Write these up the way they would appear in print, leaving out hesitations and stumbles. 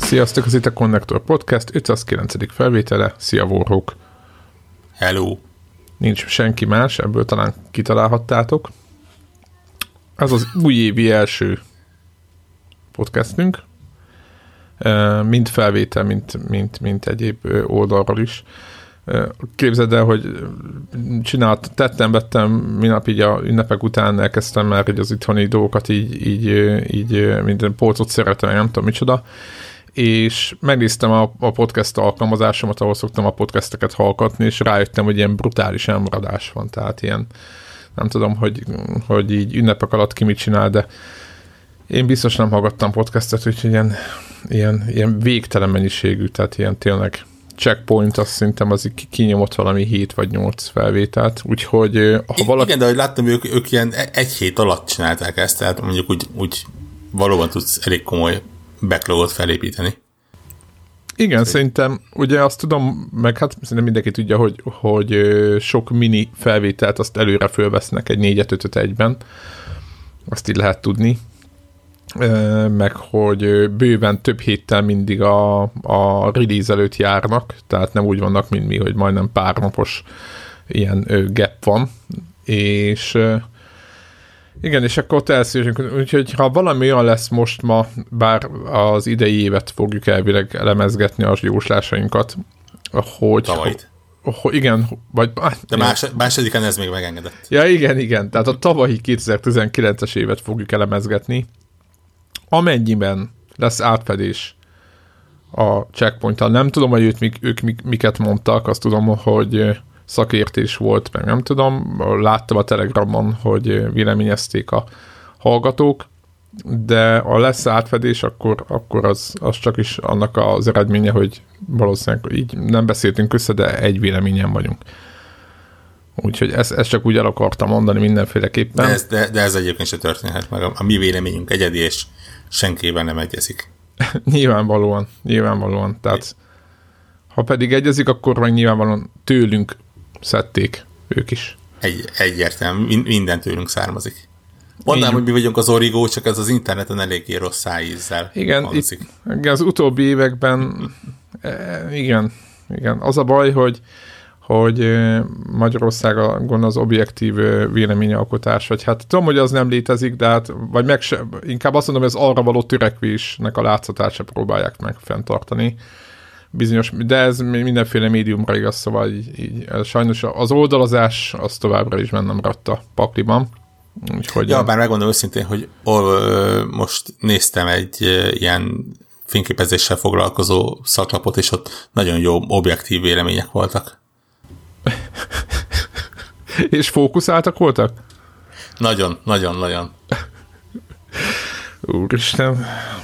Sziasztok, ez itt a Connector Podcast 509. felvétele. Szia, Warhawk! Hello! Nincs senki más, ebből talán kitalálhattátok. Ez az újévi első podcastünk. Mind felvétel, mint egyéb oldalról is. Képzeld el, hogy vettem minap így a ünnepek után elkezdtem már így az itthoni dolgokat így minden polcot szeretem, nem tudom micsoda, és megnéztem a podcast alkalmazásomat, ahol szoktam a podcasteket hallgatni, és rájöttem, hogy ilyen brutális elmaradás van, tehát ilyen, nem tudom, hogy így ünnepek alatt ki mit csinál, de én biztos nem hallgattam podcastet, úgyhogy ilyen végtelen mennyiségű, tehát ilyen tényleg checkpoint, azt szerintem az kinyomott valami 7 vagy 8 felvételt, úgyhogy ha valaki... Igen, de ahogy láttam, ők ilyen egy hét alatt csinálták ezt, tehát mondjuk úgy valóban tudsz elég komoly backlogot felépíteni. Igen, szerintem, ugye azt tudom, meg hát szerintem mindenki tudja, hogy sok mini felvételt azt előre fölvesznek egy 4-5-1-ben, azt így lehet tudni, meg hogy bőven több héttel mindig a release előtt járnak, tehát nem úgy vannak, mint mi, hogy majdnem pár napos ilyen gap van, és igen, és akkor ott elszívjunk, úgyhogy ha valami olyan lesz most ma, bár az idei évet fogjuk elvileg elemezgetni a jóslásainkat, hogy... Tavalyt. Igen, vagy... De másodikán ez még megengedett. Ja, igen, tehát a tavalyi 2019-es évet fogjuk elemezgetni, amennyiben lesz átfedés a checkpointtal. Nem tudom, hogy ők miket mondtak, azt tudom, hogy szakértés volt, meg nem tudom, láttam a Telegramon, hogy véleményezték a hallgatók, de ha lesz átfedés, akkor az csak is annak az eredménye, hogy valószínűleg így nem beszéltünk össze, de egy véleményen vagyunk. Úgyhogy ezt csak úgy el akartam mondani mindenféleképpen. De ez egyébként se történhet meg. A mi véleményünk egyedi, és senkivel nem egyezik. Nyilvánvalóan. Tehát ha pedig egyezik, akkor meg nyilvánvalóan tőlünk szedték ők is. Egyértelmű, minden tőlünk származik. Mondanám, hogy mi vagyunk az origó, csak ez az interneten eléggé rossz szájízzel. Igen, az utóbbi években igen. Az a baj, hogy Magyarországon az objektív véleményalkotás, vagy hát tudom, hogy az nem létezik, de hát, vagy inkább azt mondom, hogy az arra való törekvésnek a látszatát se próbálják meg fenntartani. Bizonyos, de ez mindenféle médiumra igaz, szóval így sajnos az oldalazás az továbbra is bennem maradt a pakliban. Úgyhogy ja, bár megmondom őszintén, hogy most néztem egy ilyen fényképezéssel foglalkozó szaklapot, és ott nagyon jó objektív vélemények voltak. És fókuszáltak voltak? Nagyon. Úristen.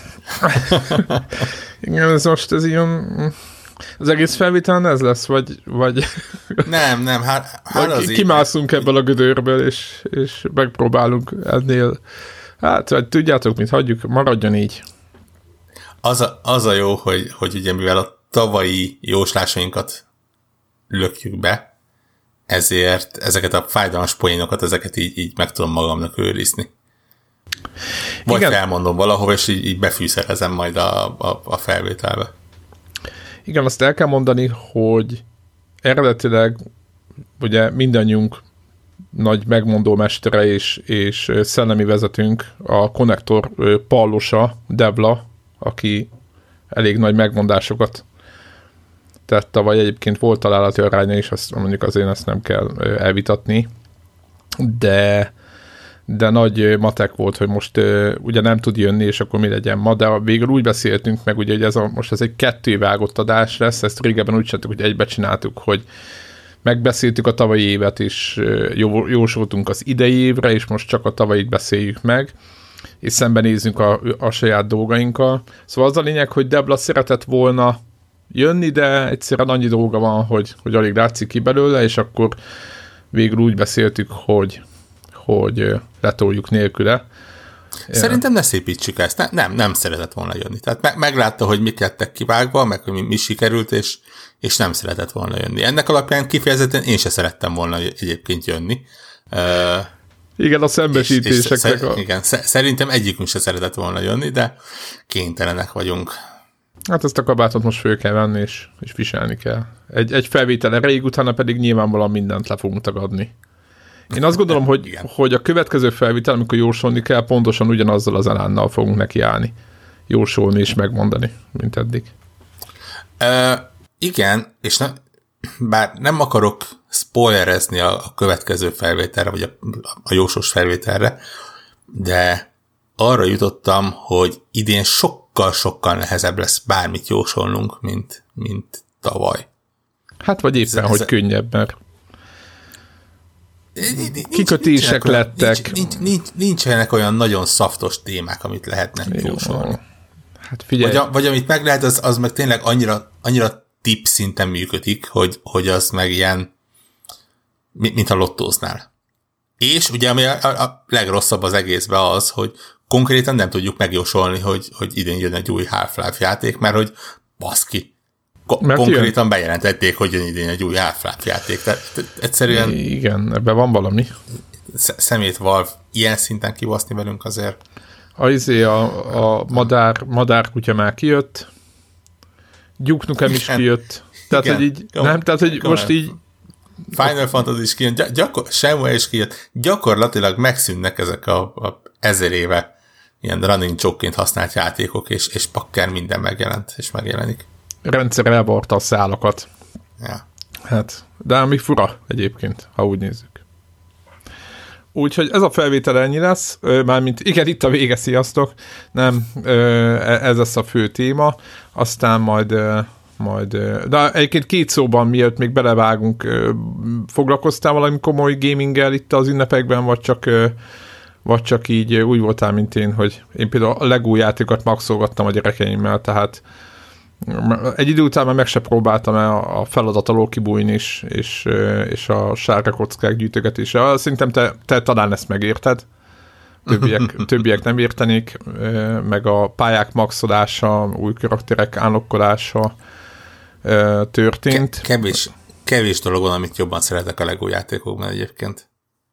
Igen, ez ilyen... Az egész felvételen ez lesz, vagy... Nem, hát az kimászunk ebből a gödörből, és megpróbálunk ennél... Hát, vagy tudjátok mit, hagyjuk, maradjon így. Az a jó, hogy ugye mivel a tavalyi jóslásainkat lökjük be, ezért ezeket a fájdalmas poénokat, ezeket így meg tudom magamnak őrizni. Vagy igen. Felmondom valahova, és így befűszerezem majd a felvételbe. Igen, azt el kell mondani, hogy eredetileg ugye mindannyiunk nagy megmondó mestere és szellemi vezetőnk, a Connector pallosa, Devla, aki elég nagy megmondásokat tett tavaly, egyébként volt találati aránya is, azt mondjuk azért ezt nem kell elvitatni, de nagy matek volt, hogy most ugye nem tud jönni, és akkor mi legyen ma, de végül úgy beszéltünk meg, ugye, hogy most ez egy 2 vágott adás lesz, ezt régebben úgy csináltuk, hogy egybe csináltuk, hogy megbeszéltük a tavalyi évet, és jósoltunk az idei évre, és most csak a tavalyit beszéljük meg, és szembenézzünk a saját dolgainkkal. Szóval az a lényeg, hogy Debla szeretett volna jönni, de egyszerűen annyi dolga van, hogy alig látszik ki belőle, és akkor végül úgy beszéltük, hogy letoljuk nélküle. Szerintem ne szépítsük ezt. Nem szeretett volna jönni. Tehát meglátta, hogy mit lettek kivágva, meg hogy mi sikerült, és nem szeretett volna jönni. Ennek alapján kifejezetten én se szerettem volna egyébként jönni. Igen, a szembesítéseknek. Igen, szerintem egyikünk se szeretett volna jönni, de kénytelenek vagyunk. Hát ezt a kabátot most föl kell venni, és viselni kell. Egy felvétel erejéig, utána pedig nyilvánvalóan mindent le fogunk tagadni. Én azt gondolom, hogy a következő felvétel, amikor jósolni kell, pontosan ugyanazzal az elánnal fogunk nekiállni. Jósolni és megmondani, mint eddig. Igen, és bár nem akarok spoilerezni a következő felvételre, vagy a jósós felvételre, de arra jutottam, hogy idén sokkal nehezebb lesz bármit jósolnunk, mint tavaly. Hát vagy éppen, hogy könnyebb, mert kikötések lettek. Nincsenek olyan nagyon szaftos témák, amit lehetne jósolni. Hát figyelj. Vagy amit meg lehet, az meg tényleg annyira tipp szinten működik, hogy az meg ilyen, mint a lottóznál. És ugye ami a legrosszabb az egészben az, hogy konkrétan nem tudjuk megjósolni, hogy idén jön egy új Half-Life játék, mert hogy baszki. Konkrétan bejelentették, hogy jön idén egy új Half-Life játék. Tehát egyszerűen... Igen, ebben van valami. Szemét Valve ilyen szinten kibaszni velünk azért. A madárkutya már kijött, Duke Nukem is kijött. Tehát, igen, hogy így, nem, tehát, hogy most így... Final Fantasy is kijött, Shenmue is kijött. Gyakorlatilag megszűnnek ezek a 1000 éve ilyen running joke-ként használt játékok, és pakker minden megjelent, és megjelenik. Rendszer elvarta a szálakat. Ja. Hát, de ami fura egyébként, ha úgy nézzük. Úgyhogy ez a felvétel ennyi lesz, mármint igen, itt a vége, sziasztok, nem, ez lesz a fő téma, aztán majd de egyébként 2 szóban, mielőtt még belevágunk, foglalkoztál valami komoly gaminggel itt az ünnepekben, vagy csak így úgy voltál, mint én, hogy én például a Lego játékokat maxolgattam a gyerekeimmel, tehát egy idő után már meg se próbáltam a feladat alól kibújni és a sárga kockák gyűjtögetése. Szerintem te talán ezt megérted. Többiek nem értenék, meg a pályák maxolása, új karakterek állokkolása történt. Kevés dolog van, amit jobban szeretek a Lego játékokban egyébként.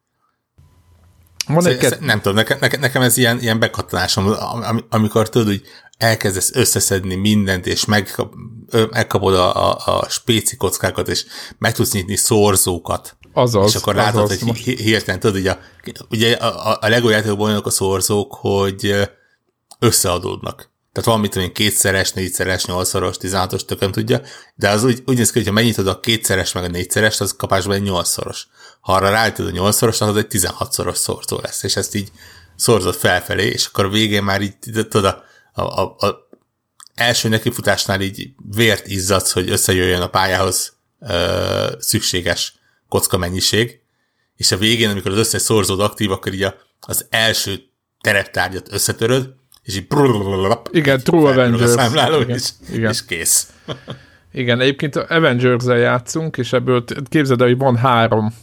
Nem tudom, nekem ez ilyen bekatanásom, amikor tudod, hogy elkezdesz összeszedni mindent, és megkapod a spéci kockákat, és meg tudsz nyitni szorzókat. És akkor látod, hogy hirtelen tudod, ugye a Lego játékokban olyanok a szorzók, hogy összeadódnak. Tehát van, mit tudom én, 2-szeres, 4-szeres, 8-szoros, 16-os, tököm tudja, de az úgy néz ki, hogyha megnyitod a 2-szeres meg a 4-szerest, az kapásban egy 8-szoros. Ha arra ráállítod a 8-szoros, az egy 16-szoros szorzó lesz, és ezt így szorzod felfelé, és akkor a végén már így, tudod, a első nekifutásnál így vért izzadsz, hogy összejöjjön a pályához szükséges kocka mennyiség, és a végén, amikor az összes szorzód aktív, akkor így az első tereptárgyat összetöröd, és így igen, True Avengers. Számláló, és kész. Igen, egyébként Avengers-el játszunk, és ebből képzeld el, hogy van 3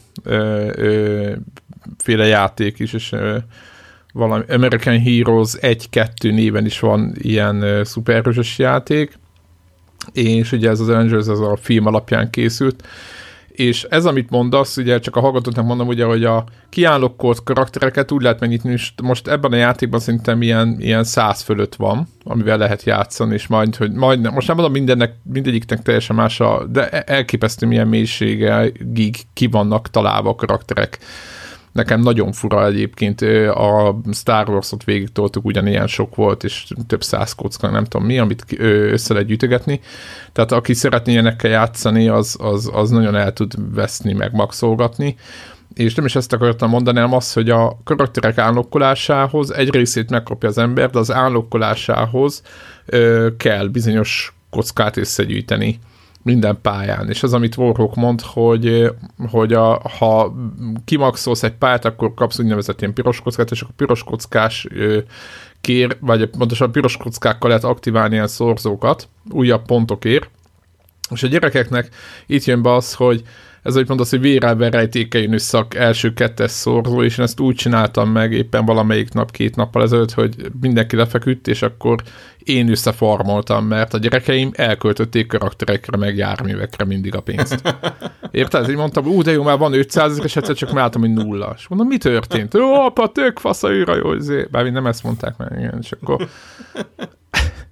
féle játék is, és valami American Heroes 1-2 néven is van ilyen szuperhősös játék, és ugye ez az Avengers ez a film alapján készült, és ez, amit mondasz, ugye csak a hallgatóknak mondom, ugye, hogy a kiállokkolt karaktereket úgy lehet megnyitni, és most ebben a játékban szerintem ilyen 100 fölött van, amivel lehet játszani, és most nem mondom mindegyiknek teljesen más, de elképesztő milyen mélységig ki vannak találva a karakterek. Nekem nagyon fura egyébként, a Star Wars-ot végig toltuk, ugyanilyen sok volt, és több 100 kocka, nem tudom mi, amit össze lehet gyűjtögetni. Tehát aki szeretné ilyenekkel játszani, az nagyon el tud veszni, meg maxolgatni. És nem is ezt akartam mondani, hanem az, hogy a karakterek állokkolásához egy részét megkapja az ember, de az állokkolásához kell bizonyos kockát összegyűjteni minden pályán. És az, amit Warhawk mond, hogy ha kimaxolsz egy pályát, akkor kapsz úgynevezett ilyen piros kockát, és akkor piros kockás vagy pontosan piros kockákkal lehet aktiválni ilyen szorzókat, újabb pontokért. És a gyerekeknek itt jön be az, hogy ez, hogy mondasz, hogy vérelven rejtékeljön össze az első 2-es szorzó, és én ezt úgy csináltam meg éppen valamelyik nap, 2 nappal ezelőtt, hogy mindenki lefeküdt, és akkor én összefarmoltam, mert a gyerekeim elköltötték karakterekre, meg járművekre mindig a pénzt. Érted? Így mondtam, de jó, már van 500 000, és egyszer csak láttam, hogy 0. És mondom, mi történt? Apa, tök fasz a űrhajó, bár nem ezt mondták meg, igen, és akkor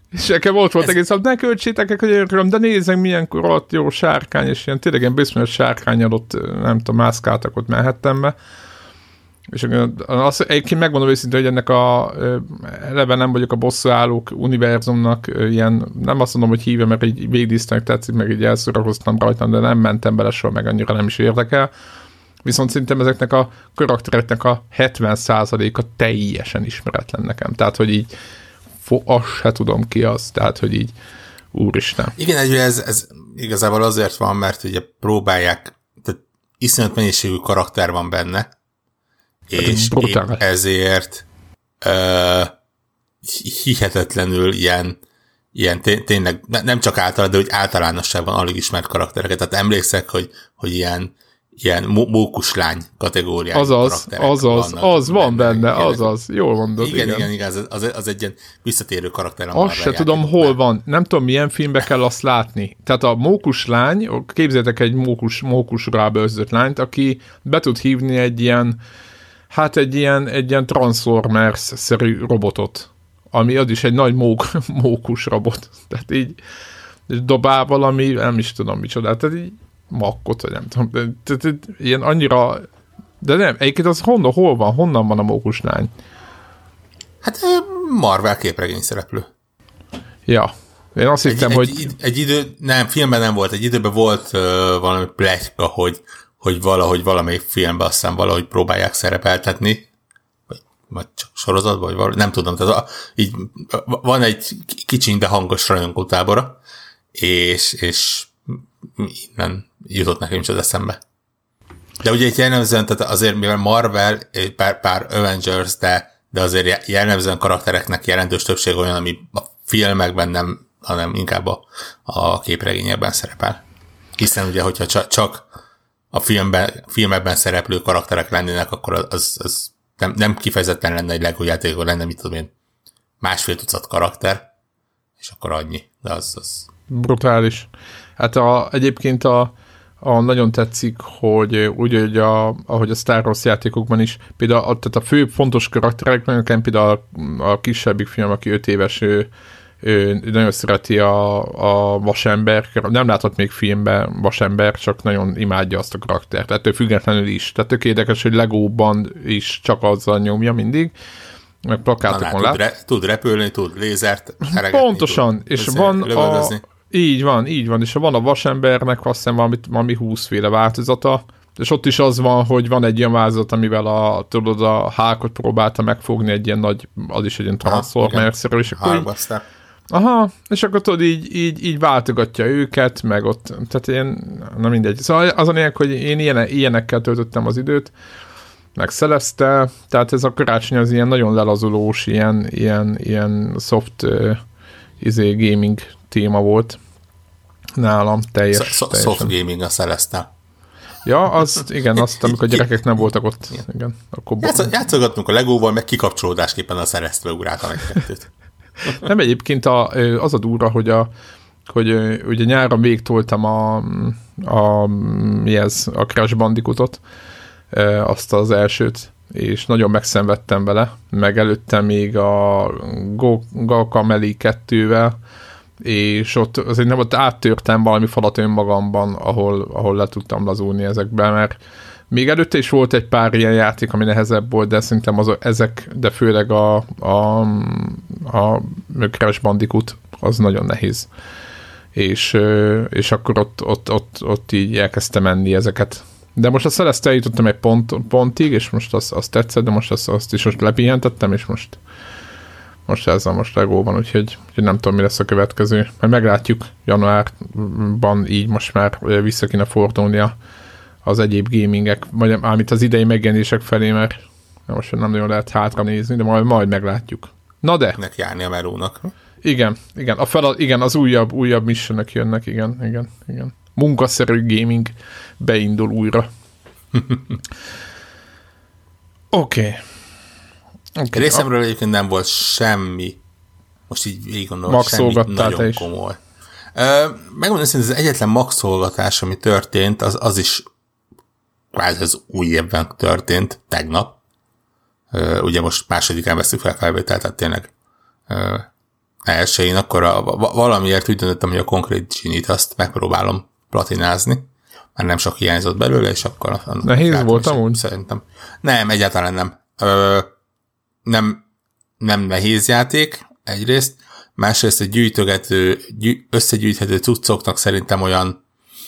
És nekem ott volt egész, ne költsétek, hogy örülöm, de nézzek, milyen rohadt jó sárkány, és ilyen tényleg ilyen bizonyos sárkánnyal ott, nem tudom, mászkáltak ott Manhattanbe. És azt egyébként megmondom őszintén, hogy ennek eleve nem vagyok a bosszúállók univerzumnak ilyen, nem azt mondom, hogy híve, mert így végignéztem, tetszik, meg így elszórakoztam rajta, de nem mentem bele soha, meg annyira nem is érdekel. Viszont szerintem ezeknek a karaktereknek a 70%-a teljesen ismeretlen nekem. Tehát, hogy így azt se tudom ki az, tehát, hogy így úristen. Igen, ez igazából azért van, mert ugye próbálják, tehát iszonyat mennyiségű karakter van benne, és ezért hihetetlenül ilyen tényleg, nem csak általában, de hogy általánosságban alig ismert karaktereket. Tehát emlékszek, hogy ilyen mókuslány kategóriájú karakterek vannak. Az van benne, jól mondod. Igen, az egy ilyen visszatérő karakter. Azt se tudom, hol van. Nem tudom, milyen filmbe kell azt látni. Tehát a mókuslány, képzeljétek egy mókusra beőzött lányt, aki be tud hívni egy ilyen Transformers-szerű robotot, ami az is egy nagy mókus robot. Tehát így dobál valami, nem is tudom micsoda, tehát így makkot, vagy nem tudom. Tehát ilyen annyira, de nem, egyébként az honnan van a mókuslány? Hát Marvel képregény szereplő. Ja. Én azt hittem, hogy... Egy idő, nem, filmben nem volt, egy időben volt valami pletyka, hogy valahogy valamelyik filmben aztán valahogy próbálják szerepeltetni, vagy csak sorozatban, vagy valami, nem tudom, tehát így van egy kicsiny, de hangos rajongótábora, és innen jutott nekem is az eszembe. De ugye itt jellemzően, tehát azért, mivel Marvel, pár Avengers, de azért jellemzően karaktereknek jelentős többség olyan, ami a filmekben nem, hanem inkább a képregényekben szerepel. Hiszen ugye, hogyha csak a filmekben szereplő karakterek lennének, akkor az nem kifejezetten lenne egy Lego játékban, lenne, mit tudom én, 1,5 tucat karakter, és akkor annyi. De az... Brutális. Hát egyébként nagyon tetszik, hogy úgy, hogy ahogy a Star Wars játékokban is, például tehát a fő fontos karakterek, nekem például a kisebbik film, aki 5 éves, ő nagyon szereti a vasember, nem látott még filmben vasember, csak nagyon imádja azt a karaktert, ettől függetlenül is. Tehát tök érdekes, hogy Legóban is csak azzal nyomja mindig, meg plakátokon lát. Tud repülni, tud lézert heregetni. Pontosan, és van így van, és van a vasembernek azt hiszem valami 20 féle változata, és ott is az van, hogy van egy ilyen változat, amivel a Hulkot próbálta megfogni egy ilyen nagy, az is egy ilyen Transformers-szerű, és akkor és akkor tudod, így váltogatja őket, meg ott, tehát ilyen, na mindegy. Szóval az a lényeg, hogy én ilyenekkel töltöttem az időt, meg Celeste, tehát ez a karácsony az ilyen nagyon lelazulós, ilyen soft gaming téma volt nálam, teljesen. Soft gaming a Celeste. Ja, azt, amikor a gyerekek nem voltak ott. Igen, akkor játszogattunk a Legóval, meg kikapcsolódásképpen a Celeste-be ugráltam egy-kettőt. Nem, egyébként az a durva, hogy ugye nyáron végtoltam a Crash Bandicootot, azt az elsőt, és nagyon megszenvedtem vele, meg előtte még a Guacamelee 2-vel, és ott áttörtem valami falat önmagamban, ahol le tudtam lazulni ezekben, mert még előtte is volt egy pár ilyen játék, ami nehezebb volt, de szerintem ezek, de főleg a Crash Bandicoot az nagyon nehéz. És akkor ott így elkezdtem menni ezeket. De most a Celeste eljutottam egy pontig, és most azt tetszett, de most azt is most lepihentettem, és most ezzel most Legóban, úgyhogy nem tudom, mi lesz a következő. Majd meglátjuk januárban, így most már vissza kéne fordulni az egyéb gamingek, vagy amit az idei megjelenések felé, mert most nem nagyon lehet hátra nézni, de majd meglátjuk. Na de! Neki járni a melónak. Igen, az újabb missionök jönnek, igen. Munkaszerű gaming beindul újra. Oké. Részemről egyébként nem volt semmi, most így végig gondolom, semmi nagyon komoly. Megmondom, hogy az egyetlen maxolgatás, ami történt, az is kvázi az új évben történt, tegnap. Ugye most másodikán veszük fel felvételt, tehát tényleg elsőjén, akkor valamiért úgy döntöttem, hogy a Concrete Genie-t azt megpróbálom platinázni. Már nem sok hiányzott belőle, és akkor... Nehéz volt amúgy? Szerintem. Nem, egyáltalán nem. Nem nehéz játék, egyrészt. Másrészt egy összegyűjthető cuccoknak szerintem olyan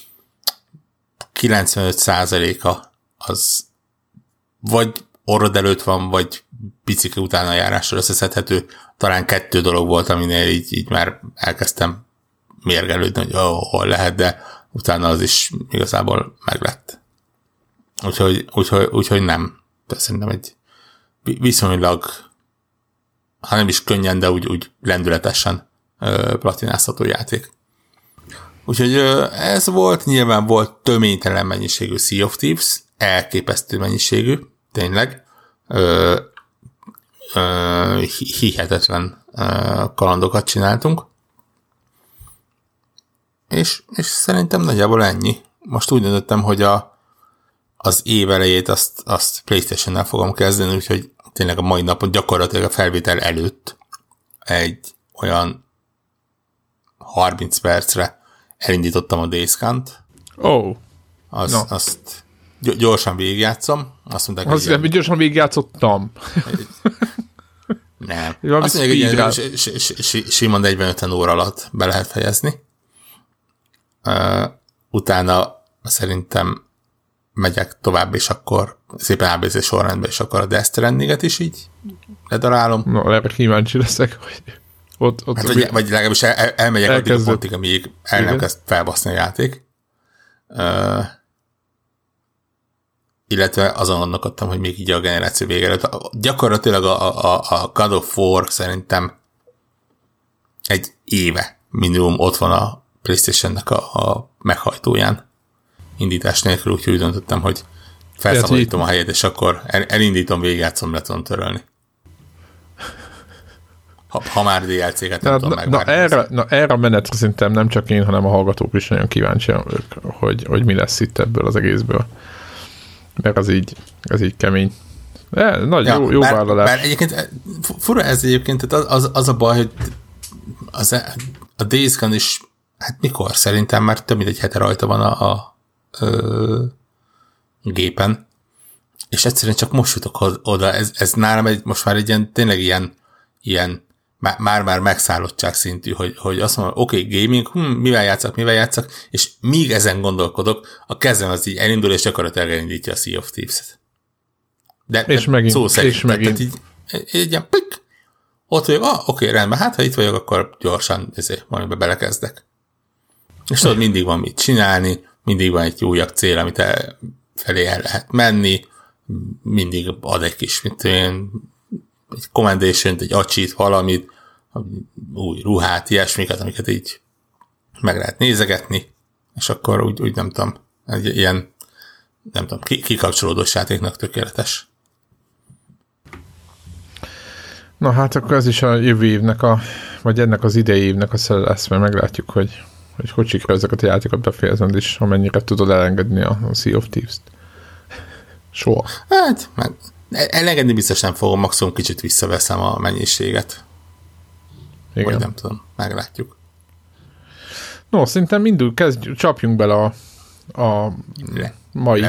95%-a az vagy orrod előtt van, vagy bicikli utána járással összeszedhető. Talán 2 dolog volt, aminél így már elkezdtem mérgelődni, hogy hol lehet, de utána az is igazából meglett. Úgyhogy nem. De szerintem egy viszonylag, ha nem is könnyen, de úgy lendületesen platinázható játék. Úgyhogy ez volt, nyilván volt töménytelen mennyiségű Sea of Thieves, elképesztő mennyiségű, tényleg. Hihetetlen kalandokat csináltunk. És szerintem nagyjából ennyi. Most úgy döntöttem, hogy az év elejét azt PlayStation-nel fogom kezdeni, úgyhogy tényleg a mai napon gyakorlatilag a felvétel előtt egy olyan 30 percre elindítottam a Days Gone-t. Azt gyorsan végigjátszom. Azt mondták, hogy gyorsan végigjátszottam. Nem. Azt mondják, hogy sima 40-50 óra alatt be lehet fejezni. Utána szerintem megyek tovább, és akkor szépen ABC sorrendben, és akkor a Death Stranding-et is így ledarálom. No, erre kíváncsi leszek, hogy ott hát, vagy legalábbis elmegyek addig a pontig, amíg el nem kezd felbaszni a játék. Illetve azon gondolkodtam, hogy még így a generáció vége előtt. Gyakorlatilag a God of War szerintem egy éve minimum ott van a PlayStation-nek a meghajtóján indítás nélkül, úgyhogy úgy döntöttem, hogy felszabadítom a helyet, és akkor elindítom, végigjátszom, le tudom törölni. Ha már DLC-ket nem tudom megvárni. Erre a menetre szerintem nem csak én, hanem a hallgatók is nagyon kíváncsiak, hogy mi lesz itt ebből az egészből. Mert ez így kemény. Jó vállalás. Bár egyébként fura ez egyébként, tehát az a baj, hogy a Days Gone is, hát mikor? Szerintem már több mint egy hete rajta van a gépen, és egyszerűen csak most jutok oda. Ez nálam most már egy ilyen, tényleg ilyen már megszállottság szintű, hogy azt mondom, oké, gaming, mivel játszak, és míg ezen gondolkodok, a kezem az így elindul, és gyakorlatilag elindítja a Sea of Thieves-et. De és megint, szó szerint, és megint. Tehát így ilyen pik, ott vagyok, oké, rendben, hát ha itt vagyok, akkor gyorsan valamiben belekezdek. És tudod, mindig van mit csinálni, mindig van egy újabb cél, amit felé el lehet menni, mindig ad egy kis, egy commendation-t, egy acsit, valamit, új ruhát, ilyesmiket, amiket így meg lehet nézegetni, és akkor úgy nem tudom, egy ilyen, nem tudom, kikapcsolódós játéknak tökéletes. Na hát akkor ez is a jövő évnek, vagy ennek az idei évnek a szele lesz, mert meglátjuk, hogy sikerül ezeket a játékokat befejezend is, amennyire tudod elengedni a Sea of Thieves-t. Soha. Hát, elengedni biztos nem fogom, maximum kicsit visszaveszem a mennyiséget. Igen. Vagy nem tudom, meglátjuk. No, szerintem csapjunk bele a mai...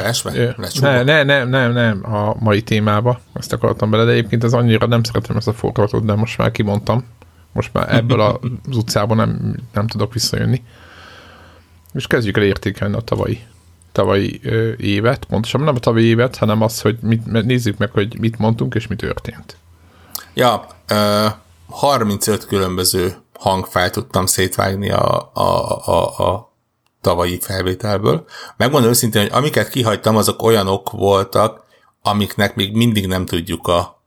Nem, a mai témába. Ezt akartam bele, de egyébként ez annyira nem szeretem ezt a fordulatot, de most már kimondtam. Most már ebből az utcában nem tudok visszajönni. És kezdjük el értékelni a tavalyi évet, pontosabban nem a tavalyi évet, hanem az, hogy nézzük meg, hogy mit mondtunk, és mi történt. Ja, 35 különböző hangfájlt tudtam szétvágni a tavalyi felvételből. Megmondom őszintén, hogy amiket kihagytam, azok olyanok voltak, amiknek még mindig nem tudjuk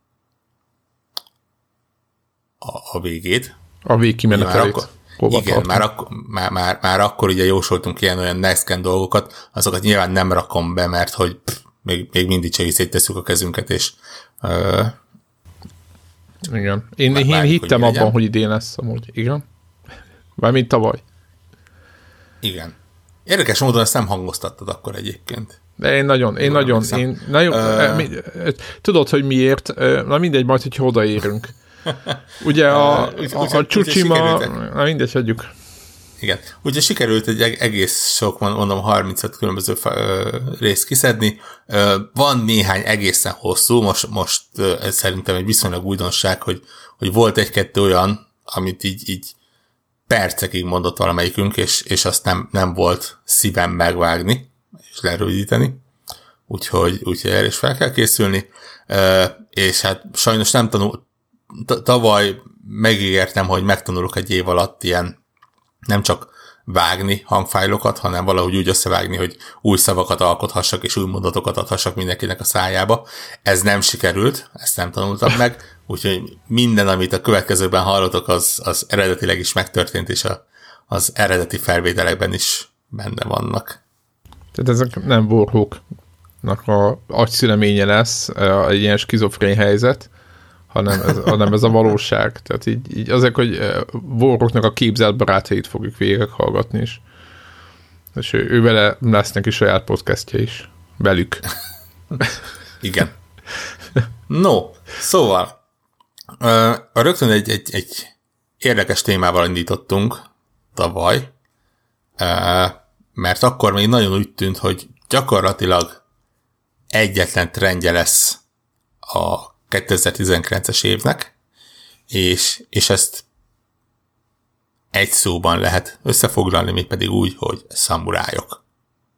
a végét. A végkimenetelét. Igen, már akkor ugye jósoltunk ilyen-olyan next gen dolgokat, azokat nyilván nem rakom be, mert hogy még mindig csak is széttesszük a kezünket, és igen. Én hittem abban, hogy idén lesz amúgy. Igen? Mármint tavaly. Igen. Érdekes módon ezt nem hangoztattad akkor egyébként. De én nagyon tudod, hogy miért? Na mindegy, majd, hogyha odaérünk. Ugye a Tsushima, mindegy, hagyjuk. Igen. Ugye sikerült egy egész sok, mondom, 35 különböző részt kiszedni. Van néhány egészen hosszú, most ez szerintem egy viszonylag újdonság, hogy volt egy-kettő olyan, amit így percekig mondott valamelyikünk, és azt nem volt szívem megvágni, és lerövidíteni. Úgyhogy erre is fel kell készülni. És hát sajnos nem tavaly megígértem, hogy megtanulok egy év alatt ilyen nem csak vágni hangfájlokat, hanem valahogy úgy összevágni, hogy új szavakat alkothassak, és új mondatokat adhassak mindenkinek a szájába. Ez nem sikerült, ezt nem tanultam meg, úgyhogy minden, amit a következőben hallotok, az eredetileg is megtörtént, és az eredeti felvételekben is benne vannak. Tehát ezek nem Warhawknak a agyszüleménye lesz, egy ilyen skizofrén helyzet, hanem ez a valóság. Tehát így azért, hogy Warhawknak a képzelt barátait fogjuk végighallgatni is. És ő vele lesz neki saját podcastja is. Velük. Igen. No, szóval rögtön egy érdekes témával indítottunk tavaly, mert akkor még nagyon úgy tűnt, hogy gyakorlatilag egyetlen trendje lesz a 2019-es évnek, és ezt egy szóban lehet összefoglalni, mégpedig úgy, hogy szamurájok.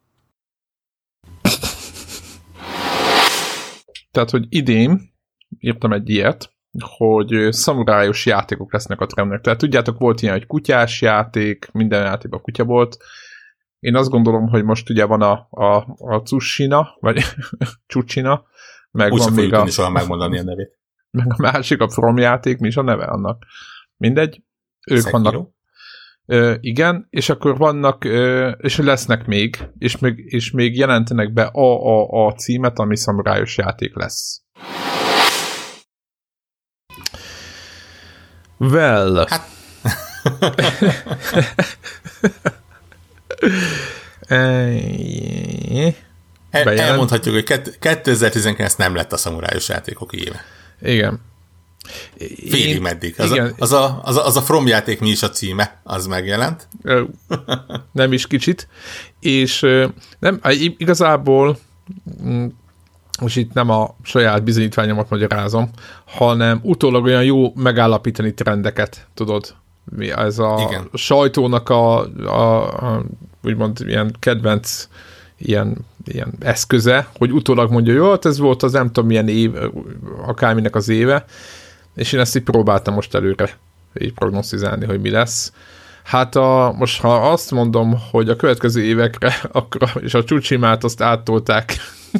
Tehát, hogy idén írtam egy ilyet, hogy szamurájos játékok lesznek a trendnek. Tehát tudjátok, volt ilyen, hogy kutyás játék, minden játékban kutya volt. Én azt gondolom, hogy most ugye van a Tsushima, vagy Tsushima, meg úgy van még a... is olyan megmondani a nevét. Meg a másik, a From játék, mi is a neve annak? Mindegy. Ők Sekiro. vannak. Igen, és akkor vannak, és lesznek még, és még jelentenek be a címet, ami szamurájos játék lesz. Well. Hát. Elmondhatjuk, hogy 2019 nem lett a szamurájos játékok éve. Igen. Félig meddig. Az a From játék mi is a címe, az megjelent. Nem is kicsit. És nem, igazából most itt nem a saját bizonyítványomat magyarázom, hanem utólag olyan jó megállapítani trendeket, tudod? Ez a sajtónak a úgymond ilyen kedvenc ilyen eszköze, hogy utólag mondja, jó, ez volt az nem tudom milyen év, akárminek az éve, és én ezt így próbáltam most előre így prognosztizálni, hogy mi lesz. Hát most ha azt mondom, hogy a következő évekre, akkor, és a Tsushimát azt áttolták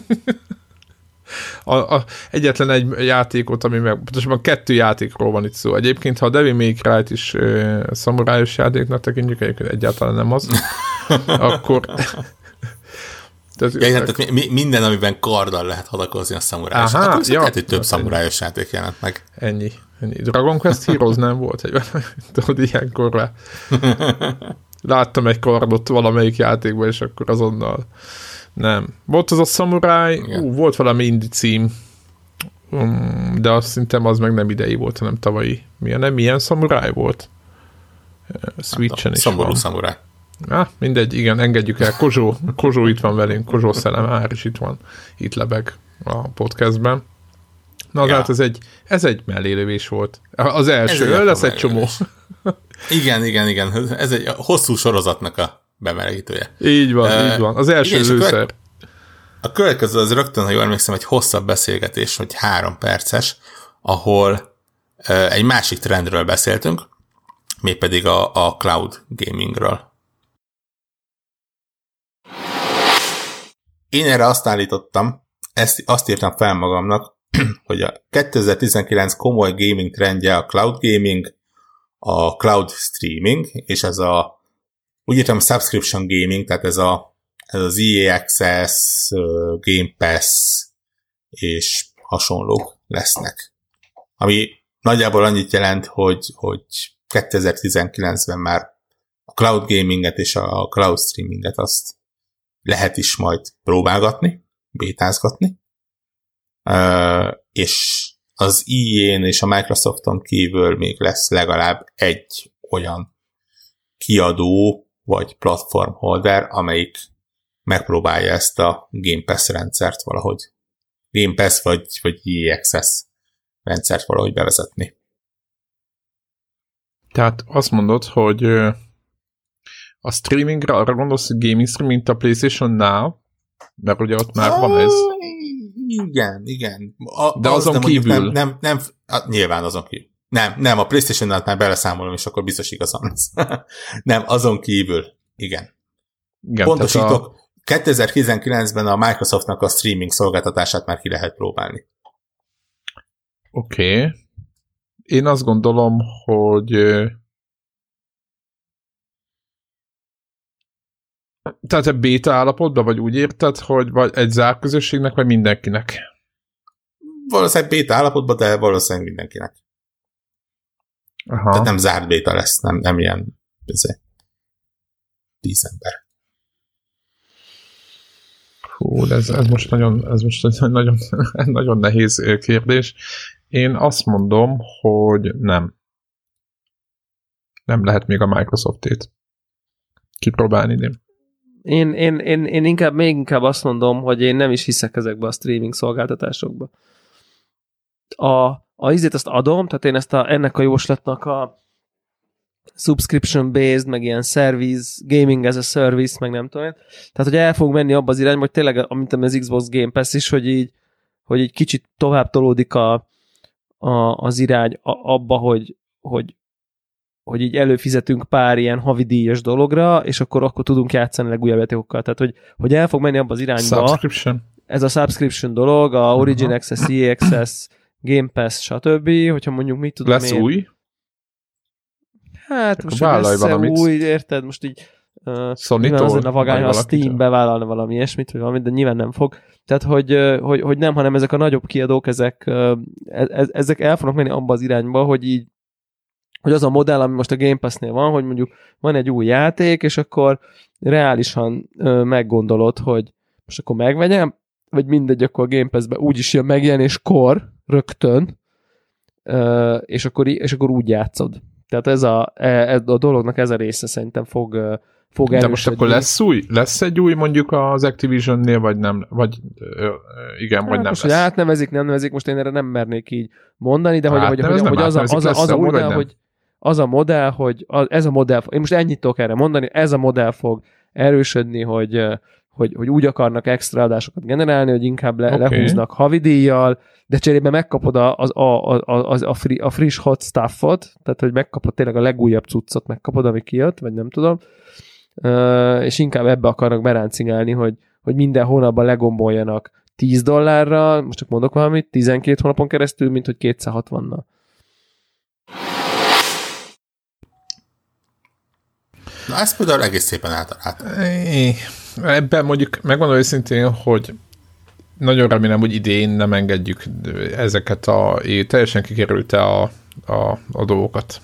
egyetlen egy játékot, ami pontosabban 2 játékról van itt szó. Egyébként, ha a Devil May Cry-t is szamurájos játéknak tekintjük, egyáltalán nem az, akkor tehát minden, amiben karddal lehet hadakozni a szamurájos. Akkor lehet, hogy több szamurájos játék jelent meg. Ennyi. Dragon Quest Heroes nem volt? Tudod, ilyenkor láttam egy kardot valamelyik játékban, és akkor azonnal nem. Volt az a szamuráj, volt valami indie cím, de azt szerintem az meg nem idei volt, hanem tavalyi. Milyen szamuráj volt? Switchen is szomorú van. Szamuráj. Mindegy, igen, engedjük el. Kozsó itt van velünk, Kozsó Szellemár is itt van, itt lebeg a podcastben. Na, hát ez egy mellélövés volt. Az első, lesz egy csomó. Igen. Ez egy hosszú sorozatnak a bemelegítője. Így van. Az első lőszer. A következő az rögtön, ha jól emlékszem, egy hosszabb beszélgetés, hogy 3 perces, ahol egy másik trendről beszéltünk, mégpedig a cloud gamingről. Én erre azt állítottam, azt írtam fel magamnak, hogy a 2019 komoly gaming trendje a cloud gaming, a cloud streaming, és ez úgy írtam subscription gaming, tehát ez az EA Access, Game Pass és hasonlók lesznek. Ami nagyjából annyit jelent, hogy 2019-ben már a cloud gaminget és a cloud streaminget azt lehet is majd próbálgatni, bétázgatni, és az EA-n és a Microsofton kívül még lesz legalább egy olyan kiadó vagy platform holder, amelyik megpróbálja ezt a Game Pass rendszert valahogy, Game Pass vagy EA Access rendszert valahogy bevezetni. Tehát azt mondod, hogy a streamingre arra gondolsz, hogy gaming stream, mint a PlayStation Now, mert ugye ott már van ez. Igen. De azon kívül. Nem, nyilván azon kívül. Nem, a PlayStation-nál már beleszámolom, és akkor biztos igazam lesz. Nem, azon kívül. Igen pontosítok, 2019-ben a Microsoftnak a streaming szolgáltatását már ki lehet próbálni. Oké. Én azt gondolom, hogy tehát a beta állapotban, vagy úgy érted, hogy vagy egy zárt közösségnek, vagy mindenkinek? Valószínűleg beta állapotban, de valószínűleg mindenkinek. Aha. Tehát nem zárt beta lesz, nem ilyen 10 ember. Hú, ez most nagyon, nagyon nehéz kérdés. Én azt mondom, hogy nem. Nem lehet még a Microsoftét kipróbálni idén. Én inkább azt mondom, hogy én nem is hiszek ezekbe a streaming szolgáltatásokba. Izét azt adom, tehát én ennek a jóslatnak a subscription-based, meg ilyen service, gaming as a service, meg nem tudom. Tehát, hogy el fog menni abba az irányba, hogy tényleg, amit az Xbox Game Pass is, hogy így kicsit tovább tolódik az irány abba, hogy így előfizetünk pár ilyen havidíjas dologra, és akkor tudunk játszani legújabb játékokkal. Tehát, hogy el fog menni abba az irányba. Ez a subscription dolog, a Origin Access, EA Access, Game Pass, stb. Hogyha mondjuk mit tudom lesz új? Hát most lesz új, érted? Most így Sony-tól? Az lenne vagány, ha a Steam bevállalna valami ilyesmit, vagy valamit, de nyilván nem fog. Tehát, hogy nem, hanem ezek a nagyobb kiadók, ezek el fognak menni abba az irányba, hogy az a modell, ami most a Game Pass-nél van, hogy mondjuk van egy új játék, és akkor reálisan meggondolod, hogy most akkor megvegyem, vagy mindegy, akkor a Game Pass-be úgyis jön megjelenéskor, rögtön, és akkor úgy játszod. Tehát ez a dolognak ez a része szerintem fog erősödni. De most akkor lesz egy új mondjuk az Activision-nél, vagy nem? Vagy igen, vagy nem most, lesz? Hogy átnevezik, nem nevezik, most én erre nem mernék így mondani, de hogy az a modell, hogy ez a modell, én most ennyit tudok erre mondani, ez a modell fog erősödni, hogy úgy akarnak extra adásokat generálni, hogy inkább lehúznak havidíjjal, de cserébe megkapod a friss hot stuffot, tehát hogy megkapod tényleg a legújabb cuccot, megkapod, ami kijött, vagy nem tudom, és inkább ebbe akarnak beráncingálni, hogy minden hónapban legomboljanak $10, most csak mondok valamit, 12 hónapon keresztül, mint hogy 260-nal. Na, ezt például egész szépen általában. Ebben mondjuk megmondom őszintén, hogy nagyon remélem, hogy idén nem engedjük ezeket teljesen kikerülte a dolgokat.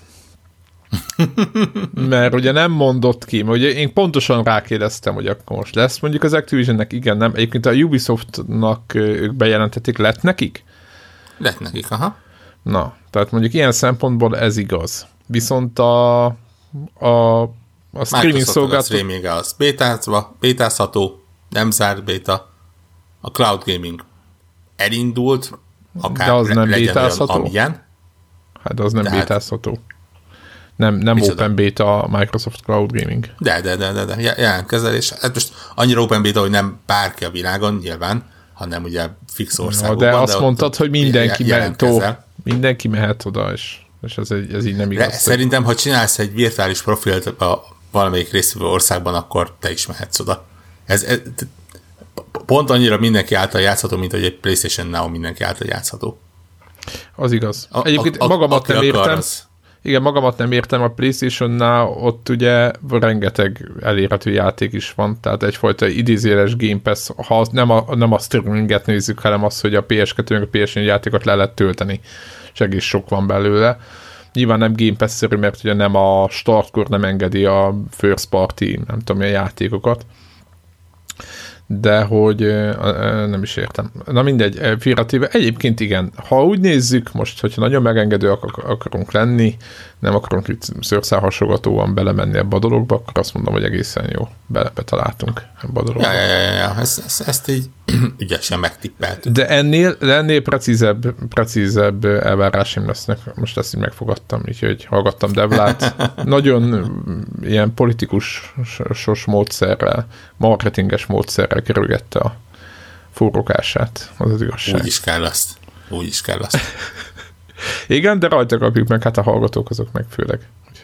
Mert ugye nem mondott ki, mert ugye én pontosan rákérdeztem, hogy akkor most lesz mondjuk az Activisionnek, igen, nem. Egyébként a Ubisoftnak ők bejelentették, lett nekik? Lett nekik, aha. Na, tehát mondjuk ilyen szempontból ez igaz. Viszont a streaming szolgáltató... A streaming az bétázható, nem zárt béta. A cloud gaming elindult, akár de az nem bétázható? Amilyen. Hát az nem bétázható. Nem open beta a Microsoft Cloud Gaming. De. Jelentkezelés. Hát most annyira open beta, hogy nem bárki a világon nyilván, hanem ugye fix országokban. De azt mondtad, hogy mindenki mehet oda, és ez így nem igaz. Szerintem, ha csinálsz egy virtuális profilt a valamelyik részvevő országban, akkor te is mehetsz oda. Ez pont annyira mindenki által játszható, mint hogy egy PlayStation Now mindenki által játszható. Az igaz. Egyébként magamat nem értem. Igen, magamat nem értem, a PlayStation-nál ott ugye rengeteg elérhető játék is van, tehát egyfajta idézéles Game Pass, ha nem a streaminget nézzük, hanem az, hogy a PS2-nek a PS4 játékot le lehet tölteni, és egész sok van belőle. Nyilván nem Game Pass-szerű, mert ugye nem a startkor nem engedi a first party, nem tudom, a játékokat. de hogy nem is értem. Na mindegy, félretéve. Egyébként igen, ha úgy nézzük, most, hogyha nagyon megengedőek akarunk lenni, nem akarunk itt szőrszálhasogatóan belemenni ebbe a dologba, akkor azt mondom, hogy egészen jó betaláltunk ebbe a dologba. Ja. Ezt így ügyesen megtippeltük. De ennél precízebb elvárásim lesznek. Most ezt így megfogadtam, úgyhogy hallgattam Devlát. Nagyon ilyen politikusos módszerrel, marketinges módszerrel kerülgette a forrókását, az igazság. Úgy is kell azt. Igen, de rajta kapjuk meg, hát a hallgatók azok meg főleg.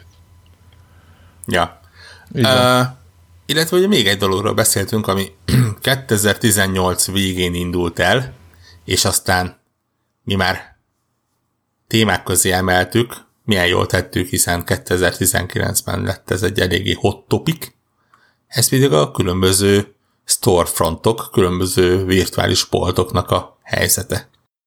Ja. Illetve ugye még egy dologról beszéltünk, ami 2018 végén indult el, és aztán mi már témák közé emeltük, milyen jól tettük, hiszen 2019-ben lett ez egy eléggé hot topic, ez pedig a különböző storefrontok, különböző virtuális boltoknak a helyzete.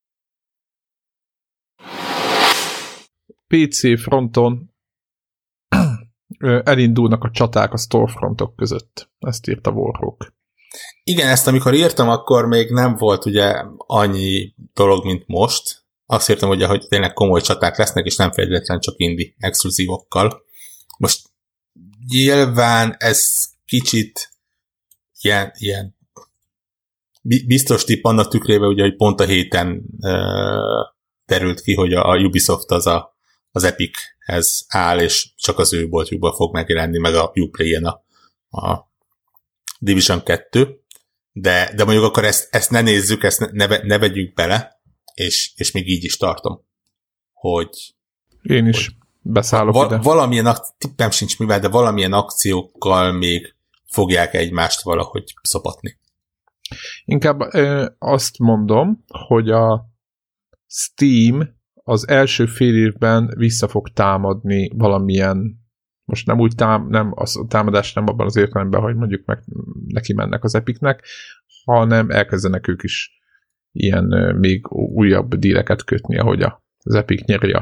PC fronton elindulnak a csaták a storefrontok között. Ezt írta Warhawk. Igen, ezt amikor írtam, akkor még nem volt ugye annyi dolog, mint most. Azt írtam, ugye, hogy tényleg komoly csaták lesznek, és nem feltétlenül csak indie exkluzívokkal. Most nyilván ez kicsit ilyen biztos tipp annak tükrében, ugye, hogy pont a héten derült ki, hogy a Ubisoft az Epichez áll, és csak az ő boltjukban fog megjelenni, meg a Uplay-en a Division 2, de mondjuk akkor ezt ne nézzük, ezt ne vegyük bele, és még így is tartom, hogy én is beszállok ide. Valamilyen, tippem sincs mivel, de valamilyen akciókkal még fogják egymást valahogy szopatni. Inkább azt mondom, hogy a Steam az első fél évben vissza fog támadni valamilyen, most nem úgy a támadás nem abban az értelemben, hogy mondjuk neki mennek az Epicnek, hanem elkezdenek ők is ilyen még újabb díleket kötni, ahogy az Epic nyeri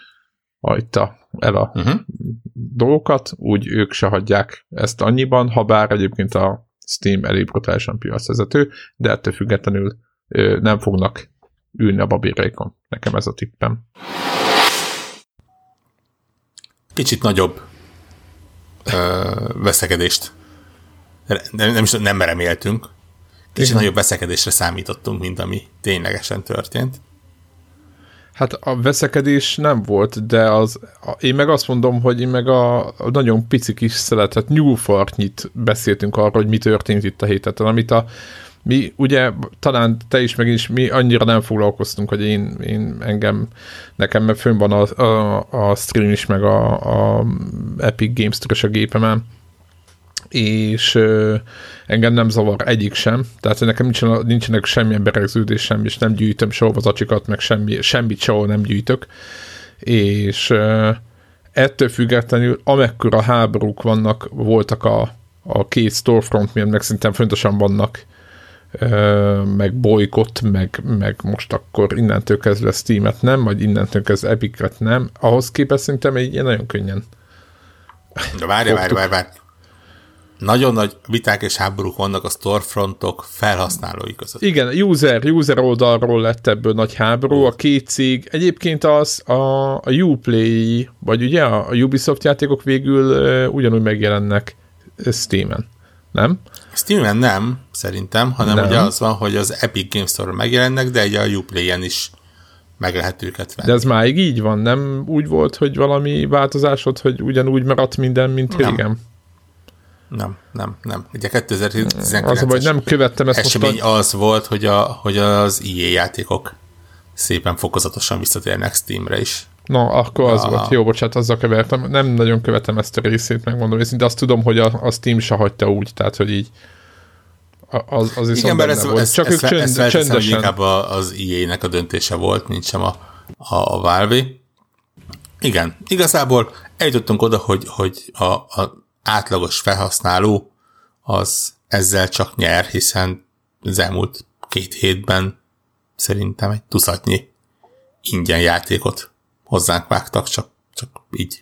el a dolgokat, úgy ők se hagyják ezt annyiban, ha bár egyébként a Steam elég brutálisan piacvezető, de ettől függetlenül nem fognak ülni a babéreikon. Nekem ez a tippem. Kicsit nagyobb veszekedést nem reméltünk. Kicsit nagyobb veszekedésre számítottunk, mint ami ténylegesen történt. Hát a veszekedés nem volt, de én meg azt mondom, hogy én meg a nagyon pici kis szeletet, nyúlfartnyit beszéltünk arról, hogy mi történt itt a héten, amit mi ugye, talán te is, meg is, mi annyira nem foglalkoztunk, hogy nekem meg fönn van a stream is, meg a Epic Games Store-os a gépemen, és engem nem zavar egyik sem, tehát nekem nincsenek semmilyen beregződésem, és nem gyűjtöm sehova az acsikat, meg semmit sehol nem gyűjtök, és ettől függetlenül amekkora háborúk voltak a két storefront miatt, meg szerintem fontosan vannak, meg bolykott, meg most akkor innentől kezdve Steam-et nem, vagy innentől kezdve Epic-et nem, ahhoz képest szerintem egy ilyen nagyon könnyen. De várj. Nagyon nagy viták és háborúk vannak a storefrontok felhasználói között. Igen, user oldalról lett ebből nagy háború, a két cég, egyébként a Uplay, vagy ugye a Ubisoft játékok végül ugyanúgy megjelennek Steam-en, nem? Steam-en nem, szerintem, hanem nem. Ugye az van, hogy az Epic Games Store-on megjelennek, de egy a Uplay-en is meg lehet őket venni. De ez máig így van, nem úgy volt, hogy valami változásod, hogy ugyanúgy maradt minden, mint régen? Nem. Ugye 2019-es az, vagy nem követtem ezt esemény az volt, hogy az EA játékok szépen fokozatosan visszatérnek Steamre is. No, akkor az volt. Jó, bocsánat, azzal kevertem. Nem nagyon követem ezt a részét, megmondom őszintén, de azt tudom, hogy a Steam se hagyta úgy, tehát, hogy így az viszont benne volt. Csak ők csendesen. Inkább az EA-nek a döntése volt, mint sem a Valve. Igen, igazából eljutottunk oda, hogy a átlagos felhasználó az ezzel csak nyer, hiszen az elmúlt 2 hétben szerintem egy tucatnyi ingyen játékot hozzánk vágtak, csak így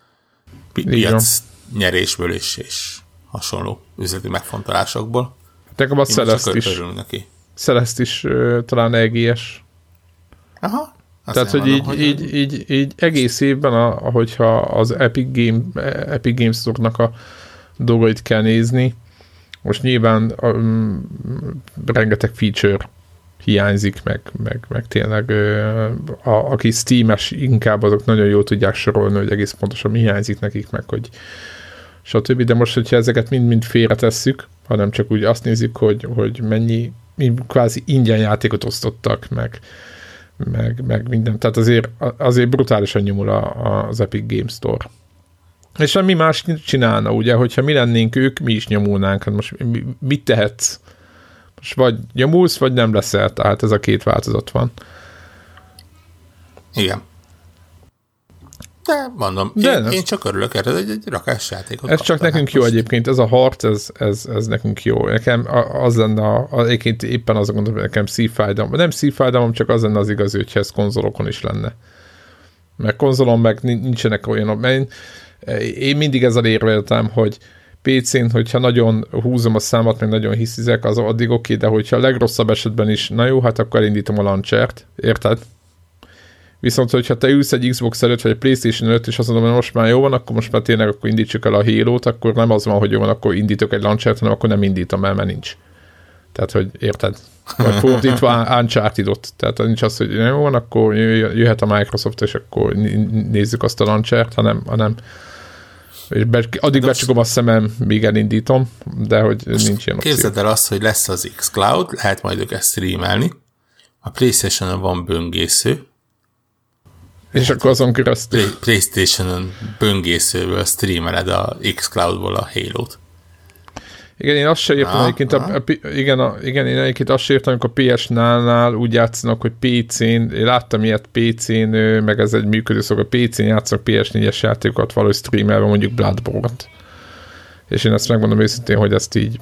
piac nyerésből és hasonló üzleti megfontolásokból. Nekem a Celeste is. Celeste is talán EGS. Aha. Tehát, hogy így egész évben, ahogyha az Epic Games Store-nak a dolgait kell nézni, most nyilván rengeteg feature hiányzik, meg tényleg aki Steam-es inkább, azok nagyon jól tudják sorolni, hogy egész pontosan mi hiányzik nekik, meg hogy stb. De most, hogyha ezeket mind félretesszük, hanem csak úgy azt nézzük, hogy mennyi kvázi ingyen játékot osztottak, meg minden. Tehát azért brutálisan nyomul az Epic Games Store. És mi más csinálna, ugye, hogyha mi lennénk ők, mi is nyomulnánk. Hát most mit tehetsz? Most vagy nyomulsz, vagy nem leszel. Tehát ez a két változat van. Igen. De mondom, én csak örülök erre, ez egy rakás játékot. Ez csak nekünk jó egyébként, ez a harc, ez nekünk jó. Nekem az lenne, egyébként éppen azon gondolom, hogy nekem szívfájdalom. Nem szívfájdalom, csak az lenne az igaz, hogyha ez konzolokon is lenne. Mert konzolon meg nincsenek olyanok. Én mindig ezzel érveltem, hogy PC-n, hogyha nagyon húzom a számat, meg nagyon hiszizek, az addig oké, de hogyha a legrosszabb esetben is, na jó, hát akkor elindítom a launchert, érted? Viszont, hogyha te ülsz egy Xbox előtt, vagy egy PlayStation előtt, és azt mondom, hogy most már jó van, akkor most már tényleg akkor indítsuk el a Halo-t, akkor nem az van, hogy jó van, akkor indítok egy launchert, hanem akkor nem indítom el, mert nincs. Tehát, hogy érted? Vagy fordítva Uncharted-ot. Tehát nincs az, hogy jó van, akkor jöhet a Microsoft, és akkor nézzük azt a launchert, hanem és addig becsukom a szemem, míg elindítom, de hogy nincs ilyen opció. Képzeld el azt, hogy lesz az xCloud, lehet majd őket streamelni, a PlayStation-on van böngésző, és akkor azon keresztül. PlayStation-on böngészőből streameled a xCloud-ból a Halo-t. Igen, én azt sem értem egyébként, igen, én egyébként azt sem értem, amikor a PS-nál úgy játszanak, hogy PC-n, én láttam ilyet PC-n, meg ez egy működő szó, a PC-n játszanak PS4-es játékokat valahogy streamelve, mondjuk Bloodborne-t. És én ezt megmondom őszintén, hogy ezt így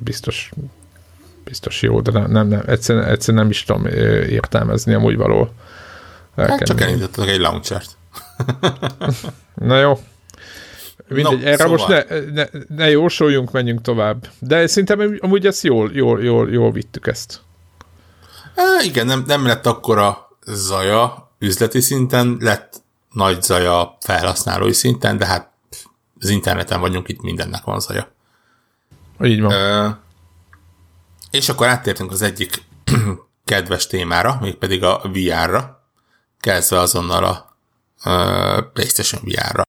biztos jó, de nem egyszerűen nem is tudom értelmezni amúgy való. Hát csak elindítottak egy launchert. Na jó. Mindegy, erre szóval. Most ne jósoljunk, menjünk tovább. De szerintem amúgy ezt jól vittük ezt. Igen, nem lett akkora zaja üzleti szinten, lett nagy zaja felhasználói szinten, de hát az interneten vagyunk, itt mindennek van zaja. Így van. És akkor áttértünk az egyik kedves témára, mégpedig a VR-ra, kezdve azonnal a PlayStation VR-ra.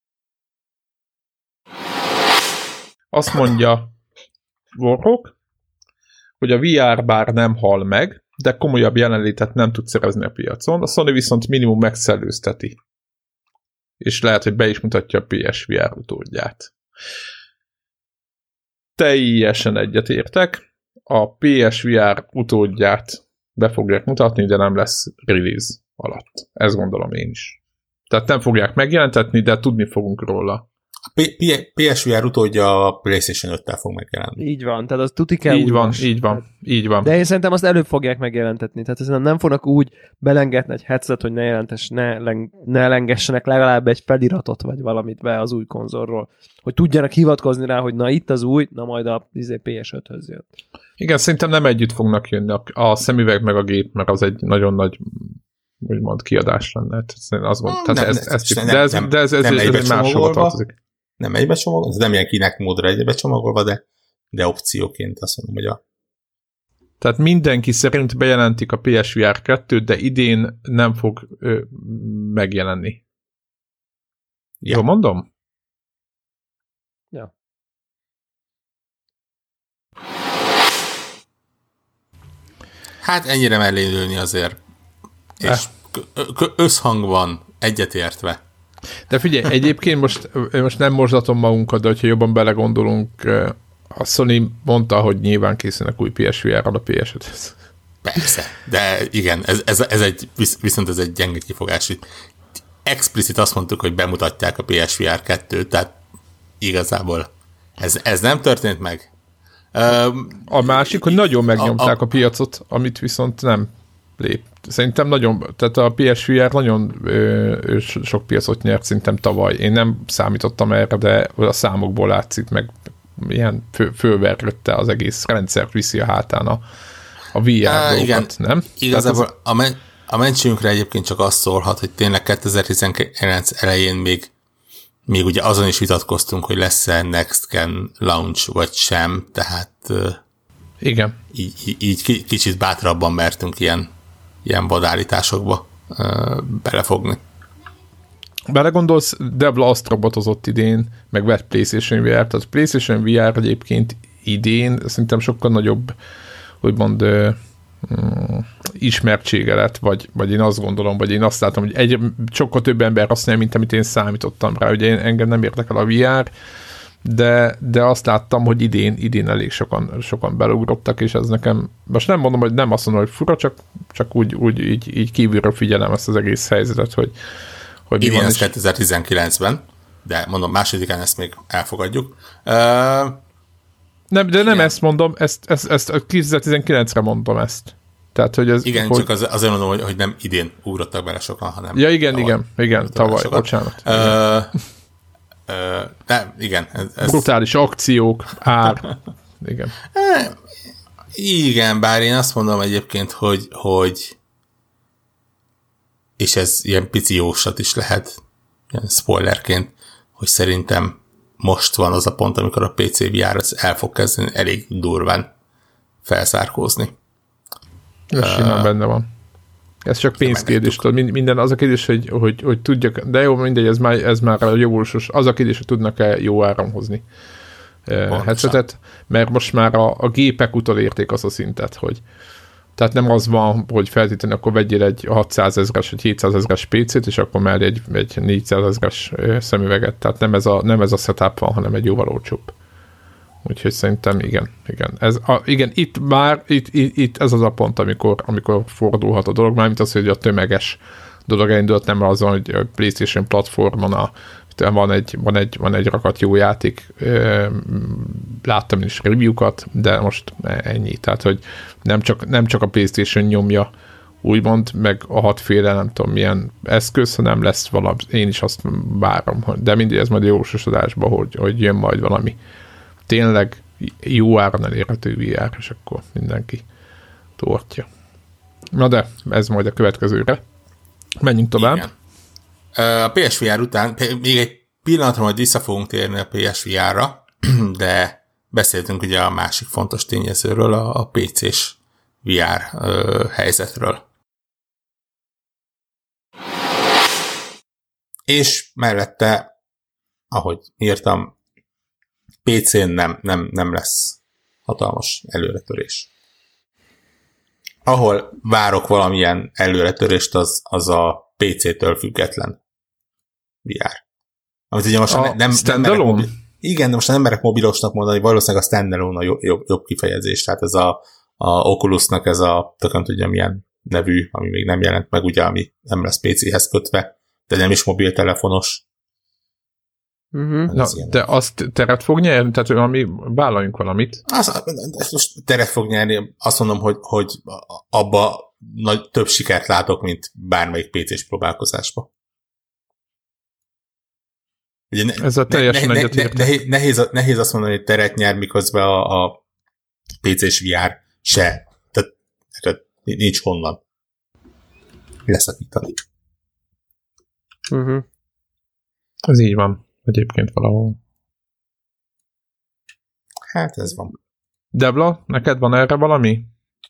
Azt mondja Warhawk, hogy a VR bár nem hal meg, de komolyabb jelenlétet nem tud szerezni a piacon, a Sony viszont minimum megszellőzteti. És lehet, hogy be is mutatja a PSVR utódját. Teljesen egyetértek, a PSVR utódját be fogják mutatni, de nem lesz release alatt. Ezt gondolom én is. Tehát nem fogják megjelentetni, de tudni fogunk róla. A PSVR utódja a PlayStation 5-tel fog megjelenni. Így van, tehát az tuti kell. Így van. De én szerintem azt előbb fogják megjelentetni. Tehát szerintem nem fognak úgy belengetni egy headset, hogy ne lengessenek legalább egy feliratot, vagy valamit be az új konzolról. Hogy tudjanak hivatkozni rá, hogy na itt az új, na majd a PS5-höz jön. Igen, szerintem nem együtt fognak jönni a szemüveg meg a gép, mert az egy nagyon nagy úgymond kiadás lenne. Ez máshova tartozik. Nem egybecsomagolva, ez nem ilyen kinek módra egybecsomagolva, de opcióként azt mondom, hogy Tehát mindenki szerint bejelentik a PSVR 2-t, de idén nem fog megjelenni. Ja. Jól mondom? Ja. Hát ennyire mellé lőni azért. És összhangban egyetértve. De figyelj, egyébként most nem morzsatom magunkat, de hogyha jobban belegondolunk, a Sony mondta, hogy nyilván készülnek új PSVR-ra a PS5-hez. Persze, de igen, viszont ez egy gyenge kifogás. Explicit azt mondtuk, hogy bemutatják a PSVR 2-t, tehát igazából ez nem történt meg. A másik, hogy nagyon megnyomták a piacot, amit viszont nem lép. Szerintem tehát a PSVR nagyon sok piacot nyert szerintem tavaly. Én nem számítottam erre, de a számokból látszik, meg ilyen fölverlette az egész rendszert, viszi a hátán a VR dolgot, igen. nem? Igazából a mentségünkre egyébként csak azt szólhat, hogy tényleg 2019 elején még ugye azon is vitatkoztunk, hogy lesz-e Next Gen launch, vagy sem, tehát igen. Így kicsit bátrabban mertünk ilyen vadállításokba belefogni. Belegondolsz, Devla azt robotozott idén, meg vett PlayStation VR-t, tehát PlayStation VR egyébként idén szerintem sokkal nagyobb, úgymond ismertsége lett, vagy én azt gondolom, vagy én azt látom, hogy sokkal több ember használja, mint amit én számítottam rá. Ugye engem nem érdekel a VR, de azt láttam, hogy idén elég sokan belugrottak, és ez nekem, most nem mondom, hogy nem azt mondom, hogy fura, csak úgy így kívülről figyelem ezt az egész helyzetet, hogy idén ez 2019-ben, de mondom, másodikán ezt még elfogadjuk. Nem, de nem igen. Ezt mondom, ezt 2019-re mondom ezt. Tehát, hogy ez... Igen, csak azért mondom, hogy nem idén ugrottak bele sokan, hanem... Ja, igen, tavaly, bocsánat. De igen. Ez... Brutális akciók, ár. Igen. Igen, bár én azt mondom egyébként, hogy és ez ilyen pici jóslat is lehet, ilyen spoilerként, hogy szerintem most van az a pont, amikor a PC VR el fog kezdeni elég durván felszárkózni. Ez simán benne van. Ez csak pénzkérdés, tudod, minden az a kérdés, hogy tudjak, de jó, mindegy, ez már a jósos, az a kérdés, hogy tudnak-e jó áram hozni headsetet, mert most már a gépek utolérték azt a szintet, hogy tehát nem az van, hogy feltétlenül akkor vegyél egy 600 000-es vagy 700 000-es PC-t, és akkor mellé egy 400 000-es szemüveget. Tehát nem ez a setup van, hanem egy jóval olcsóbb. Úgyhogy szerintem igen. Itt ez az a pont, amikor fordulhat a dolog, mármint az, hogy a tömeges dolog elindult, nem azon, hogy a PlayStation platformon van egy rakat jó játék, láttam is review-kat, de most ennyi. Tehát, hogy nem csak a PlayStation nyomja, úgymond, meg a hatféle, nem tudom milyen eszköz, hanem lesz valami, én is azt várom, de mindig ez majd jósosodásban, hogy jön majd valami tényleg jó áron elérhető VR, és akkor mindenki tortja. Na de, ez majd a következőre. Menjünk tovább. Igen. A PSVR után még egy pillanatra majd vissza fogunk térni a PSVR-ra, de beszéltünk ugye a másik fontos tényezőről, a PC-s VR helyzetről. És mellette, ahogy írtam, PC-n nem lesz hatalmas előretörés. Ahol várok valamilyen előretörést, az a PC-től független VR. Amit ugye most nem standalone? Igen, de most nem merek mobilosnak mondani, valószínűleg a standalone a jobb kifejezés. Tehát ez a Oculusnak ez a tökön tudja milyen nevű, ami még nem jelent meg, ugye, ami nem lesz PC-hez kötve, de nem is mobiltelefonos. Na, de azt teret fog nyerni? Tehát valami, vállaljunk valamit. Most teret fog nyerni, azt mondom, hogy abba több sikert látok, mint bármelyik PC-s próbálkozásba. Ugye ez a teljesen egyetértek. Nehéz azt mondani, hogy teret nyer, miközben a PC-s VR se. Tehát nincs honnan leszakítani. Ez így van. Egyébként valahol. Hát ez van. Debla, neked van erre valami?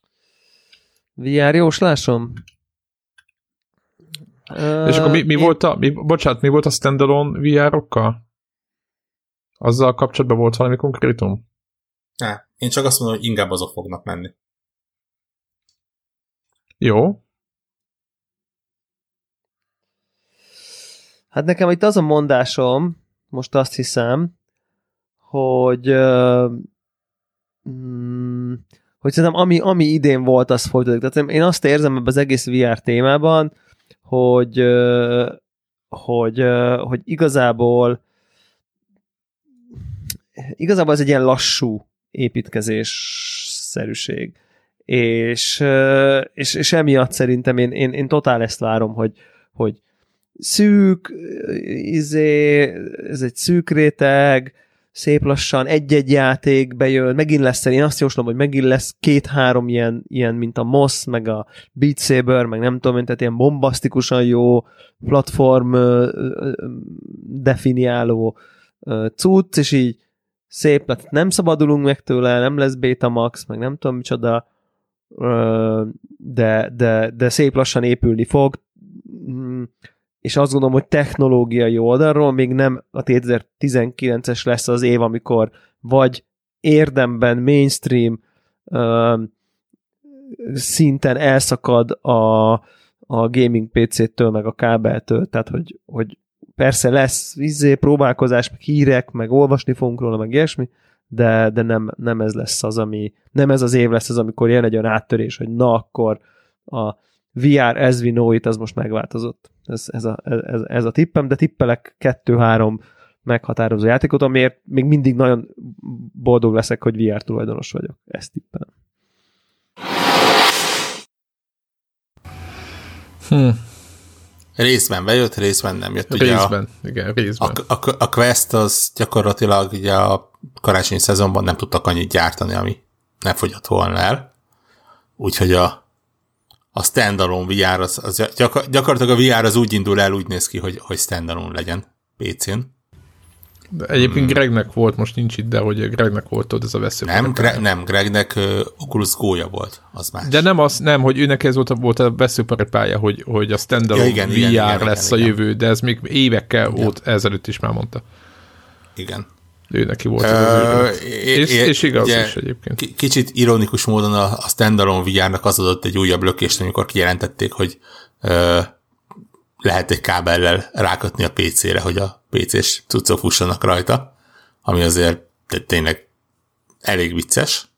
VR jóslásom? És akkor mi volt a standalone VR-okkal? Azzal kapcsolatban volt valami konkrétum? Én csak azt mondom, hogy inkább azok fognak menni. Jó. Hát nekem itt az a mondásom, most azt hiszem, hogy szerintem ami idén volt, az folytatódik. Tehát én azt érzem ebben az egész VR témában, hogy igazából ez egy ilyen lassú építkezésszerűség. És emiatt szerintem én totál ezt várom, hogy szűk, ez egy szűk réteg, szép lassan egy-egy játék bejön, megint lesz, én azt jóslom, hogy megint lesz 2-3 ilyen, mint a Moss, meg a Beat Saber, meg nem tudom, tehát ilyen bombasztikusan jó platform definiáló cucc, és így szép lett, nem szabadulunk meg tőle, nem lesz Betamax, meg nem tudom micsoda, de szép lassan épülni fog, és azt gondolom, hogy technológiai oldalról még nem a 2019-es lesz az év, amikor vagy érdemben mainstream szinten elszakad a gaming PC-től, meg a kábeltől, tehát hogy persze lesz próbálkozás, meg hírek, meg olvasni fogunk róla, meg ilyesmi, de nem ez lesz az, nem ez az év lesz az, amikor jön egy olyan áttörés, hogy na akkor a VR as we know it, az most megváltozott. Ez a tippem, de tippelek 2-3 meghatározó játékot, amiért még mindig nagyon boldog leszek, hogy VR tulajdonos vagyok. Ezt tippelem. Részben bejött, részben nem jött. Részben, igen, részben. A Quest az gyakorlatilag ugye a karácsonyi szezonban nem tudtak annyit gyártani, ami nem fogyott volna el. Úgyhogy a standalone VR, az gyakorlatilag a VR az úgy indul el, úgy néz ki, hogy standalone legyen PC-n. De egyébként Gregnek volt, most nincs itt, de hogy Gregnek volt ott ez a veszőparipája. Nem, Gregnek Oculus Go-ja volt, az más. De nem, hogy őnek ez volt a veszőparipája, hogy a standalone VR lesz a jövő, de ez még évekkel ezelőtt is már mondta. Igen. Ő neki volt az és igaz is egyébként. Kicsit ironikus módon a standalone VR-nak az adott egy újabb lökést, amikor kijelentették, hogy lehet egy kábellel rákötni a PC-re, hogy a PC-s cuccok fussanak rajta, ami azért tényleg elég vicces.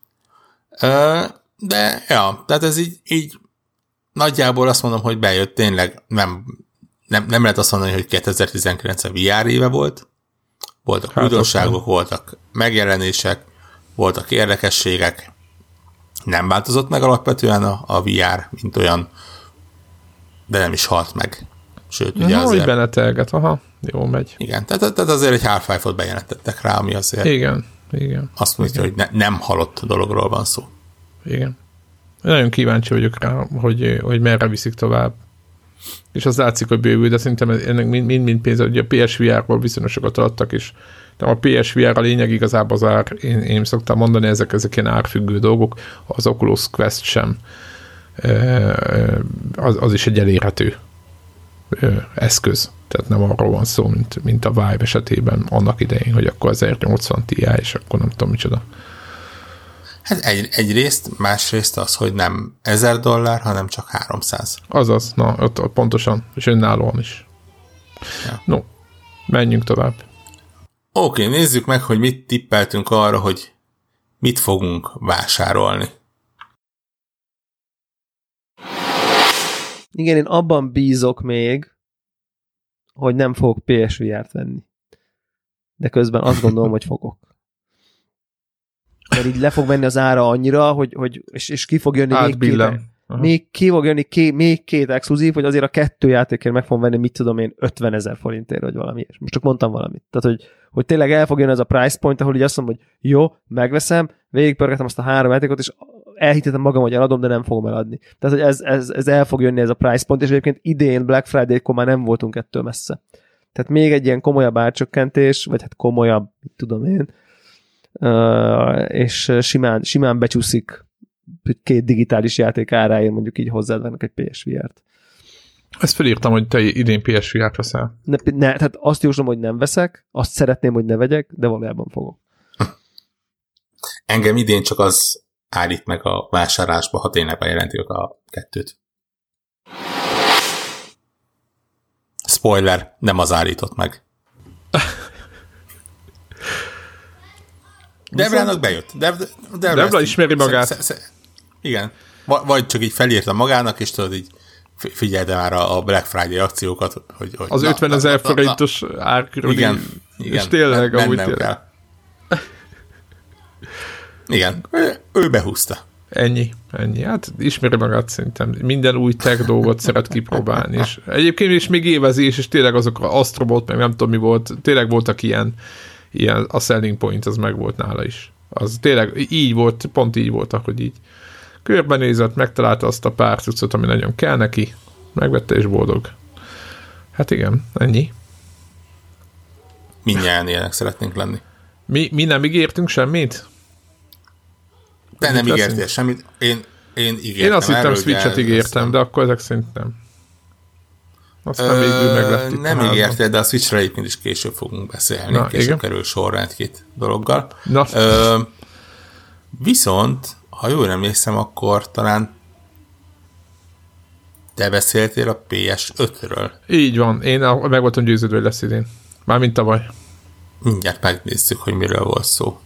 De ja, tehát ez így nagyjából azt mondom, hogy bejött, tényleg nem lehet azt mondani, hogy 2019 a VR éve volt. Voltak újdonságok, voltak megjelenések, voltak érdekességek. Nem változott meg alapvetően a VR, mint olyan, de nem is halt meg. Sőt, ugye azért... Hogy benetelget, jó megy. Igen, tehát azért egy Half-Life-ot bejelentettek rá, ami azért... Igen. Azt mondja, hogy nem halott dologról van szó. Igen. Nagyon kíváncsi vagyok rá, hogy merre viszik tovább. És az látszik, hogy bővül, de szerintem ennek mind pénz, ugye a PSVR-ról viszonylag sokat adtak, és a PSVR a lényeg igazából az ár, én szoktam mondani, ezek ilyen árfüggő dolgok, az Oculus Quest sem. Az is egy elérhető eszköz. Tehát nem arról van szó, mint a Vive esetében annak idején, hogy akkor 1080 Ti, és akkor nem tudom micsoda. Hát egyrészt, másrészt az, hogy nem $1000, hanem csak 300. Azaz, na, ott pontosan, és önállóan is. Ja. No, menjünk tovább. Oké, nézzük meg, hogy mit tippeltünk arra, hogy mit fogunk vásárolni. Igen, én abban bízok még, hogy nem fogok PSVR-t venni. De közben azt gondolom, hogy fogok. Mert így le fog menni az ára annyira, hogy és ki fog jönni még két exkluzív, hogy azért a 2 játékért meg fogom venni, mit tudom én, 50 000 forintért, vagy valami ilyesmi. Most csak mondtam valamit. Tehát, hogy tényleg el fog jönni ez a price point, ahol így azt mondom, hogy jó, megveszem, végigpörgetem azt a 3 játékot, és elhitetem magam, hogy eladom, de nem fogom eladni. Tehát, hogy ez el fog jönni ez a price point, és egyébként idén Black Friday-kor már nem voltunk ettől messze. Tehát még egy ilyen komolyabb árcsökkentés, vagy hát komolyabb, mit tudom én, és simán becsúszik 2 digitális játék áráért, mondjuk így hozzád vennek egy PSVR-t. Ezt felírtam, hogy te idén PSVR-t veszel. Tehát azt jóslom, hogy nem veszek, azt szeretném, hogy ne vegyek, de valójában fogok. Engem idén csak az állít meg a vásárlásba, ha tényleg bejelentik a 2-t. Spoiler, nem az állított meg. Debrának bejött. Debra ismeri magát. Igen. Vagy csak így felírta magának, és tudod így figyelte már a Black Friday akciókat, hogy az 50 000 forintos árkörül. Igen. És tényleg amúgy tényleg. Igen. Ő behúzta. Ennyi. Hát ismeri magát szerintem. Minden új tech dolgot szeret kipróbálni. És egyébként is még évezi, és tényleg azok Astrobot, meg nem tudom mi volt, tényleg voltak ilyen ilyen a selling point az meg volt nála is. Az tényleg így volt, pont így volt, ahogy így körbenézett, megtalálta azt a pár cuccot, ami nagyon kell neki, megvette és boldog. Hát igen, ennyi. Mindjárt ilyenek szeretnénk lenni. Mi nem ígértünk semmit? Te nem ígértél semmit. Én ígértem. Én azt hittem, Switch-et ígértem, de akkor ezek szerint nem. Aztán végül meg lett itt. Nem ígértél, de a Switch-re egyébként is később fogunk beszélni. Na, később igen. kerül sorra egy-két dologgal. Na. Viszont, ha jól emlékszem, akkor talán te beszéltél a PS5-ről. Így van. Én meg voltam győződve, hogy lesz idén. Mármint tavaly. Mindjárt megnézzük, hogy miről volt szó.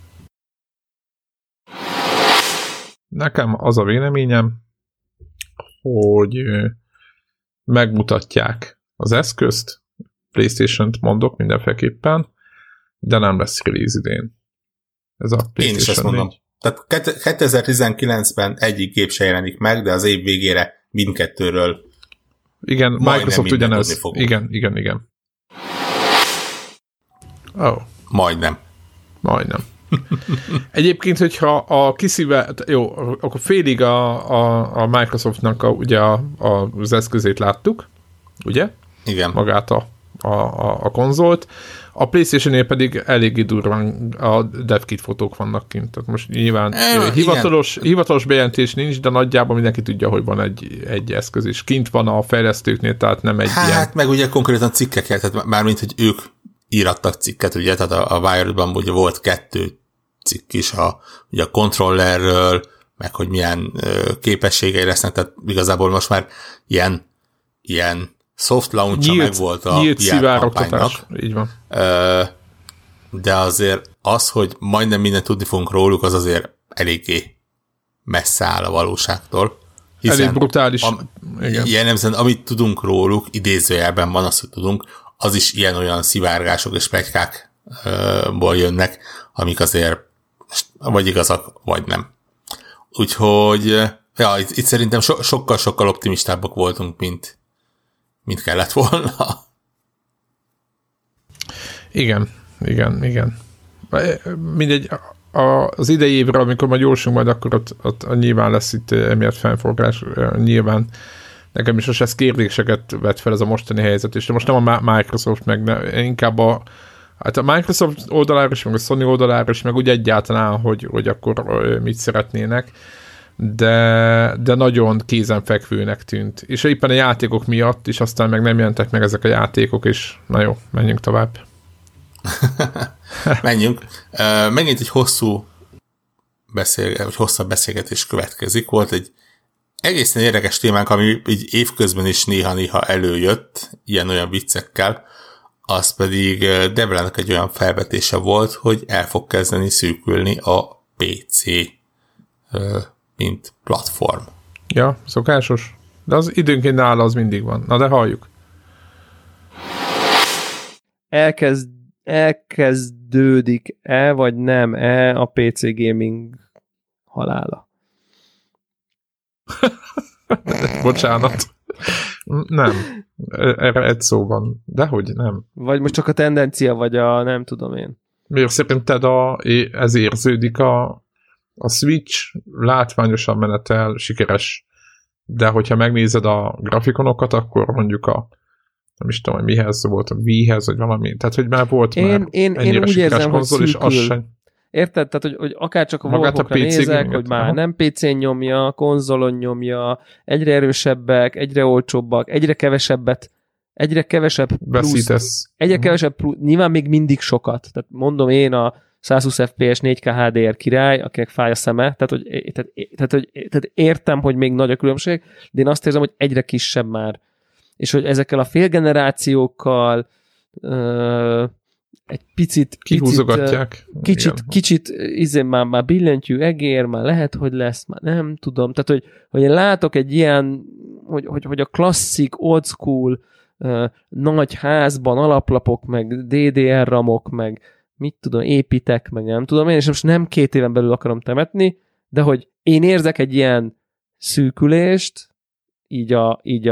Nekem az a véleményem, hogy megmutatják az eszközt, PlayStation-t mondok mindenféleképpen, de nem lesz release idén. Ez a PlayStation. Én is ezt mondom. 4. Tehát 2019-ben egyik gép se jelenik meg, de az év végére mindkettőről igen, Microsoft ugyanez. Igen. Oh. Majdnem. Egyébként, hogyha a jó, akkor félig a Microsoftnak ugye az eszközét láttuk, ugye? Igen. Magát a konzolt. A PlayStation-nél pedig eléggé durván a DevKit fotók vannak kint. Tehát most nyilván hivatalos bejelentés nincs, de nagyjából mindenki tudja, hogy van egy eszköz, és kint van a fejlesztőknél, tehát nem egy ilyen. Hát meg ugye konkrétan cikkeket, tehát mármint, hogy ők írattak cikket, ugye, tehát a Wired-ban ugye volt 2 cikk is, ugye a controllerről, meg hogy milyen képességei lesznek, tehát igazából most már ilyen soft launch-a meg volt a PR kampánynak. Így van. De azért az, hogy majdnem mindent tudni fogunk róluk, az azért eléggé messze áll a valóságtól. Elég brutális. Ilyen amit tudunk róluk, idézőjelben van az, hogy tudunk, az is ilyen-olyan szivárgások és pletykákból jönnek, amik azért vagy igazak, vagy nem. Úgyhogy itt szerintem sokkal optimistábbak voltunk, mint kellett volna. Igen. Mindegy, az idei évre, amikor majd jósunk majd, akkor ott nyilván lesz itt emiatt felforgás, nyilván nekem is most ez kérdéseket vett fel ez a mostani helyzet, és most nem a Microsoft, meg inkább a Microsoft oldalára is, meg a Sony oldalára is, meg úgy egyáltalán, hogy akkor mit szeretnének, de nagyon kézenfekvőnek tűnt. És éppen a játékok miatt is aztán meg nem jelentek meg ezek a játékok, és na jó, menjünk tovább. Menjünk. Megint egy hosszabb beszélgetés következik. Volt egy egészen érdekes témánk, ami így évközben is néha-néha előjött, ilyen-olyan viccekkel, az pedig Devlának egy olyan felvetése volt, hogy el fog kezdeni szűkülni a PC, mint platform. Ja, szokásos. De az időnként nála az mindig van. Na de halljuk. Elkezdődik-e, vagy nem-e a PC gaming halála? Bocsánat. Nem. Erre egy szó van. Dehogy nem. Vagy most csak a tendencia, vagy a nem tudom én. Miért szerinted ez érződik a Switch látványosan menetel, sikeres, de hogyha megnézed a grafikonokat, akkor mondjuk nem is tudom, hogy mihez volt, a Wii-hez, vagy valami, tehát hogy már volt én úgy érzem, konzol, és az sem. Érted? Tehát, hogy akár csak a Volvokra nézek, hogy már nem PC-n nyomja, konzolon nyomja, egyre erősebbek, egyre olcsóbbak, egyre kevesebb plusz. Egyre kevesebb plusz, nyilván még mindig sokat. Tehát mondom én a 120 FPS 4K HDR király, akinek fáj a szeme, tehát értem, hogy még nagy a különbség, de én azt érzem, hogy egyre kisebb már. És hogy ezekkel a félgenerációkkal egy picit kihúzogatják. Kicsit már billentyű egér, már lehet, hogy lesz, már nem tudom. Tehát, hogy én látok egy ilyen, hogy a klasszik, old school nagy házban alaplapok, meg DDR ramok, meg mit tudom, építek, meg nem tudom én, és most nem 2 éven belül akarom temetni, de hogy én érzek egy ilyen szűkülést,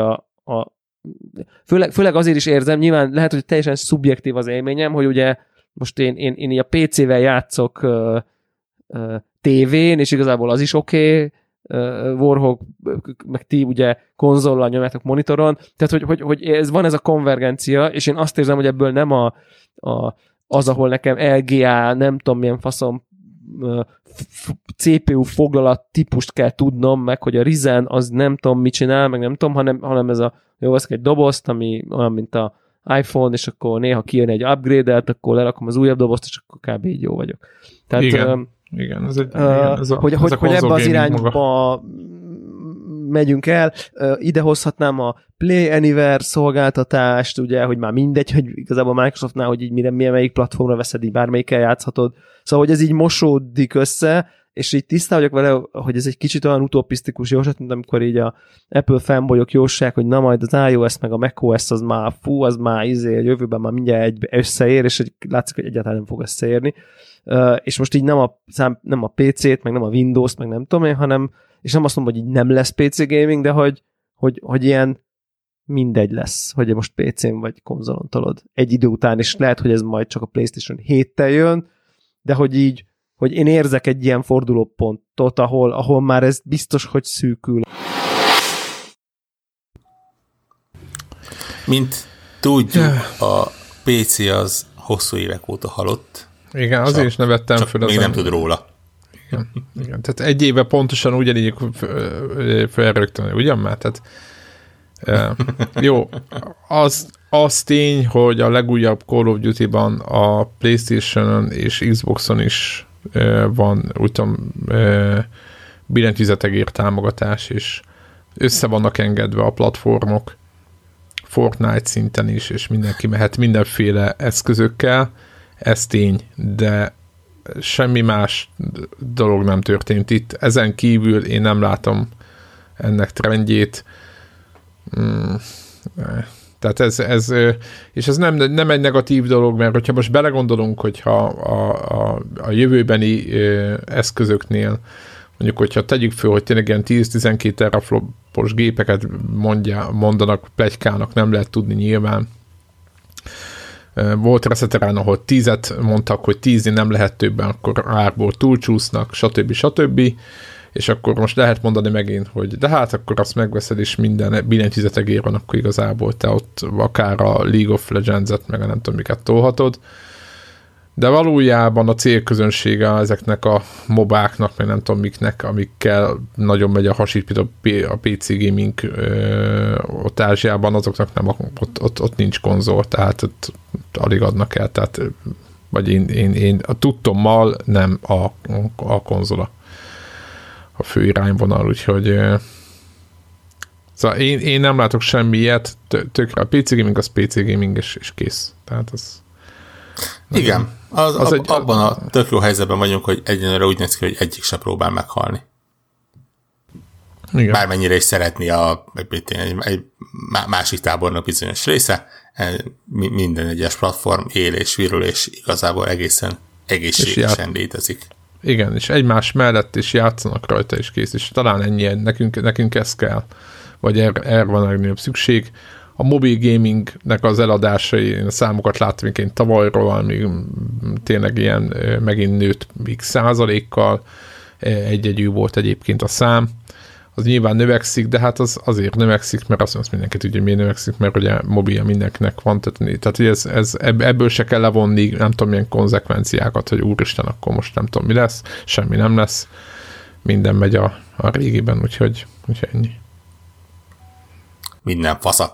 főleg azért is érzem, nyilván lehet, hogy teljesen szubjektív az élményem, hogy ugye most én így a PC-vel játszok tévén, és igazából az is oké, Warhawk, meg ti ugye konzollal nyomjátok monitoron, tehát hogy ez van ez a konvergencia, és én azt érzem, hogy ebből nem az, ahol nekem LGA, nem tudom milyen faszom CPU foglalat típust kell tudnom, meg hogy a Ryzen az nem tudom mit csinál, meg nem tudom, hanem ez jó, veszek egy dobozt, ami olyan, mint a iPhone, és akkor néha kijön egy upgrade-et, akkor lerakom az újabb dobozt, és akkor kb. Így jó vagyok. Tehát, igen, ez egy, hogy ebbe az irányba megyünk el, ide hozhatnám a Play Anywhere szolgáltatást, ugye, hogy már mindegy, hogy igazából Microsoftnál, hogy így melyik platformra veszed, így bármelyikkel játszhatod. Szóval, hogy ez így mosódik össze, és így tisztán vagyok vele, hogy ez egy kicsit olyan utopisztikus jóslat, mint amikor így a Apple fanboyok jósság, hogy na majd az iOS meg a macOS az már a jövőben már mindjárt összeér, és látszik, hogy egyáltalán nem fog összeérni. És most így nem a PC-t, meg nem a Windows-t, meg nem tudom én, hanem, és nem azt mondom, hogy így nem lesz PC gaming, de hogy ilyen mindegy lesz, hogy most PC-n vagy konzolon tolod egy idő után, és lehet, hogy ez majd csak a PlayStation 7-tel jön, de hogy így, hogy én érzek egy ilyen fordulópontot, ahol már ez biztos, hogy szűkül. Mint tudjuk, a PC az hosszú évek óta halott. Igen, azért is nevettem föl. Még nem tud róla. Igen. Tehát egy éve pontosan ugyanígy felrögtön, ugyan már? Tehát, jó, az tény, hogy a legújabb Call of Duty-ban a PlayStation-on és Xbox-on is van, úgy tudom, billentyűzetegér támogatás, és össze vannak engedve a platformok Fortnite szinten is, és mindenki mehet mindenféle eszközökkel, ez tény, de semmi más dolog nem történt itt. Ezen kívül én nem látom ennek trendjét. Tehát ez és ez nem egy negatív dolog, mert hogyha most belegondolunk, hogyha a jövőbeni eszközöknél, mondjuk, hogyha tegyük föl, hogy tényleg ilyen 10-12 teraflopos gépeket mondanak, pletykának, nem lehet tudni nyilván. Volt Reseterán, ahol 10-et mondtak, hogy 10 nem lehet többen, akkor árból túlcsúsznak, stb. És akkor most lehet mondani megint, hogy de hát akkor azt megveszed, és minden billentyűzetegér van, akkor igazából te ott akár a League of Legends-et, meg a nem tudom miket tolhatod. De valójában a célközönsége ezeknek a mobáknak, meg nem tudom miknek, amikkel nagyon megy a hasít, a PC gaming ott Ázsiában, azoknak nem, ott nincs konzol, tehát ott alig adnak el, tehát vagy én a tudtommal nem a konzola a fő irányvonal, úgyhogy szóval én nem látok semmi ilyet, tökre a PC gaming, az PC gaming, és kész. Tehát az igen, abban a tök jó helyzetben vagyunk, hogy egyenlőre úgy néz ki, hogy egyik se próbál meghalni. Igen. Bármennyire is szeretni egy másik tábornak bizonyos része, minden egyes platform él és virul, és igazából egészen egészségesen létezik. Igen, és egymás mellett is játszanak rajta, és kész, és talán ennyi, nekünk ez kell, vagy erre van a legnagyobb szükség. A mobil gamingnek az eladásai, én a számokat láttam én tavalyról, ami tényleg ilyen megint nőtt x%-kal, egy-egyű volt egyébként a szám. Az nyilván növekszik, de hát az azért növekszik, mert azt mindenki tudja, hogy miért növekszik, mert ugye mobilja mindenkinek van, tehát ebből se kell levonni, nem tudom milyen konzekvenciákat, hogy úristen, akkor most nem tudom mi lesz, semmi nem lesz, minden megy a régiben, úgyhogy ennyi. Minden fasza.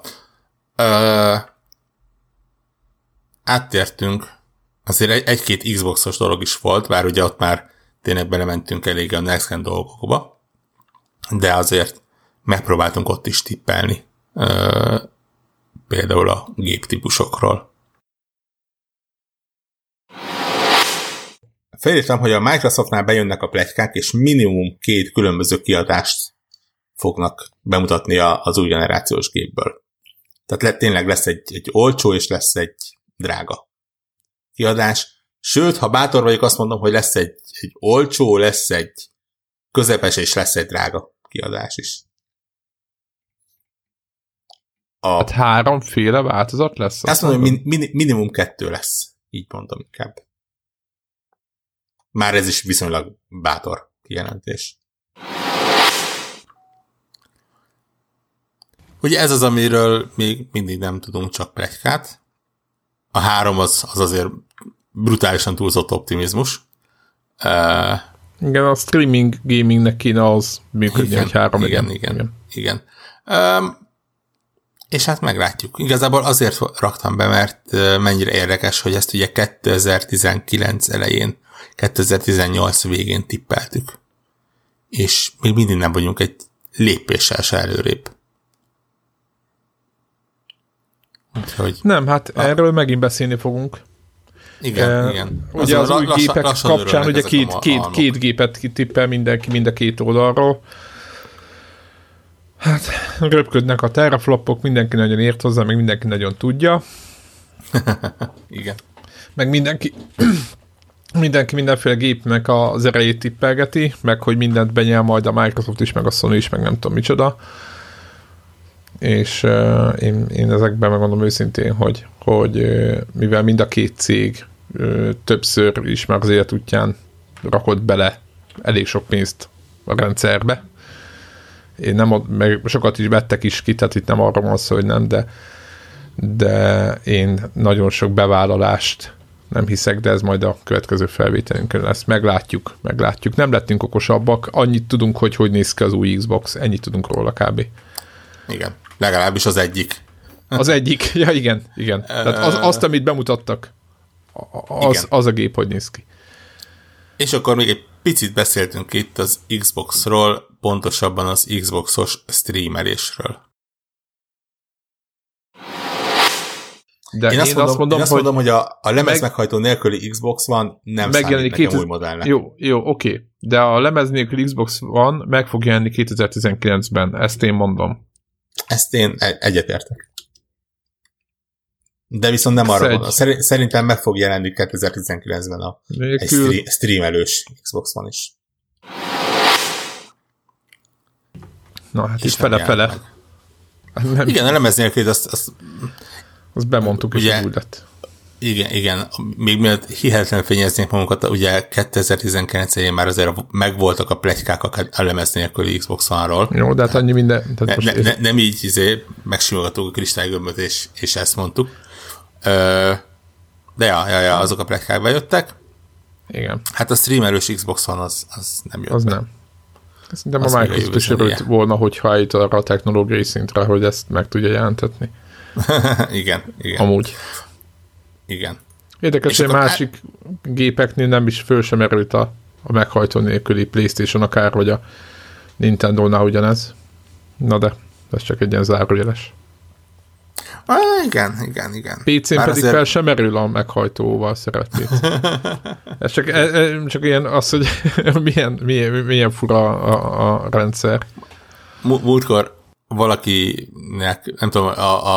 Áttértünk, azért egy-két Xboxos dolog is volt, bár ugye ott már tényleg belementünk elég a Next Gen dolgokba, de azért megpróbáltunk ott is tippelni, például a géptípusokról. Felírtam, hogy a Microsoftnál bejönnek a pletykák, és minimum 2 különböző kiadást fognak bemutatni az új generációs gépből. Tehát tényleg lesz egy olcsó, és lesz egy drága kiadás. Sőt, ha bátor vagyok, azt mondom, hogy lesz egy olcsó, lesz egy közepes, és lesz egy drága kiadás is. Hát 3 változat lesz? Azt mondom, hogy minimum 2 lesz. Így mondom inkább. Már ez is viszonylag bátor kijelentés. Ugye ez az, amiről még mindig nem tudunk csak pletykát. A 3 az azért brutálisan túlzott optimizmus. Igen, a streaming gamingnek kéne az működni, hogy 3 igen. És hát meglátjuk. Igazából azért raktam be, mert mennyire érdekes, hogy ezt ugye 2019 elején, 2018 végén tippeltük. És még mindig nem vagyunk egy lépéssel se előrébb. Úgyhogy... Nem, hát erről megint beszélni fogunk. Igen. Ugye az új gépek kapcsán ugye két gépet tippel mindenki mind a két oldalról. Hát röpködnek a teraflopok, mindenki nagyon ért hozzá, meg mindenki nagyon tudja. Igen. Meg mindenki mindenféle gépnek az erejét tippelgeti, meg hogy mindent benyel majd a Microsoft is, meg a Sony is, meg nem tudom micsoda. És én ezekben megmondom őszintén, hogy mivel mind a két cég többször is már az élet útján rakott bele elég sok pénzt a rendszerbe. Én nem, meg sokat is vettek is ki, tehát itt nem arra van szó, hogy nem, de én nagyon sok bevállalást nem hiszek, de ez majd a következő felvételünkön lesz. Meglátjuk. Nem lettünk okosabbak, annyit tudunk, hogy néz ki az új Xbox, ennyit tudunk róla kb. Igen, legalábbis az egyik. Az egyik, ja igen. Tehát azt, amit bemutattak, az a gép, hogy néz ki. És akkor még egy picit beszéltünk itt az Xboxról, pontosabban az Xboxos streamelésről. De én azt mondom, hogy a lemez meghajtó nélküli Xbox One nem számít nekem új modellnek. Jó, oké. De a lemez nélküli Xbox One meg fog jelenni 2019-ben. Ezt én mondom. Ezt én egyetértek. De viszont nem arra mondom. Szerintem meg fog jelenni 2019-ben egy streamelős Xbox One is. Na hát itt fele-fele. Igen, a lemez nélkül azt bemondtuk, és úgy lett. Igen. Még mielőtt hihetetlen fényeznénk magunkat, ugye 2019-én már azért megvoltak a pletykák a lemez nélküli Xbox One-ról. Jó, de hát annyi minden... Nem így megsimogattuk a kristálygömböt, és ezt mondtuk. De ja, azok a pletykák bejöttek. Igen. Hát a streamelős Xbox One az nem jött az be. Nem. Szerintem a Microsoft is örült volna, hogyha eljut arra a technológiai szintre, hogy ezt meg tudja jelentetni. Igen. Amúgy. Igen. Érdekes, hogy másik gépeknél nem is föl sem erült a meghajtó nélküli PlayStation, akár vagy a Nintendo-nál ugyanez. Na de, ez csak egy ilyen zárójeles. Igen. PC-n pedig azért... fel sem merül a meghajtóval szerelt PC. Ez csak ilyen az, hogy milyen fura a rendszer. Múltkor valakinek, nem tudom,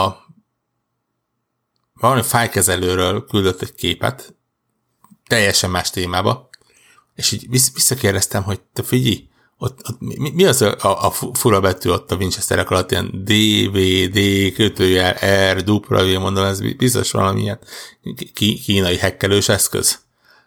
valami fájkezelőről küldött egy képet, teljesen más témába, és így visszakérdeztem, hogy te figyelj, ott mi az a fura betű ott a Winchesterek alatt, ilyen DVD, kötőjel, R, dupla, mondom, ez biztos valamilyen kínai hekkelős eszköz.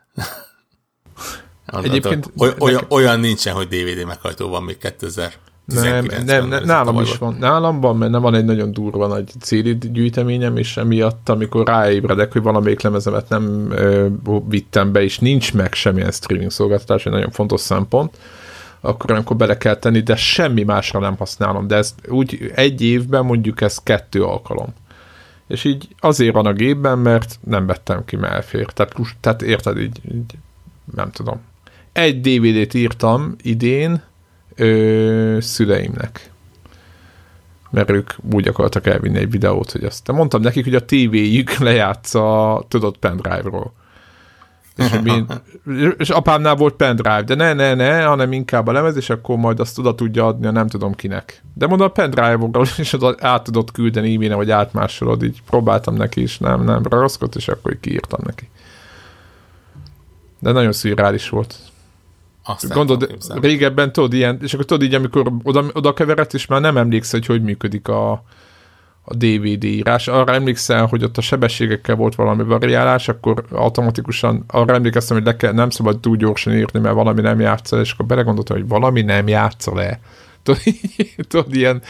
Egyébként olyan nincsen, hogy DVD meghajtó van még 2019-ben. Nálam is van. Nálam van, mert nem van egy nagyon durva nagy CD gyűjteményem, és emiatt, amikor ráébredek, hogy valamelyik lemezemet nem vittem be, és nincs meg semmilyen streaming szolgáltatás, egy nagyon fontos szempont, akkor bele kell tenni, de semmi másra nem használom. De ez úgy egy évben mondjuk ez 2 alkalom. És így azért van a gépben, mert nem vettem ki, mert elfér. Tehát érted, így nem tudom. Egy DVD-t írtam idén szüleimnek. Mert ők úgy akartak elvinni egy videót, hogy azt mondtam nekik, hogy a tévéjük lejátsza, tudod, pendrive-ról. És apámnál volt pendrive, de ne, hanem inkább a lemez, és akkor majd azt oda tudja adni a nem tudom kinek. De mondom, a pendrive-ról is át tudod küldeni e-mailre, vagy átmásolod, így próbáltam neki is, nem ragaszkodott, és akkor így kiírtam neki. De nagyon szürreális volt. Gondolod, régebben tudod ilyen, és akkor tudod így, amikor oda keveredsz, és már nem emlékszel, hogy működik a a DVD írás. Arra emlékszel, hogy ott a sebességekkel volt valami variálás, akkor automatikusan arra emlékeztem, hogy nem szabad túl gyorsan írni, mert valami nem játsza, és akkor belegondoltam, hogy valami nem játsza le. Tudod, ilyen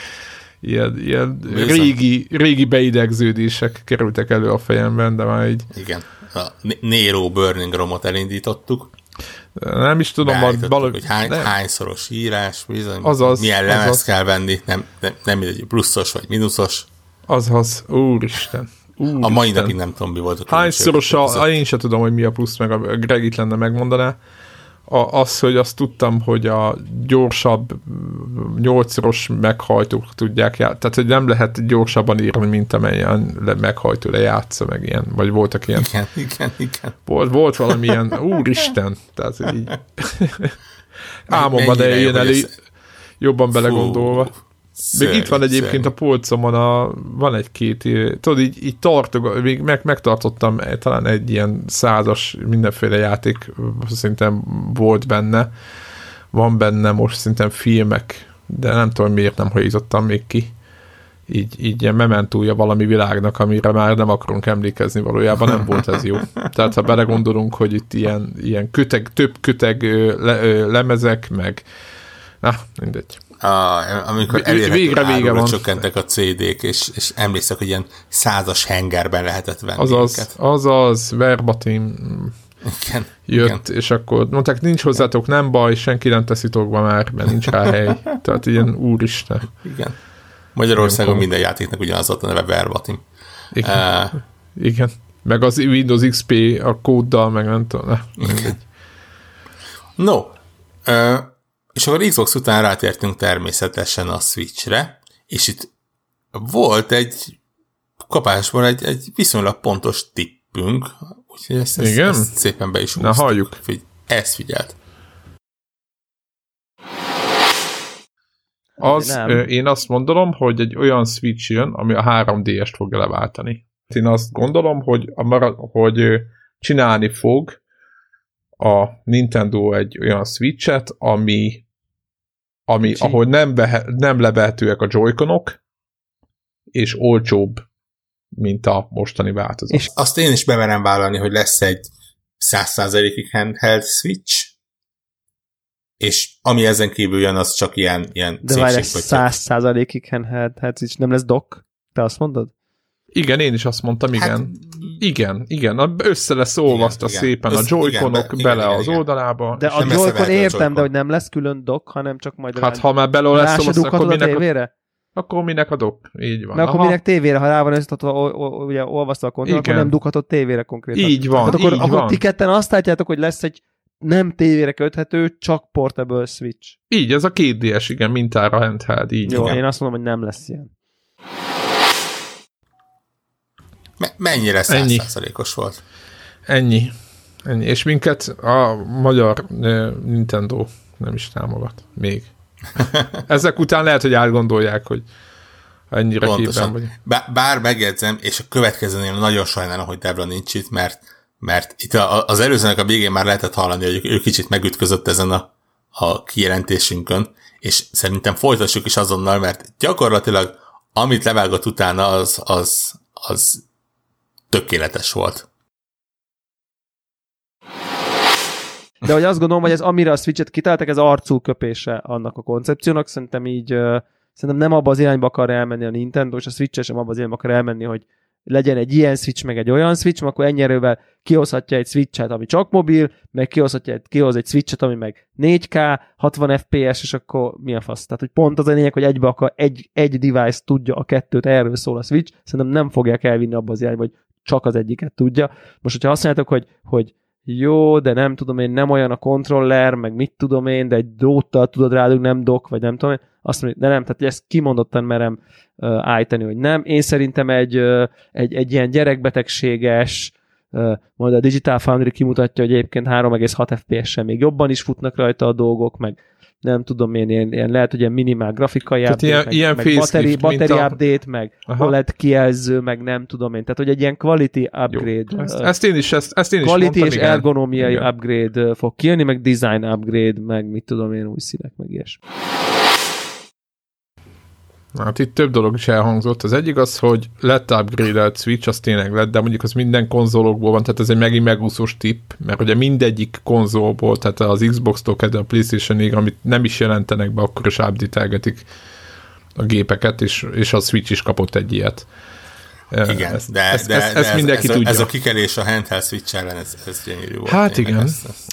régi beidegződések kerültek elő a fejemben, de már így... Igen. A Nero Burning Romot elindítottuk. Nem is tudom, hogy hányszoros írás, bizony, milyen lemez kell venni, nem mindegy, pluszos vagy mínuszos. Azaz, úristen. A mai napig nem tudom, mi volt a hányszoros, én sem tudom, hogy mi a plusz, meg a Greg itt lenne megmondaná. Hogy azt tudtam, hogy a gyorsabb 8-szoros meghajtók tudják játszani. Tehát, hogy nem lehet gyorsabban írni, mint amelyen meghajtó lejátsza, meg ilyen. Vagy voltak ilyen. Igen. Volt valamilyen, úristen. Tehát így álmomban, de ilyen elő jobban belegondolva. Még itt van egyébként a polcomon, van egy-két, tudod, így tartog, még megtartottam talán egy ilyen 100-as mindenféle játék, szerintem volt benne, van benne most szerintem filmek, de nem tudom miért nem hajítottam még ki. Így ilyen mementója valami világnak, amire már nem akarunk emlékezni, valójában nem volt ez jó. Tehát ha belegondolunk, hogy itt ilyen több köteg lemezek, meg mindegy. Amikor elérhető árugra csökkentek a CD-k, és emlékszek, hogy ilyen 100-as hengerben lehetett venni őket. Azaz, verbatim jött, igen. És akkor mondták, nincs hozzátok, nem baj, senki nem teszi tokba már, mert nincs rá hely. Tehát ilyen úristen. Igen. Magyarországon minden játéknak ugyanaz volt a neve verbatim. Igen. Meg az Windows XP a kóddal, meg nem tudom. No. És akkor Xbox után rátértünk természetesen a Switchre, és itt volt egy kapásban egy viszonylag pontos tippünk, úgyhogy ezt szépen be is húztuk. Na, halljuk. Ezt figyelt. Én azt mondom, hogy egy olyan Switch jön, ami a 3DS-t fogja leváltani. Én azt gondolom, hogy csinálni fog a Nintendo egy olyan Switchet, ahol nem levehetőek a Joy-Conok, és olcsóbb, mint a mostani változat. És azt én is bemerem vállalni, hogy lesz egy 100%-ig handheld Switch, és ami ezen kívül jön, az csak ilyen de várj, 100%-ig handheld Switch, nem lesz dock? Te azt mondod? Igen, én is azt mondtam, igen. Hát, igen. Össze lesz olvasztva szépen a Joy-Conok bele az oldalába. De a Joy-Con értem, de hogy nem lesz külön dock, hanem csak majd... Hát ha már bele lesz olvasztva, akkor minek a dock? Így van. Mert akkor minek tévére, ha rá van ugye olvasztva a kontroll, akkor nem dughatod tévére konkrétan. Így van, hát akkor ti ketten azt látjátok, hogy lesz egy nem tévére köthető, csak portable Switch. Így, ez a 2DS, igen, mintára handheld, így. Jó, én azt mondom, hogy nem lesz ilyen. Mennyire 100%-os volt? Ennyi. És minket a magyar Nintendo nem is támogat. Még. Ezek után lehet, hogy átgondolják, hogy ennyire képben vagy. Bár megjegyzem, és a következőnél nagyon sajnálom, hogy Debra nincs itt, mert itt az előzőnek a végén már lehetett hallani, hogy ő kicsit megütközött ezen a kijelentésünkön, és szerintem folytassuk is azonnal, mert gyakorlatilag amit levágott utána, az tökéletes volt. De hogy azt gondolom, hogy ez amire a Switch-et kitáltak, ez arcúköpése annak a koncepciónak, szerintem nem abba az irányba akar elmenni a Nintendo, és a Switch sem abba az irányba akar elmenni, hogy legyen egy ilyen Switch, meg egy olyan Switch, akkor ennyi erővel kihozhatja egy Switch-et, ami csak mobil, meg kihoz egy Switch-et, ami meg 4K, 60 FPS, és akkor mi a fasz? Tehát, hogy pont az a lényeg, hogy egybe akar egy device tudja a kettőt, erről szól a Switch, szerintem nem fogják elvinni abba az irányba, hogy csak az egyiket tudja. Most, hogyha azt mondjátok, hogy jó, de nem tudom én, nem olyan a kontroller, meg mit tudom én, de egy dróttal tudod rádug, nem dock, vagy nem tudom én, azt mondja, de nem, tehát ezt kimondottan merem állítani, hogy nem. Én szerintem egy ilyen gyerekbetegséges, majd a Digital Foundry kimutatja, hogy egyébként 3,6 FPS-en még jobban is futnak rajta a dolgok, meg nem tudom én, ilyen lehet, hogy ilyen minimál grafikai update, meg battery update, meg OLED kijelző, meg nem tudom én. Tehát, hogy egy ilyen quality upgrade. Ezt én is quality mondtam, és ergonomiai upgrade fog kijönni, meg design upgrade, meg mit tudom én, új színek, meg ilyesmi. Hát itt több dolog is elhangzott. Az egyik az, hogy lett upgrade-elt Switch, az tényleg lett, de mondjuk az minden konzolokból van, tehát ez egy megint megúszós tipp, mert ugye mindegyik konzolból, tehát az Xbox-tól kezdve a PlayStation-ig, amit nem is jelentenek be, akkor is update-elgetik a gépeket, és a Switch is kapott egy ilyet. Igen, ezt mindenki tudja. Ez a kikelés a handheld Switch ellen, ez gyönyörű volt. Hát igen,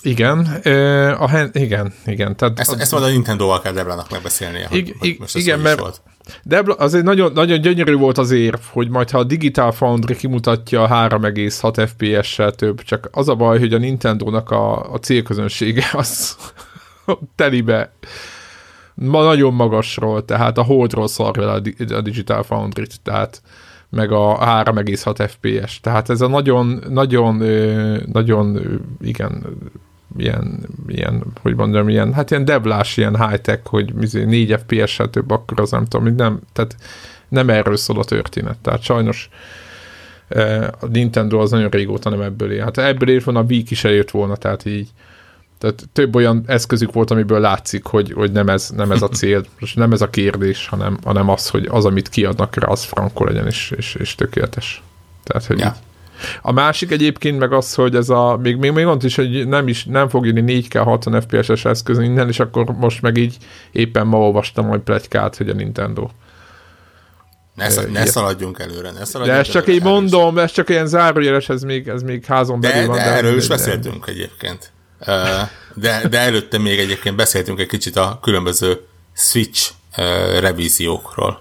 igen. Tehát ezt majd a Nintendo-val kell Deblának megbeszélnie, hogy most igen, mert volt. Debla azért nagyon, nagyon gyönyörű volt az érv, hogy majd ha a Digital Foundry kimutatja a 3,6 FPS-sel több, csak az a baj, hogy a Nintendo-nak a célközönsége az telibe ma nagyon magasról, tehát a Holdról szarja a Digital Foundry-t, tehát meg a 3,6 FPS. Tehát ez a nagyon, igen, ilyen, hogy mondjam, ilyen, hát ilyen deblás, ilyen high-tech, hogy 4 FPS-sel több, akkor az nem tudom, nem, tehát nem erről szól a történet. Tehát sajnos a Nintendo az nagyon régóta nem ebből él. Hát ebből élt volna, a Wii is eljött volna, tehát így. Tehát több olyan eszközük volt, amiből látszik, hogy nem ez a cél, most nem ez a kérdés, hanem az, hogy az, amit kiadnak rá, az frankó legyen, és tökéletes. Tehát, hogy ja. A másik egyébként meg az, hogy ez a, még mondta is, hogy nem fog írni 4K 60 FPS-es eszköz innen, és akkor most meg így éppen ma olvastam majd pletykát, hogy a Nintendo. Ne szaladjunk előre, De ezt csak így mondom, ez csak ilyen zárójeles, ez még házon belül van. De erről is beszéltünk egyébként. De előtte még egyébként beszéltünk egy kicsit a különböző Switch revíziókról.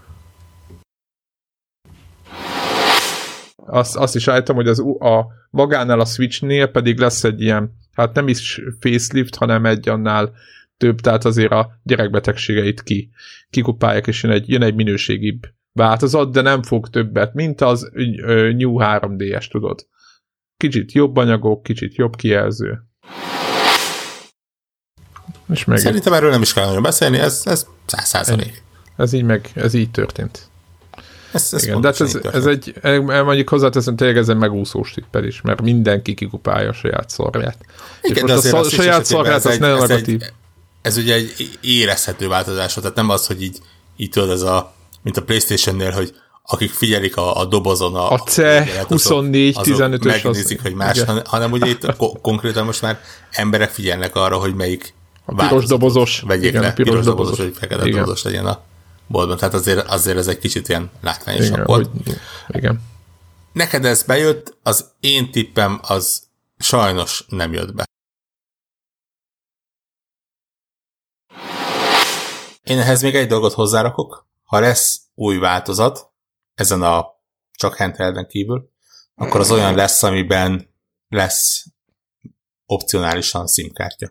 Azt is állítom, hogy a magánál a Switchnél pedig lesz egy ilyen, hát nem is facelift, hanem egy annál több, tehát azért a gyerekbetegségeit kikupálják, és jön egy minőségibb változat, de nem fog többet, mint az New 3DS, tudod. Kicsit jobb anyagok, kicsit jobb kijelző. Szerintem erről nem is kell nagyon beszélni, ez 100%. Ez így történt. Igen, de ez egy, mondjuk hozzáteszem, tényleg ez egy megúszós tippel is, mert mindenki kikupálja a saját szarját. Igen, és most a saját szarját az nagyon negatív. Ez ugye egy érezhető változás, tehát nem az, hogy így tudod, ez mint a PlayStation-nél, hogy akik figyelik a dobozon a C24-15-ös megnézik, hogy más, hanem ugye itt konkrétan most már emberek figyelnek arra, hogy melyik a piros dobozos vegyék le, piros dobozos, vagy fekete dobozos legyen a boltban. Tehát azért ez egy kicsit ilyen látványosabb volt. Igen. Neked ez bejött, az én tippem az sajnos nem jött be. Én ehhez még egy dolgot hozzárakok. Ha lesz új változat, ezen a csak handhelden kívül, akkor az olyan lesz, amiben lesz opcionálisan SIM-kártya.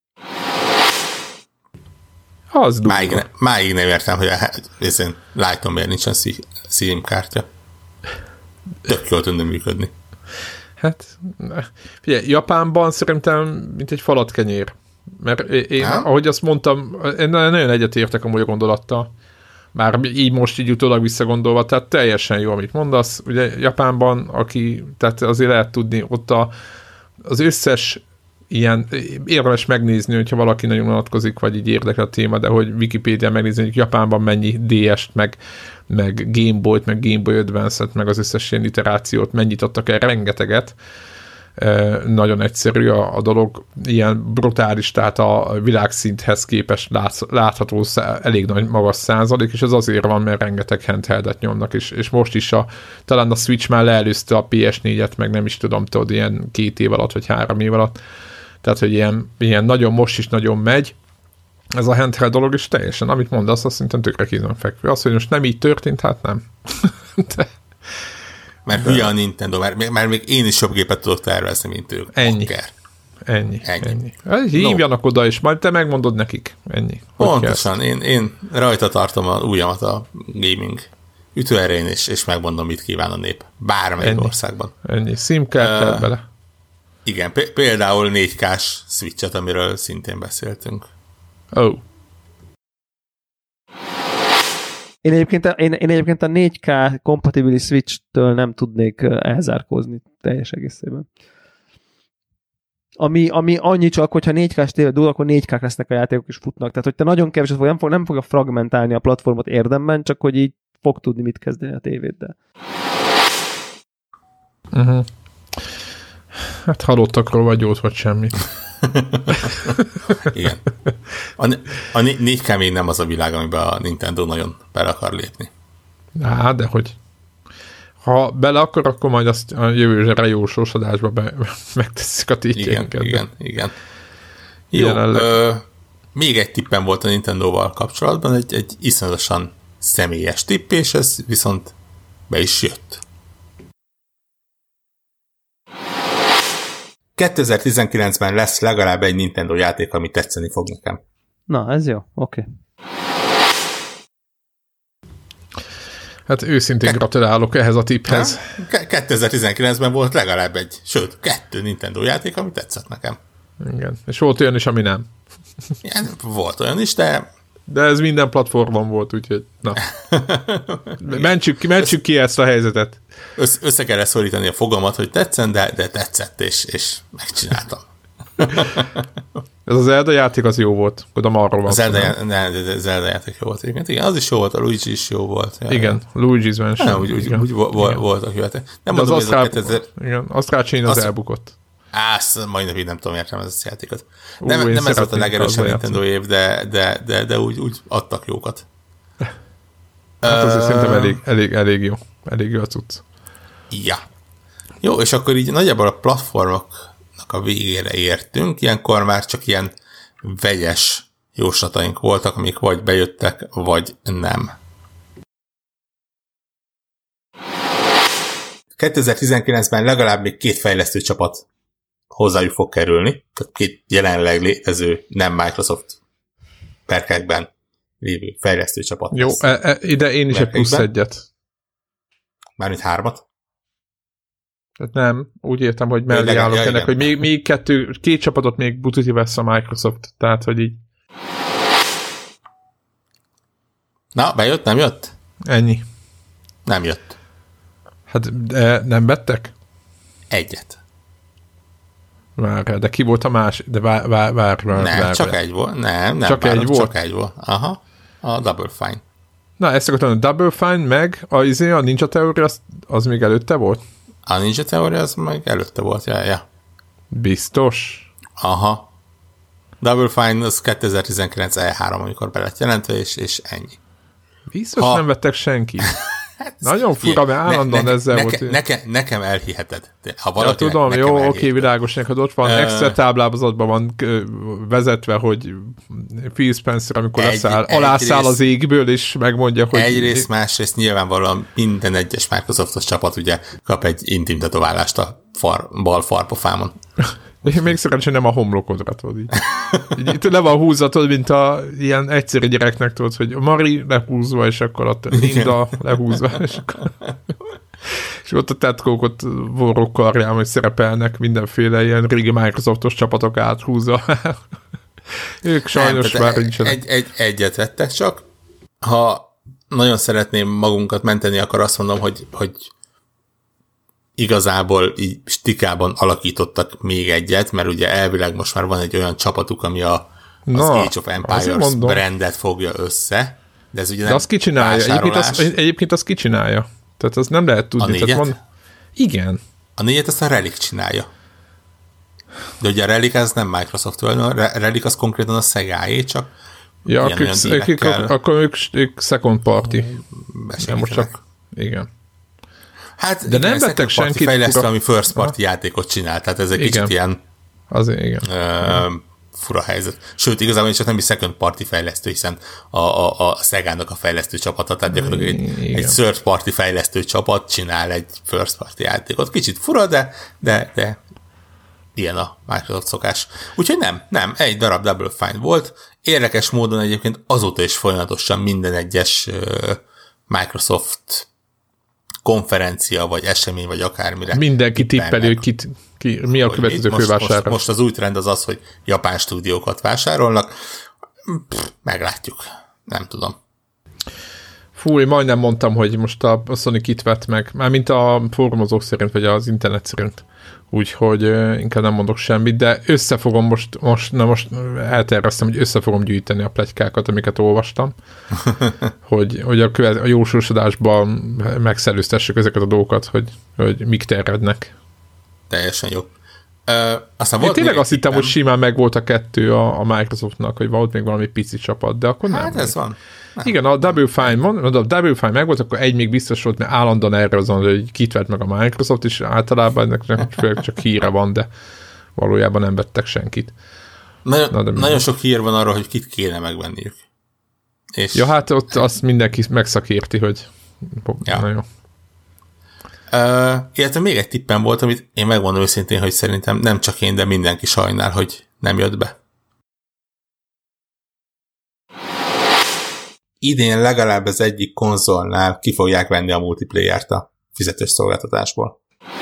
Máig nem értem, hogy ezen Lighton miért nincsen SIM-kártya. Tök jól tudna működni. Hát, figyelj, Japánban szerintem mint egy falatkenyér. Mert én, ahogy azt mondtam, én nagyon egyetértek amúgy a gondolattal. Már így most így utólag visszagondolva, tehát teljesen jó, amit mondasz. Ugye Japánban, tehát azért lehet tudni, ott az összes ilyen, érdemes megnézni, hogyha valaki nagyon vonatkozik, vagy így érdekel a téma, de hogy Wikipédia megnézni, hogy Japánban mennyi DS-t, meg Game Boy-t, meg Game Boy Advance-et, meg az összes ilyen iterációt mennyit adtak el, rengeteget. Nagyon egyszerű a dolog, ilyen brutális, tehát a világszinthez képest látható elég nagy magas százalék, és ez azért van, mert rengeteg handheldet nyomnak, és most is talán a Switch már leelőzte a PS4-et, meg nem is tudom, tudod, ilyen 2 év alatt, vagy 3 év alatt. Tehát, hogy ilyen nagyon, most is nagyon megy. Ez a handheld dolog is teljesen, amit mondasz, azt szerintem tökre kézenfekvő. Az, hogy most nem így történt, hát nem. De... Mert hülye a Nintendo, mert még én is jobb gépet tudok tervezni, mint ők. Ennyi. Hívjanak oda, és majd te megmondod nekik. Ennyi. Pontosan, én rajta tartom a ujjamat a gaming ütőerején, és megmondom, mit kíván a nép. Bármelyik országban. Ennyi. SIM-kártyát bele. Igen, például 4K-s Switch-et, amiről szintén beszéltünk. Én egyébként a 4K kompatibilis Switch-től nem tudnék elzárkózni teljes egészében. ami annyi csak, hogyha 4K-s tévé dúl, akkor 4K lesznek a játékok is futnak. Tehát, hogy te nagyon keveset fog, nem fogja fragmentálni a platformot érdemben, csak hogy így fog tudni mit kezdeni a tévéddel. Uh-huh. Hát halottakról vagy jót, vagy semmi. Igen. A 4K még nem az a világ, amiben a Nintendo nagyon bele akar lépni. De hogy ha bele akar, akkor majd azt a jövőre jó sorsadásba megteszik a tétjénket. Igen. Jó, még egy tippem volt a Nintendo-val kapcsolatban, egy iszonyatosan személyes tipp, és ez viszont be is jött. 2019-ben lesz legalább egy Nintendo játék, ami tetszeni fog nekem. Na, ez jó, oké. Hát őszintén gratulálok ehhez a tipphez. 2019-ben volt legalább egy, sőt, 2 Nintendo játék, ami tetszett nekem. Igen, és volt olyan is, ami nem. Igen, volt olyan is, de ez minden platformon volt, úgyhogy na. Mentsük ki ezt a helyzetet. Össze kell szorítani a fogamat, hogy tetszen, de tetszett, és megcsináltam. Ez az Zelda játék az jó volt, oda arról van. A Zelda játék jó volt. Igen, az is jó volt, a Luigi is jó volt. Igen, Luigi's Mansion. Úgy voltak jó játék. Nem mondom, hogy Astral Chain az elbukott. Majdnem így nem tudom értelmezni ezt a játékot. Nem ez volt a legerősebb Nintendo év, de úgy adtak jókat. Hát azért szerintem elég jó. Elég jó a cucc. Ja. Jó, és akkor így nagyjából a platformoknak a végére értünk. Ilyenkor már csak ilyen vegyes jóslataink voltak, amik vagy bejöttek, vagy nem. 2019-ben legalább még 2 fejlesztő csapat hozzájuk fog kerülni, tehát 2 jelenleg létező nem Microsoft perkekben lévő fejlesztő csapat. Jó, ide én is egy plusz egyet. Mármint 3. Tehát nem, úgy értem, hogy mellé állok ennek, hogy még 2 csapatot még bututi vesz a Microsoft, tehát, hogy így. Na, bejött, nem jött? Ennyi. Nem jött. Hát nem vettek? 1. Várj, de ki volt a másik? De várj. Nem, csak 1 volt. Nem, csak egy volt? Csak 1 volt. Aha, a Double Fine. Na, ezt akartam, a Double Fine meg a Ninja Theory az még előtte volt? A Ninja Theory az meg előtte volt, ja. Biztos? Aha. Double Fine az 2019 E3, amikor be lett jelentve, és ennyi. Biztos nem vettek senki. Nagyon fura, mert állandóan ezzel volt. Nekem elhiheted. Ha tudom, jó, oké, világos, neked ott van, Excel táblázatban van vezetve, hogy Phil Spencer, amikor alászáll az égből, és megmondja, hogy... Egyrészt, másrészt nyilvánvalóan minden egyes Microsoftos csapat ugye kap egy intim tetoválást a bal farpofámon. És még szerencsére nem a homlokodra, tudod így. Itt le van húzatod, mint a ilyen egyszerű gyereknek, tudod, hogy Mari lehúzva, és akkor ott Linda lehúzva, és ott a tetkók ott vorrók karján, hogy szerepelnek mindenféle ilyen régi Microsoftos csapatok áthúzva. Ők sajnos már nincsenek. Egyet vettek csak. Ha nagyon szeretném magunkat menteni, akkor azt mondom, hogy igazából így stikában alakítottak még egyet, mert ugye elvileg most már van egy olyan csapatuk, ami az Age of Empires brandet fogja össze, de ez ugye nem azt kicsinálja. Egyébként azt kicsinálja. Tehát az nem lehet tudni. A 4-et? Igen. A 4-et azt a Relic csinálja. De ugye a Relic az nem Microsoft, a Relic az konkrétan a Sega-é, csak ja, akkor ők second party. Most csak, igen. Hát de nem vettek senkit fejlesztő, ami first party játékot csinál, tehát ez egy kicsit ilyen fura helyzet. Sőt, igazából csak nem is second party fejlesztő, hiszen a Sega-nak a fejlesztő csapata, tehát gyakorlatilag egy third party fejlesztő csapat csinál egy first party játékot. Kicsit fura, de ilyen a Microsoft szokás. Úgyhogy nem, egy darab Double Fine volt. Érdekes módon egyébként azóta is folyamatosan minden egyes Microsoft konferencia, vagy esemény, vagy akármire. Mindenki tippeli, hogy mi a következő fővásárlás. Most az új trend az, hogy japán stúdiókat vásárolnak. Meglátjuk. Nem tudom. Fúj, majdnem mondtam, hogy most a Sony kit vett meg, mármint a fórumozók szerint, vagy az internet szerint. Úgyhogy inkább nem mondok semmit, de összefogom most elterveztem, hogy össze fogom gyűjteni a pletykákat, amiket olvastam, hogy a jósósodásban megszellőztessük ezeket a dolgokat, hogy mik terjednek. Teljesen jó. Én tényleg azt hittem, hogy simán meg volt a 2 a Microsoftnak, hogy volt még valami pici csapat, de akkor nem. Hát ez van. Nem. Igen, a Double Fine meg volt, akkor egy még biztos volt, mert állandóan erre azon, hogy kit vett meg a Microsoft, és általában ennek csak híre van, de valójában nem vettek senkit. Nagyon sok hír van arról, hogy kit kéne megvenniük. És... Ja, hát ott azt mindenki megszakérti, hogy ja. Na jó. Illetve még egy tippem volt, amit én megmondom őszintén, hogy szerintem nem csak én, de mindenki sajnál, hogy nem jött be. Idén legalább az egyik konzolnál ki fogják venni a multiplayert a fizetős szolgáltatásból.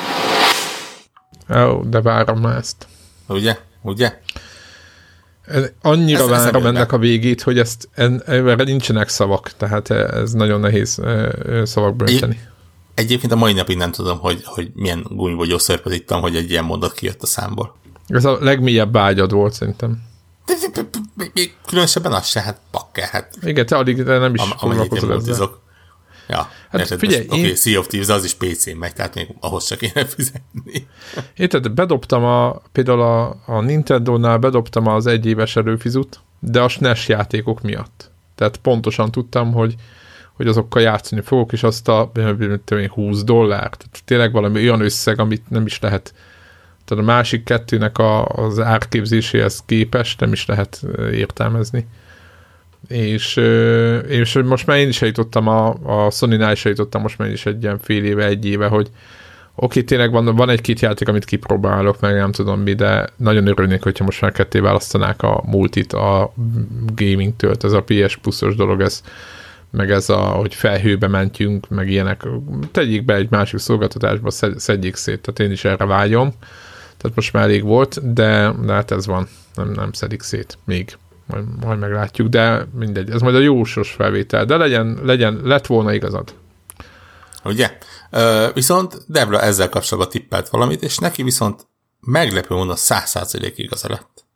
De várom már ezt. Ugye? Annyira várom ennek a végét, hogy erre nincsenek szavak, tehát ez nagyon nehéz szavakba önteni. Egyébként a mai napig nem tudom, hogy milyen gúnybogyó szörpöt ittam, hogy egy ilyen mondat kijött a számból. Ez a legmélyebb vágyad volt, szerintem. Még különösebben az se, hát bakker, hát. Igen, te addig nem is foglalkozol ezzel. Ja, hát figyelj, oké, Sea of Thieves, az is PC-n megy, tehát még ahhoz csak kéne fizetni. Érted, bedobtam például a Nintendo-nál bedobtam az egyéves előfizut, de a SNES játékok miatt. Tehát pontosan tudtam, hogy azokkal játszani fogok, és azt a $20. Tehát tényleg valami olyan összeg, amit nem is lehet. Tehát a másik kettőnek az árképzéséhez képest nem is lehet értelmezni. És most már én is eljutottam, a Sony-nál is eljutottam most már is egy ilyen fél éve, egy éve, hogy oké, tényleg van egy-két játék, amit kipróbálok, meg nem tudom mi, de nagyon örülnék, hogyha most már ketté választanák a multit a gaming-től, ez a PS Plus-os dolog, meg ez hogy felhőbe mentjünk, meg ilyenek, tegyék be egy másik szolgáltatásba, szedjék szét, tehát én is erre vágyom, tehát most már elég volt, de hát ez van, nem szedik szét még, majd meglátjuk, de mindegy, ez majd a jósos felvétel, de lett volna igazad. Ugye? Viszont Debra ezzel kapcsolatban tippelt valamit, és neki viszont meglepő módon 100% igaza lett.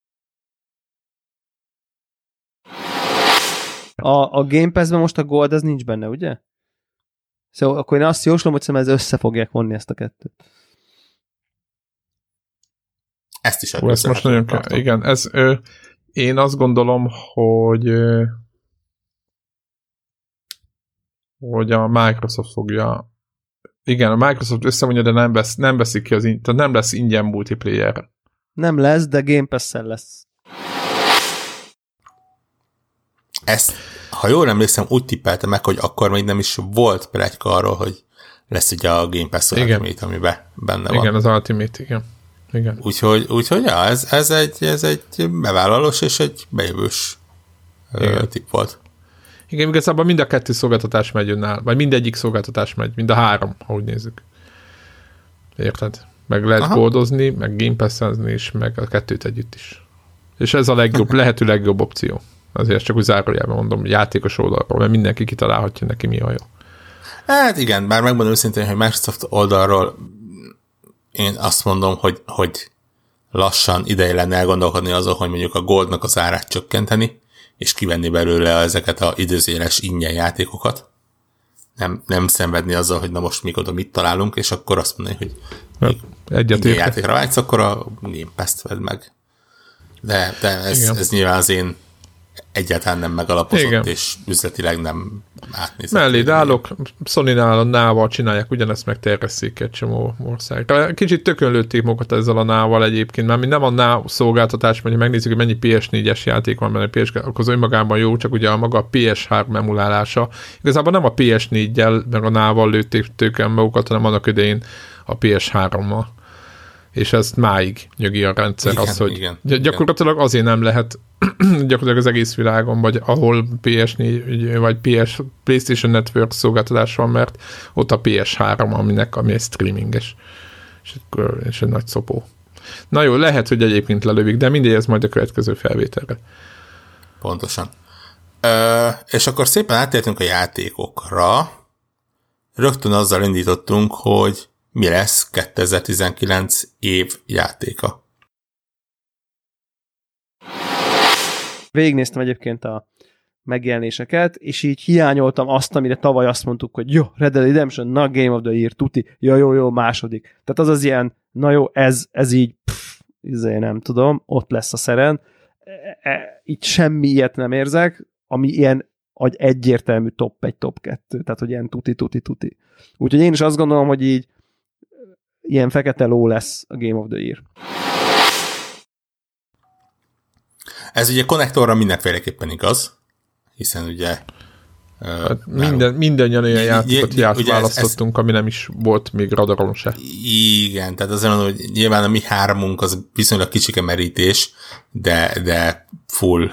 A Game Pass-ben most a Gold az nincs benne, ugye? Szóval akkor én azt jóslom, hogy szerintem össze fogják vonni ezt a kettőt. Ezt is ezt most nagyon igen, én azt gondolom, hogy a Microsoft fogja, igen, a Microsoft összevonja, de nem veszik ki tehát nem lesz ingyen multiplayer. Nem lesz, de Game Pass-szel lesz. Ezt, ha jól emlékszem, úgy tippeltem meg, hogy akkor még nem is volt pletyka arról, hogy lesz ugye a Game Pass Ultimate, amiben benne van. Igen, az Ultimate, igen. Úgyhogy ja, ez egy bevállalós és egy bejövős tipp volt. Igen, igazából mind a 2 szolgáltatás megy önnál, vagy mindegyik szolgáltatás megy, mind a 3, ahogy nézzük. Érted? Meg lehet goldozni, meg Game Pass-ezni is, meg a 2 együtt is. És ez a legjobb, lehető legjobb opció. Azért csak úgy zárójában mondom, játékos oldalról, mert mindenki kitalálhatja neki mi a jó. Hát igen, bár megmondom őszintén, hogy Microsoft oldalról én azt mondom, hogy lassan ideje lenne elgondolkodni azon, hogy mondjuk a Goldnak az árát csökkenteni, és kivenni belőle ezeket a időzéles ingyen játékokat. Nem szenvedni azzal, hogy na most még oda mit találunk, és akkor azt mondani, hogy ingyen játékra vágysz, akkor a Game Pass-t vedd meg. De ez nyilván az én egyáltalán nem megalapozott, igen. És üzletileg nem átnézett. Melléd állok, Sony-nál a nával csinálják, ugyanezt megterjesszék egy csomó országra. Kicsit tökönlőtték magukat ezzel a nával egyébként, mert nem a NAV szolgáltatás, mert megnézzük, hogy mennyi PS4-es játék van benne, akkor az önmagában jó, csak ugye a maga a PS3 emulálása. Igazából nem a PS4-jel, meg a nával lőtték tőken magukat, hanem annak idején a PS3-mal. És ezt máig nyögi a rendszer, igen, az, hogy igen, gyakorlatilag azért nem lehet gyakorlatilag az egész világon, vagy ahol PS4, vagy PlayStation Network szolgáltatás van, mert ott a PS3, ami egy streaminges. És egy nagy szopó. Na jó, lehet, hogy egyébként lelövik, de mindegy, ez majd a következő felvételre. Pontosan. És akkor szépen átértünk a játékokra. Rögtön azzal indítottunk, hogy mi lesz 2019 év játéka. Végignéztem egyébként a megjelenéseket, és így hiányoltam azt, amire tavaly azt mondtuk, hogy jó, Red Dead Redemption, na Game of the Year, tuti, jó, második. Tehát az ilyen, na jó, ez így, nem tudom, ott lesz a szeren. Itt semmi ilyet nem érzek, ami ilyen egyértelmű top 1, top 2, tehát hogy ilyen tuti. Úgyhogy én is azt gondolom, hogy így ilyen fekete ló lesz a Game of the Year. Ez ugye konnektorra mindenféleképpen igaz, hiszen ugye hát mindannyian olyan játékot választottunk, ami nem is volt még radaron se. Igen, tehát azért mondom, hogy nyilván a mi hármunk az viszonylag kicsike merítés, de full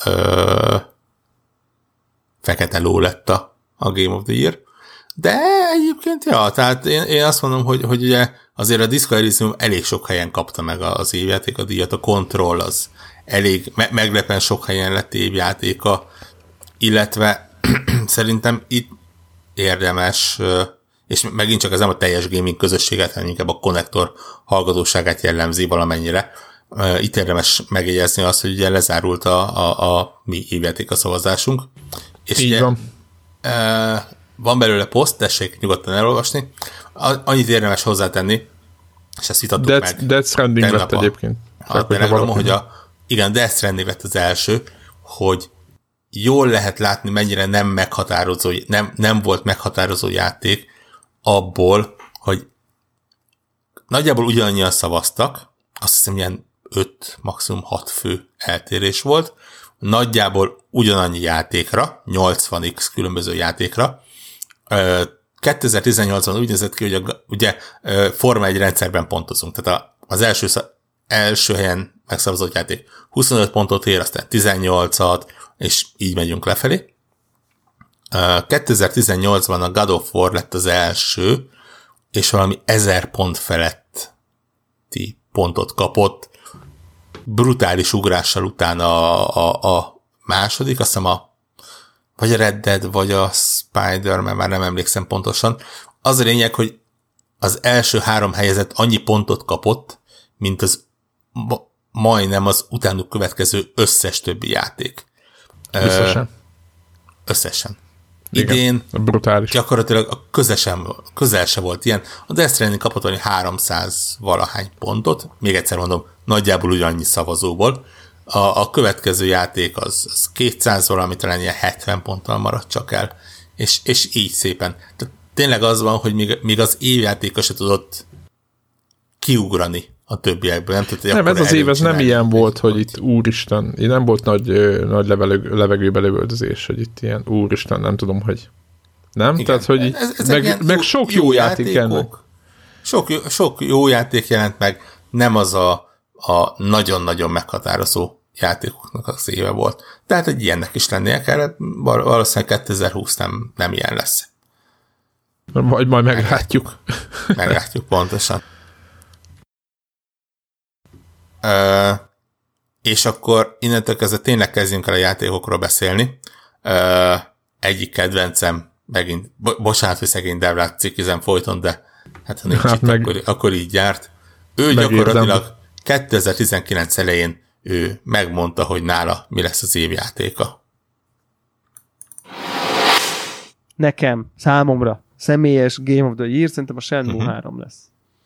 fekete ló lett a Game of the Year. De egyébként, ja, tehát én azt mondom, hogy ugye azért a Disco Elysium elég sok helyen kapta meg az évjáték a díjat, a Control az elég meglepően sok helyen lett évjátéka, illetve szerintem itt érdemes, és megint csak ez nem a teljes gaming közösséget, hanem inkább a konnektor hallgatóságát jellemzi valamennyire. Itt érdemes megjegyezni azt, hogy ugye lezárult a mi évjátéka szavazásunk. És így ugye, van. Van belőle poszt, tessék nyugodtan elolvasni. Annyit érdemes hozzátenni, és ezt vitattuk meg. Death Stranding lett egyébként. Hogy igen, Death Stranding lett az első, hogy jól lehet látni, mennyire nem meghatározó, nem volt meghatározó játék abból, hogy nagyjából ugyanannyian szavaztak, azt hiszem ilyen 5, maximum 6 fő eltérés volt, nagyjából ugyanannyi játékra, 80x különböző játékra. 2018-ban úgy nézett ki, hogy ugye Forma 1 rendszerben pontozunk, tehát az első helyen megszavazott játék 25 pontot ér, aztán 18-at, és így megyünk lefelé. 2018-ban a God of War lett az első, és valami 1000 pont feletti pontot kapott, brutális ugrással utána a második, azt hiszem vagy a Red Dead, vagy a Spider-Man, már nem emlékszem pontosan. Az a lényeg, hogy az első 3 helyezett annyi pontot kapott, mint az majdnem az utánuk következő összes többi játék. Összesen. Idén brutális. Gyakorlatilag közel se volt ilyen. A Death Stranding kapott valami 300 valahány pontot, még egyszer mondom, nagyjából ugyanannyi szavazóból. A következő játék az 200 valami, talán ilyen 70 ponttal maradt csak el. És így szépen. Tehát tényleg az van, hogy még az évjátéka se tudott kiugrani a többiekből. Nem, ez az év ez nem ilyen volt, hogy itt úristen, nem volt nagy levegőbe lövöldözés, hogy itt ilyen úristen, nem tudom, hogy nem? Igen. Tehát, hogy meg sok jó játék ennek. Sok jó játék jelent meg, nem az a nagyon-nagyon meghatározó játékoknak az éve volt. Tehát egy ilyennek is lennie kellett, valószínűleg 2020 nem ilyen lesz. Majd meglátjuk. Meglátjuk, pontosan. És akkor innentől kezdve tényleg kezdjünk el a játékokról beszélni. Egyik kedvencem, megint, bocsánat, hogy szegény Devlát cikkizem folyton, de hát ha nincs itt, akkor így járt. Ő gyakorlatilag 2019 elején ő megmondta, hogy nála mi lesz az évjátéka. Nekem, számomra, személyes Game of the Year, szerintem a Shenmue 3 lesz.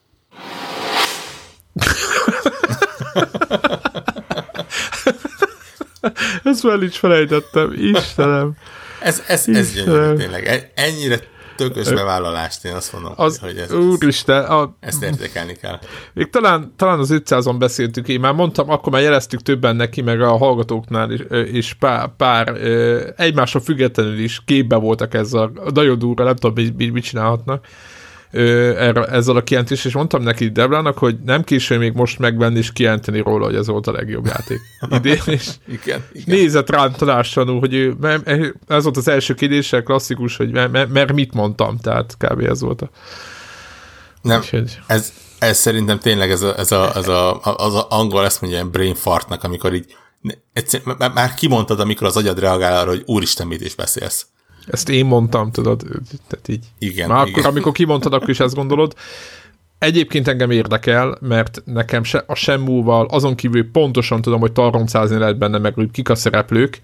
Ezt már is felejtettem, Istenem. Ez gyönyörű tényleg. Ennyire tökös bevállalást, én azt mondom, hogy úristen, ezt értékelni kell. Még talán az 500-on beszéltük, én már mondtam, akkor már jeleztük többen neki, meg a hallgatóknál is pár egymásra függetlenül is képbe voltak ezzel a nagyon durva, nem tudom, mit csinálhatnak ezzel a kijelentés, és mondtam neki Deblának, hogy nem késő még most megvenni és kijelenteni róla, hogy ez volt a legjobb játék idén, és igen. Nézett rám tanástalanul, hogy ez volt az első kérdése, klasszikus, hogy mert mit mondtam, tehát kb. Ez volt a... Nem, úgyhogy... ez szerintem tényleg ez az angol ezt mondja ilyen brain fartnak, amikor így Már kimondtad, amikor az agyad reagál arra, hogy úristen, mit is beszélsz. Ezt én mondtam, tudod, tehát így. Igen. Már igen. akkor, amikor kimondtad, akkor is ezt gondolod. Egyébként engem érdekel, mert nekem a Shenmue-val azon kívül pontosan tudom, hogy tarroncázni lehet benne, meg hogy kik a szereplők,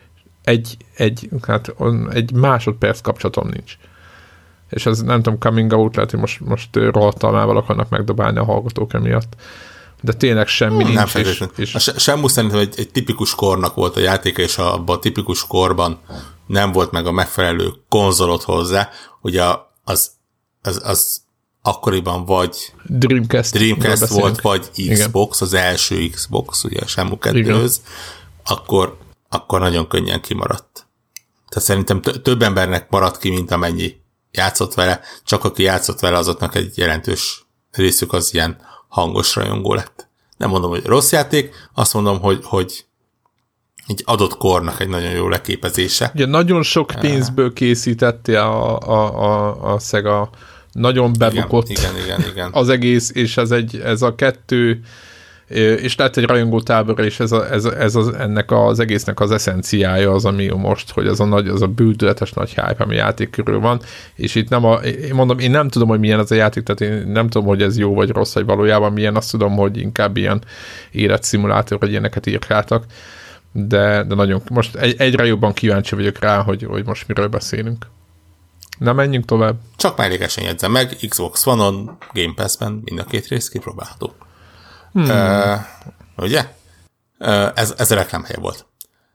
egy másodperc kapcsolatom nincs. És ez nem tudom, coming out, lehet, hogy most rohadtalmával akarnak megdobálni a hallgatók emiatt. De tényleg semmi nincs. Nem feltétlenül. A Shenmue szerintem egy tipikus kornak volt a játéka, és abban a tipikus korban nem volt meg a megfelelő konzolot hozzá. Ugye az akkoriban vagy Dreamcast volt, vagy Xbox, igen. Az első Xbox, ugye a Shenmue 2-höz, akkor nagyon könnyen kimaradt. Tehát szerintem több embernek maradt ki, mint amennyi játszott vele, csak aki játszott vele, azoknak egy jelentős részük az ilyen hangos rajongó lett. Nem mondom, hogy rossz játék, azt mondom, hogy egy adott kornak egy nagyon jó leképezése. Ugye nagyon sok pénzből készítette a Sega, nagyon bebukott igen. az egész, és ez a kettő, és lehet egy rajongó tábor, és ennek az egésznek az eszenciája az, ami most, hogy az a bűtöletes nagy hype, ami játék körül van, és itt én nem tudom, hogy milyen ez a játék, tehát én nem tudom, hogy ez jó vagy rossz, vagy valójában milyen, azt tudom, hogy inkább ilyen életszimulátor, hogy ilyeneket írkáltak, de nagyon, most egyre jobban kíváncsi vagyok rá, hogy most miről beszélünk. Na, menjünk tovább. Csak mellékesen jegyzem meg, Xbox One-on, Game Pass-ben mind a két rész kipróbálható. Ugye? Ez a reklámhelye volt.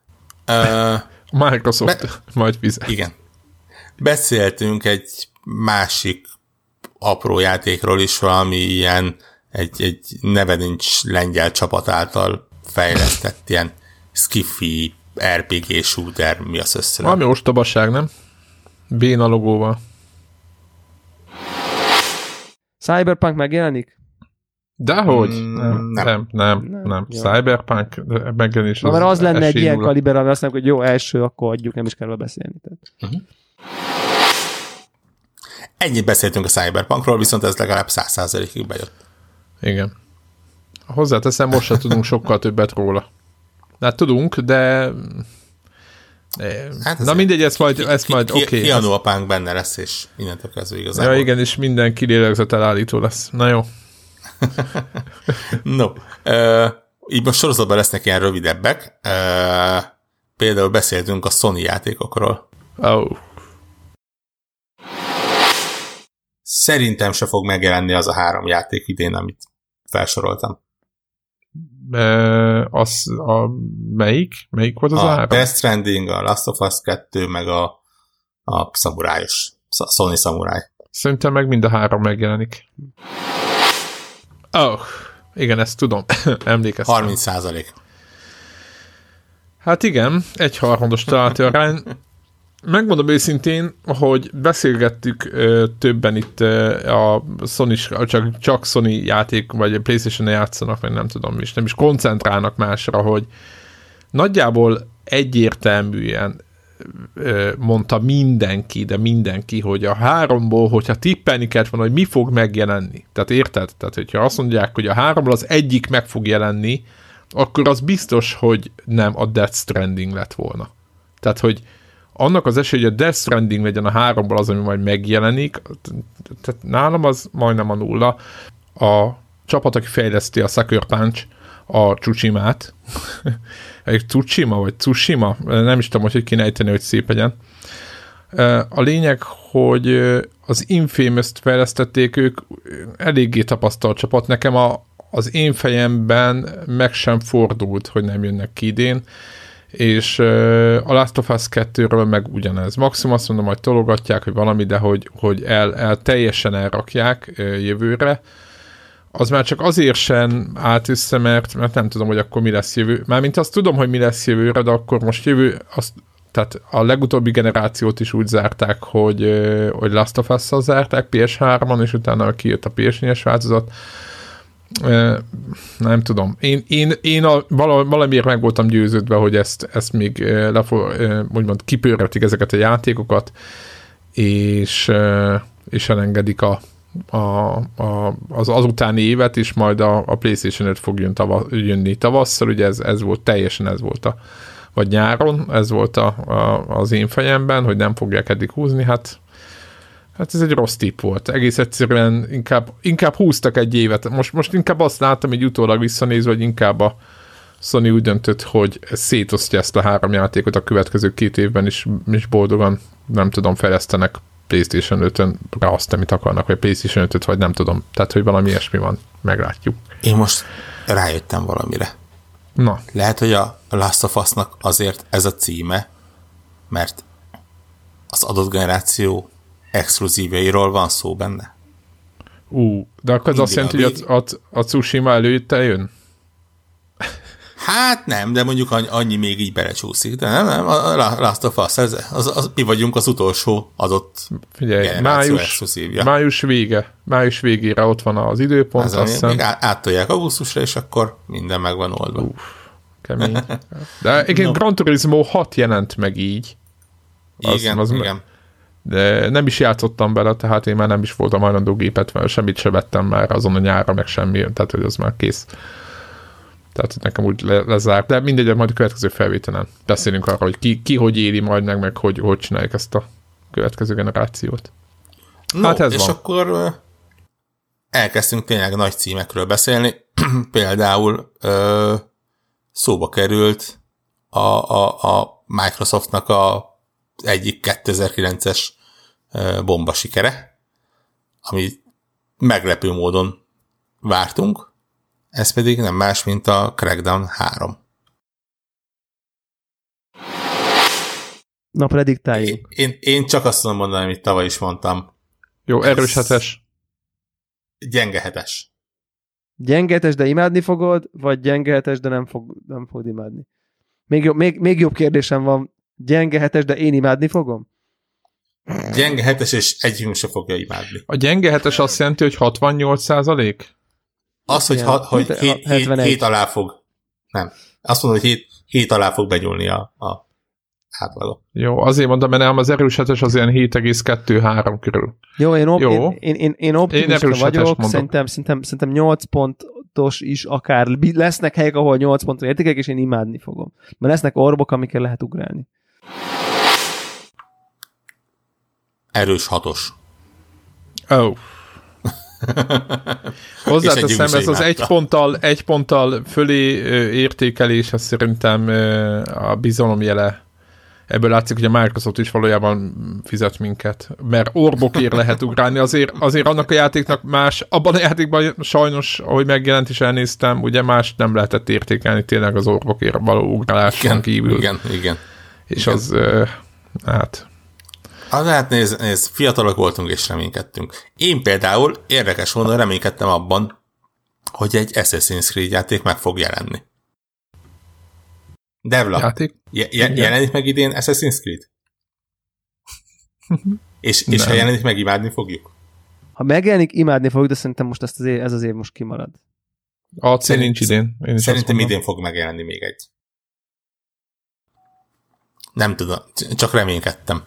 Microsoft majd fizet. Igen. Beszéltünk egy másik apró játékról is, valami ilyen egy neve nincs lengyel csapat által fejlesztett ilyen skiffy RPG shooter, mi az össze? Valami ostobaság, nem? Béna logóval. Cyberpunk megjelenik? Dehogy? Nem. Cyberpunk megjelenés az. Mert az lenne egy ilyen kaliber, ami azt mondjuk, hogy jó, első, akkor adjuk, nem is kell beszélni. Ennyit beszéltünk a Cyberpunkról, viszont ez legalább 100%-ig bejött. Igen. Hozzáteszem, most sem tudunk sokkal többet róla. Hát tudunk, de na mindegy, ezt majd oké. Kianó apánk benne lesz, és innentől kezdve igazából. Ja, igen, és minden kilélegzett elállító lesz. Na jó. No. Így most sorozatban lesznek ilyen rövidebbek. Például beszéltünk a Sony játékokról. Oh. Szerintem se fog megjelenni az a 3 játék idén, amit felsoroltam. Melyik volt az a 3? A Death Stranding, a Last of Us 2, meg a szamurájos, Sony Samurai. Szerintem meg mind a 3 megjelenik. Igen, ezt tudom. Emlékeztem. 30%. Hát igen, 1/3 találati arány. Megmondom őszintén, hogy beszélgettük többen itt a Sony, csak Sony játék, vagy a PlayStation-en játszanak, vagy nem tudom is, nem is koncentrálnak másra, hogy nagyjából egyértelműen mondta mindenki, hogy a 3-ból, hogyha tippelni kellett volna, hogy mi fog megjelenni. Tehát érted? Tehát, hogyha azt mondják, hogy a 3-ból az egyik meg fog jelenni, akkor az biztos, hogy nem a Death Stranding lett volna. Tehát, hogy annak az esély, hogy a Death Stranding legyen a 3-ból az, ami majd megjelenik, tehát nálam az majdnem a 0. A csapat, aki fejleszti a Sucker Punch, a Tsushima-t, Tsushima vagy Tsushima, nem is tudom, hogy kéne ejteni, hogy szép legyen. A lényeg, hogy az Infamous-t fejlesztették, ők eléggé tapasztalt csapat. Nekem az én fejemben meg sem fordult, hogy nem jönnek ki idén, és a Last of Us 2-ről meg ugyanez. Maximum azt mondom, hogy tologatják, hogy valami, de hogy teljesen elrakják jövőre. Az már csak azért sem állt össze, mert nem tudom, hogy akkor mi lesz jövő. Mármint azt tudom, hogy mi lesz jövőre, de akkor most tehát a legutóbbi generációt is úgy zárták, hogy Last of Us-szal zárták PS3-on, és utána kijött a PS4-es változat. Nem tudom. Én valamiért meg voltam győződve, hogy ezt még úgymond kipörgetik ezeket a játékokat, és elengedik a az utáni évet, és majd a PlayStation 5 fog jönni tavasszal, ugye ez volt, teljesen ez volt vagy nyáron, ez volt az én fejemben, hogy nem fogják eddig húzni, hát ez egy rossz tipp volt. Egész egyszerűen inkább húztak egy évet. Most inkább azt láttam, hogy utólag visszanézve, hogy inkább a Sony úgy döntött, hogy szétosztja ezt a 3 játékot a következő 2 évben is boldogan, nem tudom, fejlesztenek PlayStation 5-ön rá azt, amit akarnak, vagy PlayStation 5-öt, vagy nem tudom. Tehát, hogy valami ilyesmi van. Meglátjuk. Én most rájöttem valamire. Na. Lehet, hogy a Last of Us-nak azért ez a címe, mert az adott generáció exkluzívjairól van szó benne. De akkor az azt jelenti, hogy a Tsushima előtte jön? Hát nem, de mondjuk annyi még így belecsúszik. De nem, a Last of Us, mi vagyunk az utolsó adott generáció exkluzívja. Május végére ott van az időpont. Még áttolják augusztusra, és akkor minden meg van oldva. Kemény. De egyébként Gran Turismo 6 jelent meg így. Igen. De nem is játszottam bele, tehát én már nem is voltam hajlandó gépet, mert semmit se vettem már azon a nyárra, meg semmi, tehát hogy az már kész. Tehát nekem úgy lezárt, de mindegy, majd a következő felvételen beszélünk arra, hogy ki hogy éli majd meg hogy csinálják ezt a következő generációt. No, hát ez és van. Akkor elkezdtünk tényleg nagy címekről beszélni. Például szóba került a Microsoftnak egyik 2009-es bomba sikere, ami meglepő módon vártunk, ez pedig nem más, mint a Crackdown 3. Na, prediktáljunk. Én csak azt tudom mondani, amit tavaly is mondtam. Jó, erős 7-es. Gyenge 7-es. Gyenge 7-es, de imádni fogod, vagy gyenge 7-es, de nem fogod imádni? Még jobb kérdésem van. Gyenge 7-es, de én imádni fogom? Gyenge 7-es, és egyikünk se fogja imádni. A gyenge 7-es azt jelenti, hogy 68%? Az, hogy 7 alá fog. Nem. Azt mondom, hogy 7 alá fog begyúlni a átlagot. Jó, azért mondom, mert nem az erős 7-es az ilyen 7,2-3 körül. Jó, én optimista vagyok, szerintem 8 pontos is akár lesznek helyek, ahol 8 ponton értékek, és én imádni fogom. Mert lesznek orbok, amikkel lehet ugrálni. Erős 6-os. Hozzáteszem, ez az egy ponttal fölé értékelés, az szerintem a bizalom jele. Ebből látszik, hogy a Microsoft is valójában fizet minket. Mert orbokért lehet ugrálni. Azért annak a játéknak más, abban a játékban sajnos, ahogy megjelent is elnéztem, ugye más nem lehetett értékelni tényleg az orbokért való ugráláson kívül. Igen. És az, hát... Hát nézd, fiatalok voltunk és reménykedtünk. Én például érdekes módon reménykedtem abban, hogy egy Assassin's Creed játék meg fog jelenni. Devla, jelenik meg idén Assassin's Creed? és ha jelenik meg, imádni fogjuk? Ha megjelenik, imádni fogjuk, de szerintem most ez az év most kimarad. AC nincs idén. Szerintem idén fog megjelenni még egy. Nem tudom, csak reménykedtem.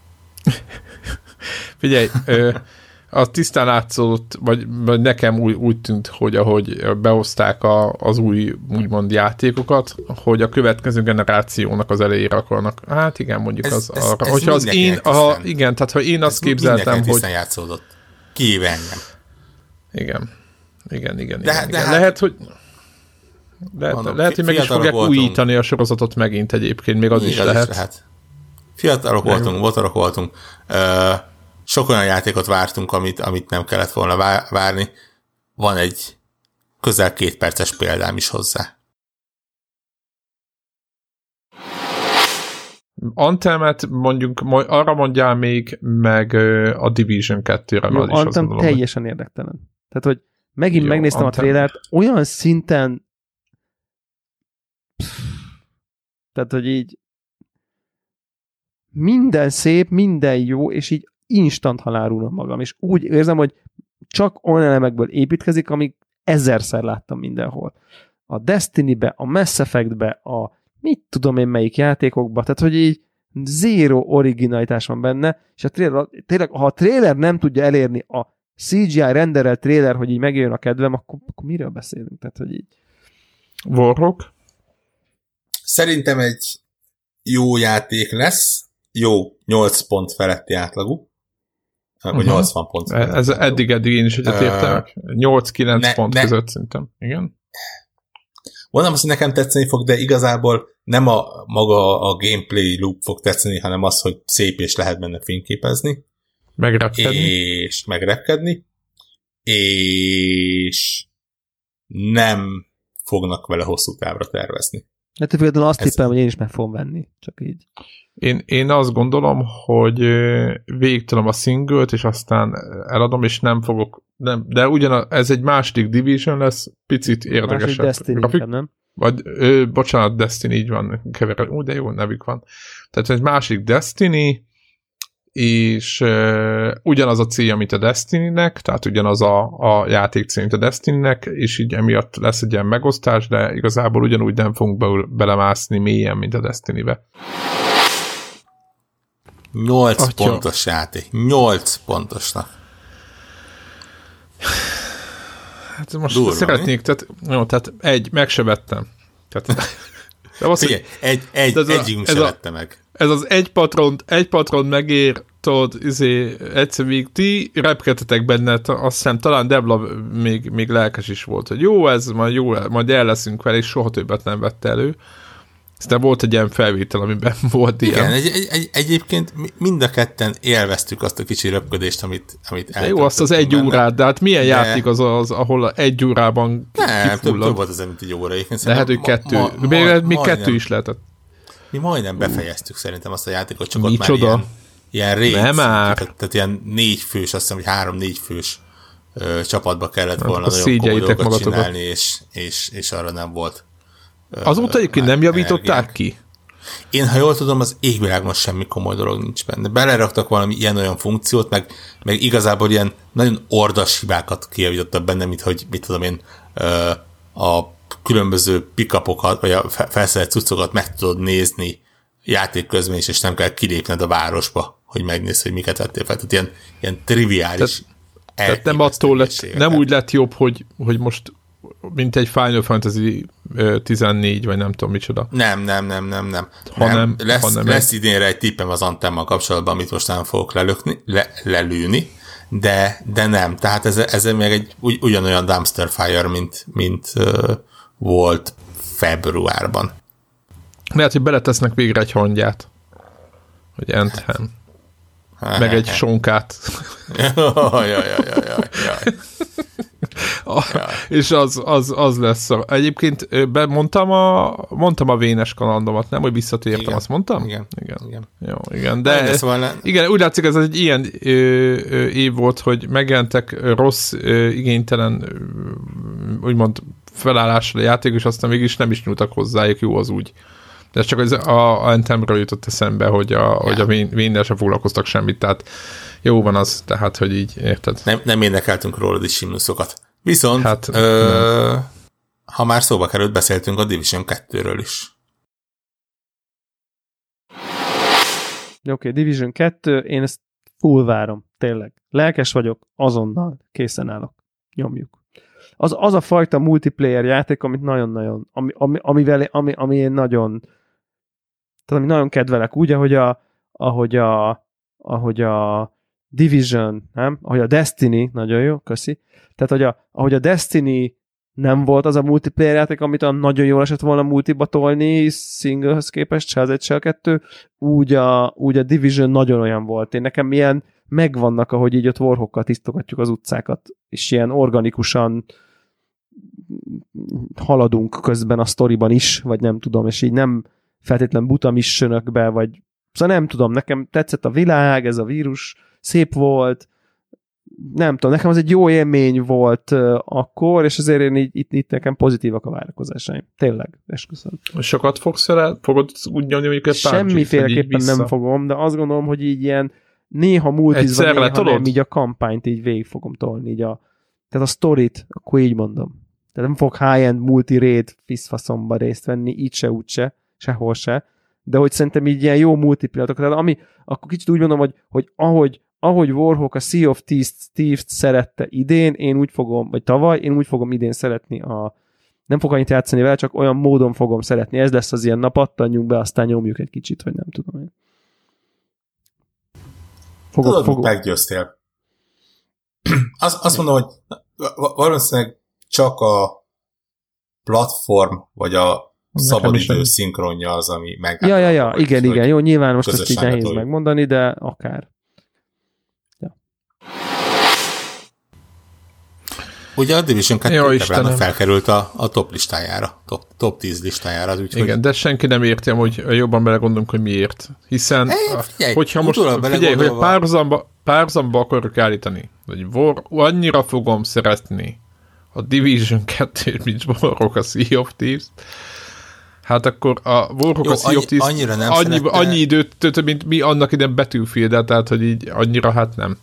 Figyelj, az tisztán látszott, vagy nekem úgy tűnt, hogy ahogy behozták az új, úgymond játékokat, hogy a következő generációnak az elejére akarnak. Hát igen, mondjuk ez arra. Hogyha az én, igen, tehát ha én azt képzeltem, hogy... játszódott. Kivéve engem. Igen. Lehet, hogy... Lehet, hogy meg is fogják újítani a sorozatot megint egyébként, még az is lehet. Fiatalok voltunk, botorok voltunk. Sok olyan játékot vártunk, amit nem kellett volna várni. Van egy közel 2 perces példám is hozzá. Anthemet mondjuk, arra mondjál még, meg a Division 2-re. Jó, Anthem teljesen érdektelen. Tehát, hogy megint megnéztem Anthem. A trailert, olyan szinten tehát, hogy így minden szép, minden jó, és így instant halálulom magam, és úgy érzem, hogy csak olyan elemekből építkezik, amik 1000-szer láttam mindenhol. A Destiny-be, a Mass Effect-be, a mit tudom én melyik játékokba, tehát hogy így zero originalitás van benne, és a trailer, tényleg, ha a trailer nem tudja elérni a CGI renderelt trailer, hogy így megjön a kedvem, akkor miről beszélünk? Tehát, hogy így... Warhawk? Szerintem egy jó játék lesz, jó 8 pont feletti átlagú, vagy 80 pont feletti. Ez eddig én is egyetértek. 8-9 pont között szerintem. Igen. Mondom, azt nekem tetszeni fog, de igazából nem maga a gameplay loop fog tetszeni, hanem az, hogy szép és lehet benne fényképezni. Megrepkedni. És nem fognak vele hosszú távra tervezni. Hát például azt tippelem, hogy én is meg fogom venni. Csak így. Én azt gondolom, hogy végigtolom a singlet, és aztán eladom, és nem fogok, de ez egy második Division lesz, picit érdekesebb. Destiny, nem? Vagy, bocsánat, Destiny, így van, de jó nevük van. Tehát egy másik Destiny, és ugyanaz a célja, mint a Destiny-nek, tehát ugyanaz a játék célja, mint a Destiny-nek, és így emiatt lesz egy ilyen megosztás, de igazából ugyanúgy nem fogunk belemászni mélyen, mint a Destiny-be. 8 pontos játék. 8 pontosnak. Hát most durva, szeretnék, tehát meg se vettem. Tehát, figyelj, együnk se vette meg. Ez az egy patron megér, tudod, egyszer még ti repkedtetek benne, azt hiszem talán Debla még lelkes is volt, hogy jó, majd el leszünk vele, és soha többet nem vette elő. Aztán volt egy ilyen felvétel, amiben volt ilyen. Igen, egyébként mind a ketten élveztük azt a kicsi röpködést, amit jó, azt az egy órát, de hát milyen játék az, ahol egy órában kifullad? Több volt az, mint egy óra. Lehet, hogy kettő. Még kettő is lehetett. Mi majdnem befejeztük szerintem azt a játékot, csak ott már ilyen raid, tehát ilyen 4 fős, azt hiszem, hogy 3-4 fős csapatba kellett volna nagyon komoly dolgokat csinálni, és arra nem volt. Azóta egyébként nem javították ki? Én, ha jól tudom, az égvilágon semmi komoly dolog nincs benne. Beleraktak valami ilyen-olyan funkciót, meg igazából ilyen nagyon ordas hibákat kijavítottak benne, mint hogy, mit tudom én, a különböző pick-upokat, vagy a felszerelt cuccokat meg tudod nézni játék közben is, és nem kell kilépned a városba, hogy megnézd, hogy miket vettél fel. Tehát ilyen triviális. Tehát nem attól lett, nem úgy lett jobb, hogy most mint egy Final Fantasy 14, vagy nem tudom micsoda. Nem. Hanem lesz idénre egy tippem az Antemmal kapcsolatban, amit most nem fogok lelőni, de nem. Tehát ez még egy ugyanolyan dumpster fire, mint volt februárban. Lehet, hogy beletesznek végre egy hangyát. Hogy Anthem. Meg egy sonkát. Jaj. És az lesz. Egyébként mondtam a vénes kalandomat, nem, hogy visszatértem, igen. Azt mondtam? Igen. Jó, igen. De igen, úgy látszik, ez egy ilyen év volt, hogy megjelentek rossz, igénytelen, úgymond felállással a játék, és aztán mégis nem is nyúltak hozzájuk, jó az úgy. De ez csak az Anthemről jutott eszembe, hogy a vénnel sem foglalkoztak semmit, tehát jó van az, tehát, hogy így, érted? Nem énekeltünk rólad is simnuszokat. Viszont, ha már szóba került, beszéltünk a Division 2-ről is. Oké, Division 2, én ezt full várom, tényleg. Lelkes vagyok, azonnal készen állok. Nyomjuk. Az a fajta multiplayer játék, amit nagyon-nagyon, ami én nagyon, tehát ami nagyon kedvelek, úgy, ahogy a Division, nem? Ahogy a Destiny, nagyon jó, köszi. Tehát, ahogy a Destiny nem volt az a multiplayer játék, amit nagyon jól esett volna multiba tolni, singlehez képest, se az egy, se a kettő, úgy a Division nagyon olyan volt. Én nekem ilyen megvannak, ahogy így ott Warhawkkal tisztogatjuk az utcákat, és ilyen organikusan haladunk közben a sztoriban is, vagy nem tudom, és így nem feltétlen buta missionökbe, vagy szóval nem tudom, nekem tetszett a világ, ez a vírus, szép volt, nem tudom, nekem az egy jó élmény volt akkor, és azért én itt nekem pozitívak a várakozásaim. Tényleg, esküszöm. Sokat fogod úgy nyomni, hogy semmiféleképpen nem fogom, de azt gondolom, hogy így ilyen néha multizva, néha nem, így a kampányt így végig fogom tolni, így tehát a sztorit, akkor így mondom. Tehát nem fog high-end multi-raid fiszfaszomba részt venni, így se, úgy se, sehol se, de hogy szerintem így ilyen jó multiplayer, tehát akkor kicsit úgy mondom, hogy ahogy ahogy Warhawk a Sea of Thieves-t szerette idén, én úgy fogom, vagy tavaly, én úgy fogom idén szeretni nem fogok annyit játszani vele, csak olyan módon fogom szeretni. Ez lesz az ilyen nap, pattanjunk be, aztán nyomjuk egy kicsit, vagy nem tudom én. Tudod, meggyőztél. Azt mondom, hogy valószínűleg csak a platform, vagy a szabadidő szinkronja az, ami megállapodja. Ja, igen, jó, nyilván most ezt így nehéz megmondani, de akár. Ja. Ugye a Division 2 felkerült a top listájára, top 10 listájára. Úgyhogy... Igen, de senki nem érti, hogy jobban belegondolunk, hogy miért. Hiszen, hogyha most figyelj, hogy párzamba akarok állítani, hogy annyira fogom szeretni a Division 2, mint Warhawk a Sea of Thieves, hát akkor a Warhawk a Sea of Thieves annyi időt tölt, mint mi annak ide Battlefield-et, tehát hogy így annyira hát nem.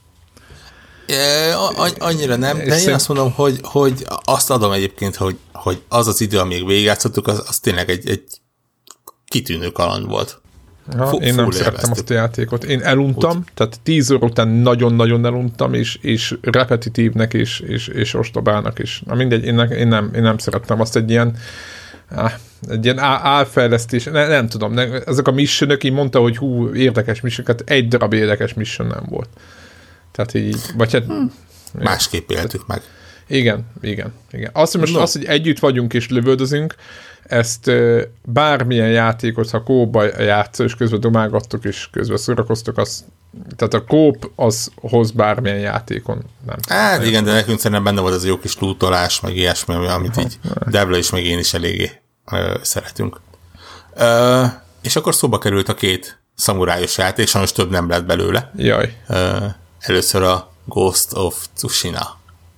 Annyira nem, de én azt mondom, hogy azt adom egyébként, hogy az idő, amíg végigjátszottuk, az tényleg egy kitűnő kaland volt. Én nem szerettem azt a játékot. Én eluntam, tehát 10 óra után nagyon-nagyon eluntam, és repetitívnek és ostobának is. Na mindegy, én nem szerettem azt egy ilyen álfejlesztés, nem tudom, ezek a missionök, így mondta, hogy érdekes missionokat, egy darab érdekes mission nem volt. Tehát így, vagy hát... Másképp éltük meg. Igen. Azt, hogy most hogy együtt vagyunk és lövöldözünk, ezt bármilyen játékot, ha kóba játszol, és közben domálgattok, és közben szórakoztok, tehát a kóp az hoz bármilyen játékon. Nem. Hát igen, de nekünk szerintem benne volt az a jó kis lootolás, meg ilyesmi, amit így Devla is, meg én is eléggé szeretünk. És akkor szóba került a 2 szamurájos játék, sajnos több nem lett belőle. Jaj. Először a Ghost of Tsushima.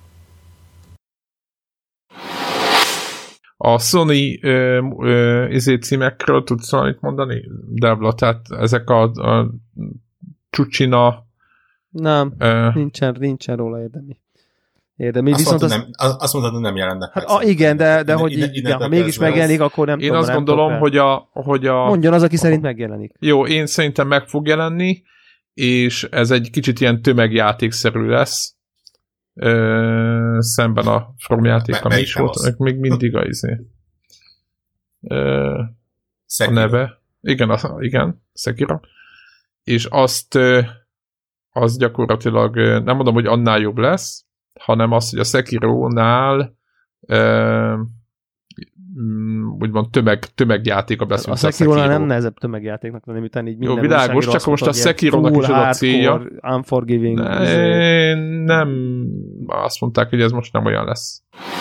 A Sony címekről tudsz valamit mondani? Devla, tehát ezek a Tsushima... Nem, nincsen róla érdemi. Azt mondtad, hogy nem jelennek meg. Hát, igen, de hogy ha mégis megjelenik, akkor nem tudom. Én azt gondolom, hogy a... Mondjon az, aki szerint megjelenik. Jó, én szerintem meg fog jelenni, és ez egy kicsit ilyen tömegjátékszerű lesz, szemben a From játék, ami is volt, még mindig a neve. Igen, Sekiro. És az gyakorlatilag nem mondom, hogy annál jobb lesz, hanem az, hogy a Sekirónál úgymond tömegjátékabb lesz, a Sekirónál nem nehezebb tömegjátéknak lenni, miután így minden. Jó, világos, csak most a Sekirónak is az a célja. Unforgiving. Nem, azt mondták, hogy ez most nem olyan lesz.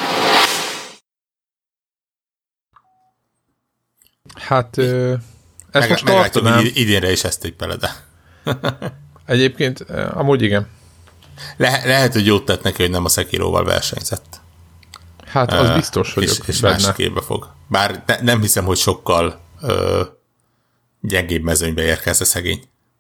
Hát, ezt most tartanám. Hogy idénre is ezt egy pelede. Egyébként, amúgy igen. Lehet, hogy jót tett neki, hogy nem a Sekiróval versenyzett. Hát az biztos, hogy és másik évbe fog. Bár nem hiszem, hogy sokkal gyengébb mezőnybe érkezz a szegény.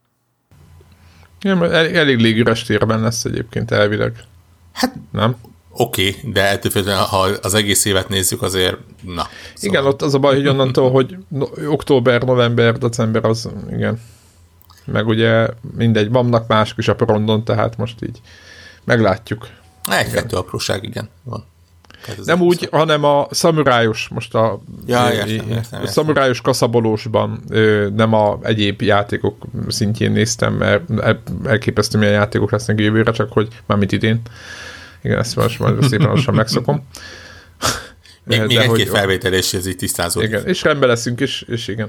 Ja, elég légüres térben lesz egyébként elvileg. Hát nem? Oké, de ettől függetlenül, ha az egész évet nézzük, azért na. Szóval. Igen, ott az a baj, hogy onnantól, hogy október, november, december az, igen. Meg ugye mindegy, vannak mások is a porondon, tehát most így meglátjuk. Egy-kettő apróság, igen, van. Nem úgy, hanem a szamurájos, most a szamurájos kaszabolósban, nem a egyéb játékok szintjén néztem, mert elképesztő milyen játékok lesznek jövőre, csak hogy mármint idén. Igen, ezt most majd szépen lassan megszokom. Még egy-két felvétel, és ez így tisztázódik. Igen, és rendben leszünk, és igen.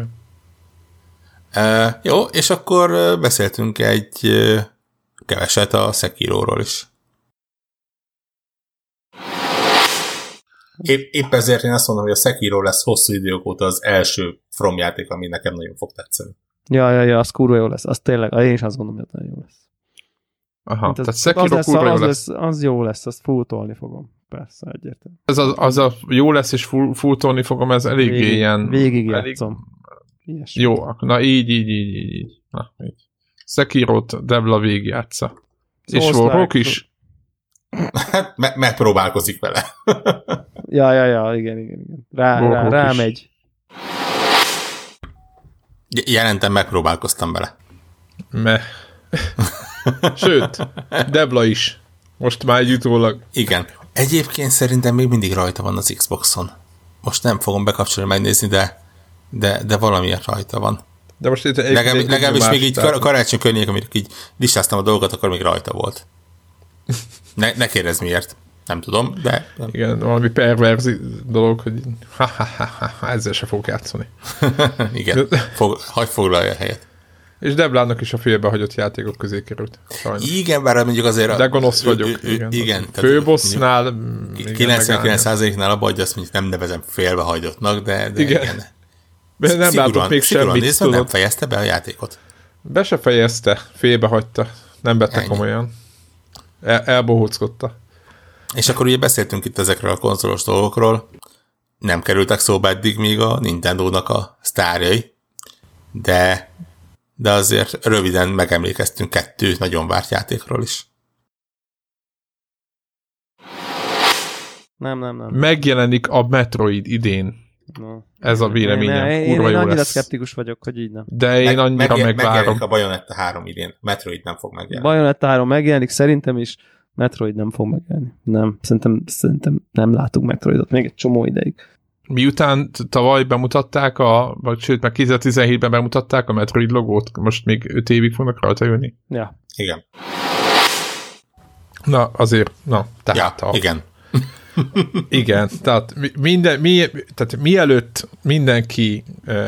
Jó, és akkor beszéltünk egy keveset a Sekiróról is. Épp ezért én azt mondom, hogy a Sekiro lesz hosszú idők óta az első From játék, ami nekem nagyon fog tetszeni. Ja, az kurva jó lesz. Az tényleg, én is azt gondolom, hogy nagyon jó lesz. Aha, tehát Sekiro kurva jó lesz. Az jó lesz, azt fulltolni fogom. Persze, egyértelmű. Ez az a jó lesz, és fulltolni fogom, ez eléggé ilyen... Végig játszom. Jó, na így. Na, így. Sekirót Devla végigjátsza. És Warhawk is? Hát megpróbálkozik vele. Ja, igen. Rámegy. Jelentem, megpróbálkoztam vele. Sőt, Debla is. Most már egy utólag. Igen. Egyébként szerintem még mindig rajta van az Xboxon. Most nem fogom bekapcsolni, megnézni, de valamiért rajta van. De most itt legalábbis még így karácsony környék, amikor így listáztam a dolgokat, akkor még rajta volt. Ne kérdezz miért. Nem tudom, de... Igen, valami perverzi dolog, hogy ezzel se fog játszani. Igen, hagy foglalja a helyet. És Deblának is a félbehagyott játékok közé került. Sajnos. Igen, bár mondjuk azért... De gonosz vagyok. Igen. Főbossnál... 99%-nál abban, hogy azt mondjuk nem nevezem félbehagyottnak, de igen. Nem látott még semmit. Nézve, nem fejezte be a játékot? Be se fejezte, félbehagyta. Nem vette komolyan. Elbohóckodta. És akkor ugye beszéltünk itt ezekről a konzolos dolgokról. Nem kerültek szóba eddig még a Nintendónak a sztárjai, de azért röviden megemlékeztünk 2 nagyon várt játékról is. Nem. Megjelenik a Metroid idén. No. Ez a véleményem. Én annyira szkeptikus vagyok, hogy így nem. De én annyira megvárom. Megjelenik a Bayonetta 3 idén. Metroid nem fog megjelenni. Bayonetta 3 megjelenik, szerintem is. Metroid nem fog megjelenni. Nem, szerintem nem látunk Metroidot még egy csomó ideig. Miután tavaly bemutatták, vagy sőt, meg 2017-ben bemutatták a Metroid logót, most még 5 évig fognak rajta jönni. Ja. Igen. Na, azért, tehát... Ja, igen. Igen, tehát tehát mielőtt mindenki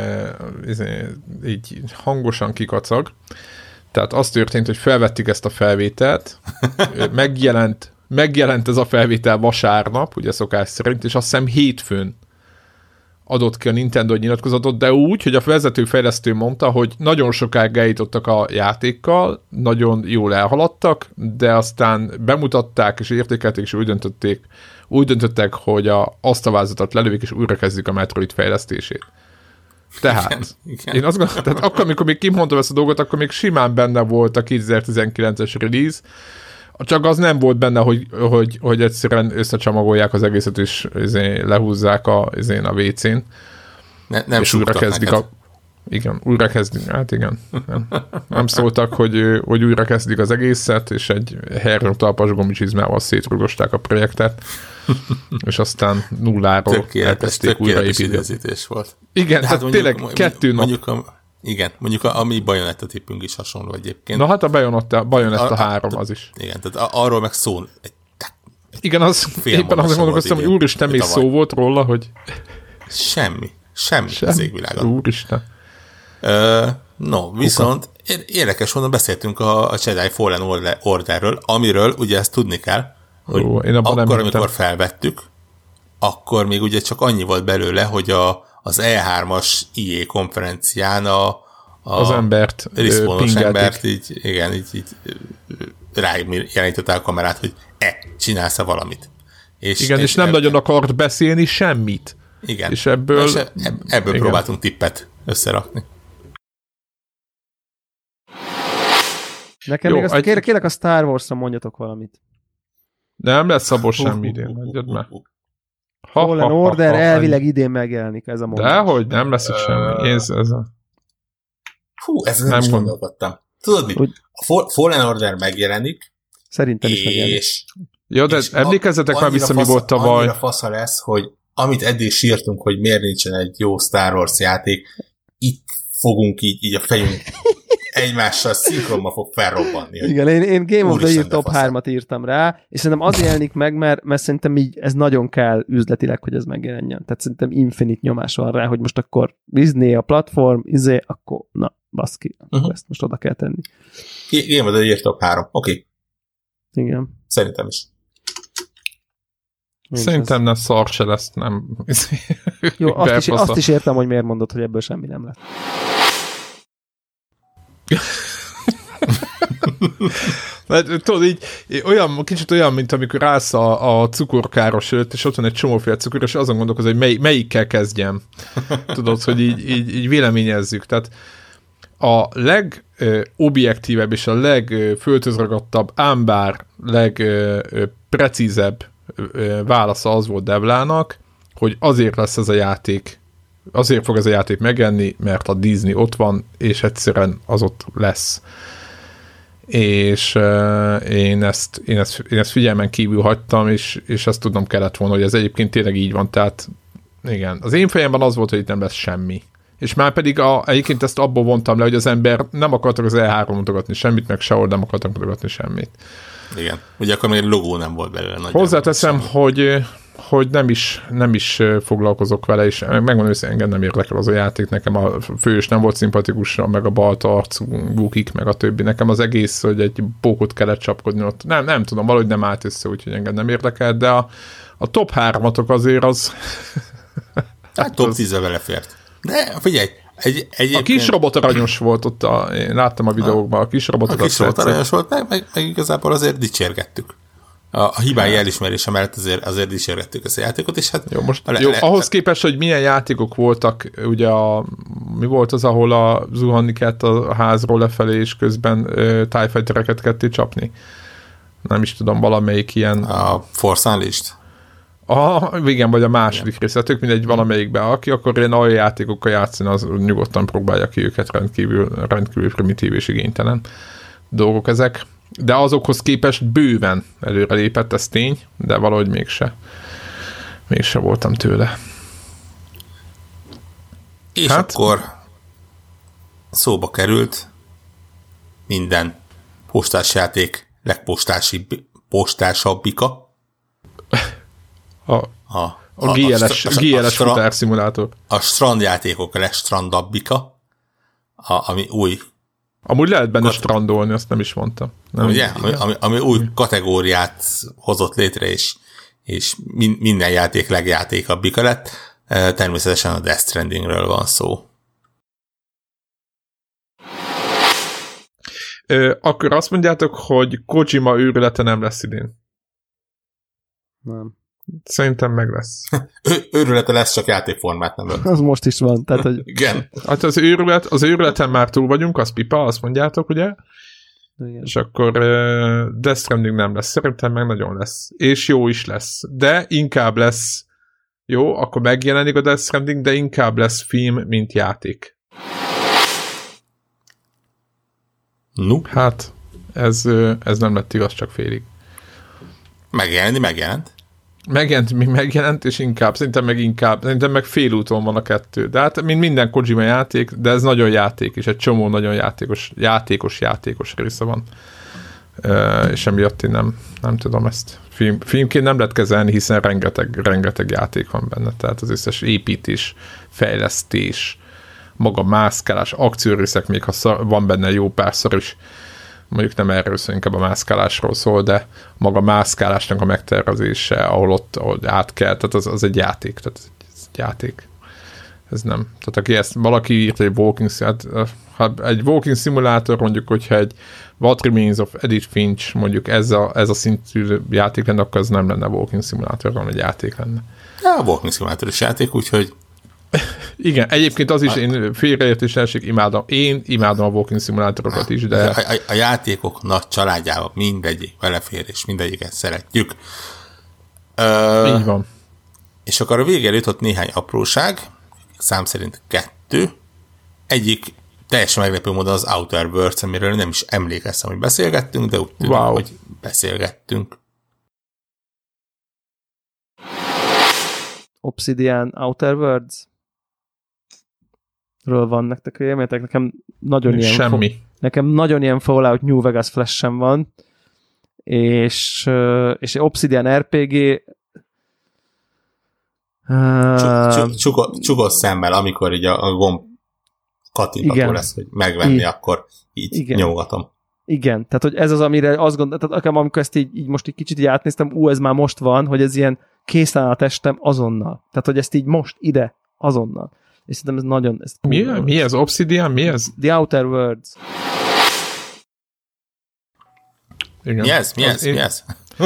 így hangosan kikacag, tehát az történt, hogy felvettük ezt a felvételt, megjelent ez a felvétel vasárnap, ugye szokás szerint, és azt hiszem hétfőn adott ki a Nintendo nyilatkozatot, de úgy, hogy a vezetőfejlesztő mondta, hogy nagyon sokáig eljutottak a játékkal, nagyon jól elhaladtak, de aztán bemutatták és értékelték, és úgy döntöttek, hogy azt a vázatot lelövik, és újra kezdjük a Metroid fejlesztését. Tehát, igen. Én azt gondolom, tehát akkor, amikor még kimondtam ezt a dolgot, akkor még simán benne volt a 2019-es release, csak az nem volt benne, hogy egyszerűen összecsomagolják az egészet, és lehúzzák a WC-n. Nem és újra kezdik igen, újra kezdik. Hát igen. Nem szóltak, hogy újra kezdik az egészet, és egy hernyó talpas gumicsizmával szétrugosták a projektet, és aztán nulláról elkezdték újraépíteni. Volt. Igen, hát tehát tényleg 2 nap. Mondjuk a mi Bayonetta tippünk is hasonló egyébként. Na hát a Bayonetta 3 az is. Igen, tehát arról meg szó. Igen, éppen azt gondolkoztam, hogy úristen, még szó volt róla, hogy... Semmi az égvilágon. Úristen. Viszont érdekes volna, beszéltünk a Jedi Fallen Orderről, amiről ugye ezt tudni kell, hogy akkor, amikor felvettük, akkor még ugye csak annyi volt belőle, hogy az E3-as EA konferencián az embert respawnos embert így rájelenítette a kamerát, hogy csinálsz-e valamit. És nem nagyon akart beszélni semmit. Igen. És ebből próbáltunk tippet összerakni. Nekem még kérlek a Star Wars-ra mondjatok valamit. Nem lesz abból semmi idén, mondjad már. Fallen Order elvileg idén megjelenik, ez a mondás. Dehogy, nem lesz itt semmi. Ez nem is gondolkodtam. Tudod mit? A Fallen Order megjelenik, szerintem is megjelenik. Jó, de emlékezzetek már vissza, mi volt tavaly. Annyira fasza lesz, hogy amit eddig sírtunk, hogy miért nincsen egy jó Star Wars játék, itt fogunk így a fejünk egymással szinkronban fog felrobbanni. Igen, én Game of the Year Top 3-at írtam rá, és szerintem azért jelenik meg, mert szerintem így ez nagyon kell üzletileg, hogy ez megjelenjen. Tehát szerintem infinite nyomás van rá, hogy most akkor Disney a platform, akkor na, baszki, akkor ezt most oda kell tenni. Game of the Year Top 3, oké. Igen. Szerintem is. Szerintem nem szar se lesz, nem. Jó, azt is értem, hogy miért mondod, hogy ebből semmi nem lesz. Mert tudod, így kicsit olyan, mint amikor állsz a cukorkáros előtt, és ott van egy csomóféle cukor, és azon gondolkozol, hogy melyikkel kezdjem. Tudod, hogy így véleményezzük. Tehát a legobjektívebb és a legföldhözragadtabb, ám bár legprecízebb válasza az volt Devlának, hogy azért lesz ez a játék, azért fog ez a játék megjelenni, mert a Disney ott van, és egyszerűen az ott lesz. és én ezt figyelmen kívül hagytam, és azt tudnom kellett volna, hogy ez egyébként tényleg így van, tehát igen. Az én fejemben az volt, hogy itt nem lesz semmi. És már pedig egyébként ezt abból vontam le, hogy az ember nem akartak az E3 mutogatni semmit, meg sehol nem akartak mutogatni semmit. Igen. Ugye akkor még logó nem volt belőle. Hozzáteszem, hogy nem is foglalkozok vele, és megmondom, hogy engem nem érdekel az a játék, nekem a fős nem volt szimpatikus, meg a balta arcú bukik, meg a többi. Nekem az egész, hogy egy bókot kellett csapkodni ott. Nem tudom, valahogy nem állt össze, úgyhogy engem nem érdekel, de a top 3-atok azért az... Hát top 10-be belefért. De figyelj, a kis robot aranyos volt ott, én láttam a videókban, a kis robot aranyos volt, meg igazából azért dicsérgettük. A hibái elismerése mellett azért dicsérgettük ezt a játékot, és hát... Jó, ahhoz képest, hogy milyen játékok voltak, ugye mi volt az, ahol zuhanni kellett a házról lefelé, és közben TIE Fightereket ketté csapni? Nem is tudom, valamelyik ilyen... A Force Unleashed? Igen, vagy a második része, tök mindegy valamelyikben, aki akkor ilyen olyan játékokkal játszani, az nyugodtan próbálja ki őket, rendkívül primitív és igénytelen dolgok ezek. De azokhoz képest bőven előrelépett, ez tény, de valahogy mégse voltam tőle. És akkor szóba került minden postás játék legpostásabbika. A GLS futárszimulátor. A strandjátékok legstrandabbika, ami új. Amúgy lehet benne strandolni, azt nem is mondtam. Nem ugye? Ami új kategóriát hozott létre, és minden játék legjátékabbika lett. Természetesen a Death Strandingről van szó. Akkor azt mondjátok, hogy Kojima őrülete nem lesz idén. Nem. Szerintem meg lesz. Őrülete lesz, csak játékformát nem lesz. Az most is van. Tehát, hogy... Igen. Hát az őrületen már túl vagyunk, az pipa, azt mondjátok, ugye? Igen. És akkor Death Stranding nem lesz. Szerintem meg nagyon lesz. És jó is lesz. De inkább lesz jó, akkor megjelenik a Death Stranding, de inkább lesz film, mint játék. No. Hát, ez nem lett igaz, csak félig. Megjelent. Megjelent, és szerintem meg félúton van a kettő. De hát, mint minden Kojima játék, de ez nagyon játék, és egy csomó nagyon játékos része van. És emiatt én nem tudom ezt. Filmként nem lehet kezelni, hiszen rengeteg játék van benne. Tehát az összes építés, fejlesztés, maga mászkálás, akciórészek, még ha van benne jó párszor is, mondjuk nem erről szól, inkább a mászkálásról szól, de maga mászkálásnak a megtervezése, ahol át kell, tehát az egy játék, tehát ez egy játék. Ez nem. Tehát valaki írt egy walking szimulátor, mondjuk, hogyha egy What Remains of Edith Finch, mondjuk ez a szintű játék lenne, akkor ez nem lenne walking szimulátor, hanem egy játék lenne. Ja, a walking szimulátoros játék, úgyhogy igen, egyébként az is, én félreértésesség imádom. Én imádom a walking szimulátorokat is, de... A játékok nagy családjában mindegyik belefér, és mindegyiket szeretjük. Így van. És akkor a végére jutott néhány apróság, szám szerint 2. Egyik teljesen meglepő módon az Outer Worlds, amiről nem is emlékeztem, hogy beszélgettünk, de úgy tűnik, hogy beszélgettünk. Obsidian Outer Worlds? Ről van nektek élményetek? Nekem nagyon nekem nagyon ilyen Fallout New Vegas Flash-em van, és Obsidian RPG csukott szemmel, amikor így a gomb kattintató lesz, hogy megvenni, akkor így nyomogatom. Igen, tehát hogy ez az, amire azt gondoltam, tehát amikor ezt így most egy kicsit így átnéztem, ez már most van, hogy ez ilyen készen áll a testem azonnal. Tehát, hogy ezt így most ide, azonnal. És szerintem ez nagyon... Mi ez? Obsidian? Mi ez? The Outer Worlds. Igen. Mi ez?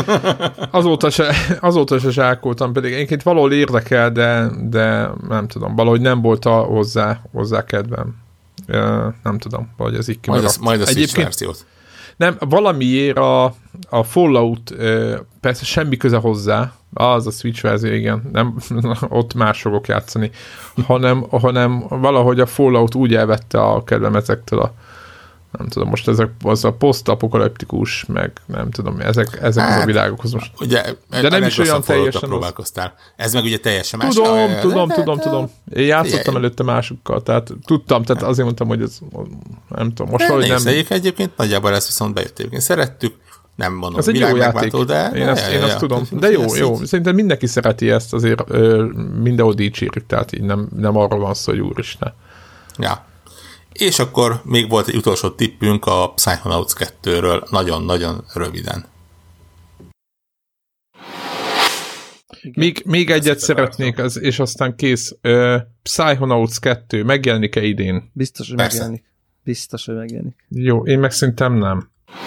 Azóta se zsákoltam, pedig egyébként valahol érdekel, de nem tudom, valahogy nem volt hozzá kedvem. Nem tudom, vagy ez így kimaradt. Majd a Switch verziót. Nem, valamiért a Fallout persze semmi köze hozzá, az a Switch verzió, igen, nem, ott más fogok játszani, hanem valahogy a Fallout úgy elvette a kedvem ezektől nem tudom, most az a posztapokaliptikus, meg nem tudom, ezek az a világokhoz most. Ugye, de nem is olyan teljesen próbálkoztál. Ez meg ugye teljesen más. Tudom. Én játszottam előtte másokkal, tehát tudtam, tehát azért mondtam, hogy ez nem tudom, most valahogy nem. Egyébként nagyjából ezt viszont bejött egyébként. Szerettük, nem mondom, ez egy jó játék, de én azt tudom. De jó. Szerintem mindenki szereti ezt, azért mindenhol dicsérik, tehát így nem arról van szó, hogy úristen. Ja. És akkor még volt egy utolsó tippünk a Psychonauts 2-ről, nagyon-nagyon röviden. Még egyet szeretnék, és aztán kész. Psychonauts 2 megjelenik-e idén? Biztos, hogy megjelenik. Biztos, hogy megjelenik. Jó, én meg szerintem nem.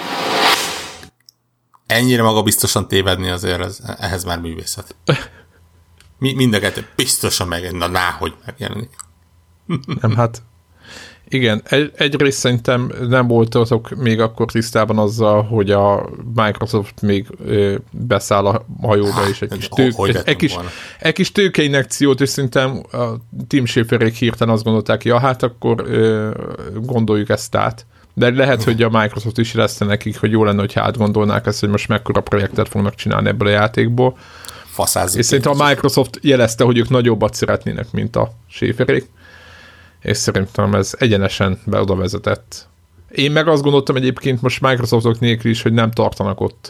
Ennyire magabiztosan tévedni azért, ehhez már művészet. Mind a kettő biztosan megjelenik. Hogy megjelenik. Nem, hát igen, egyrészt szerintem nem voltatok még akkor tisztában azzal, hogy a Microsoft még beszáll a hajóba, és egy kis tőkeinjekciót, és szerintem a Tim Schaferék hirtelen azt gondolták, ja, hát akkor gondoljuk ezt át. De lehet, hogy a Microsoft is jelezte nekik, hogy jó lenne, hogyha átgondolnák ezt, hogy most mekkora projektet fognak csinálni ebből a játékból. Faszázzuk. És szerintem a Microsoft jelezte, hogy ők nagyobbat szeretnének, mint a Schaferék. És szerintem ez egyenesen be oda vezetett. Én meg azt gondoltam egyébként most Microsoftok nélkül is, hogy nem tartanak ott.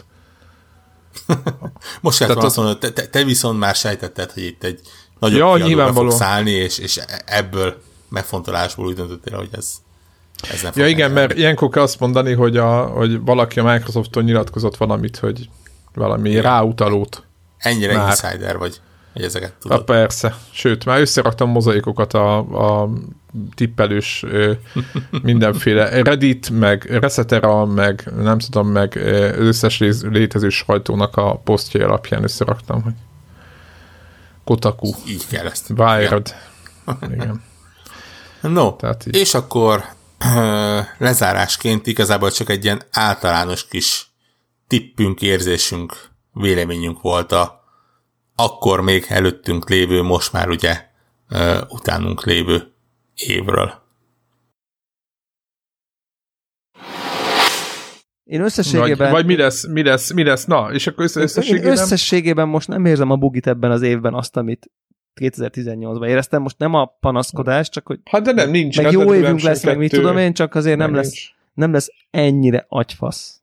Most kellett azt mondani, hogy te viszont már sejtetted, hogy itt egy nagyobb kiadóba fog szállni, és ebből megfontolásból úgy döntöttél, hogy ez nem fog igen, mert ilyenkor kell azt mondani, hogy valaki a Microsofttól nyilatkozott valamit, hogy valami ráutalót. Ennyire insider vagy, hogy ezeket tudod. Persze. Sőt, már összeraktam mozaikokat a tippelős mindenféle Reddit, meg Resetera, meg nem tudom, meg összes létező sajtónak a posztjai alapján összeraktam, hogy Kotaku. Így kell ezt. Wired. Igen. No, és akkor lezárásként igazából csak egy ilyen általános kis tippünk, érzésünk, véleményünk volt akkor még előttünk lévő, most már ugye utánunk lévő évről. Én összességében... Vagy mi lesz? Na, és akkor összességében... Én összességében most nem érzem a bugit ebben az évben azt, amit 2018-ban éreztem. Most nem a panaszkodás, csak hogy... Hát de nem, nincs. Meg jó évünk lesz, meg mit tudom én, csak azért nem lesz ennyire agyfasz.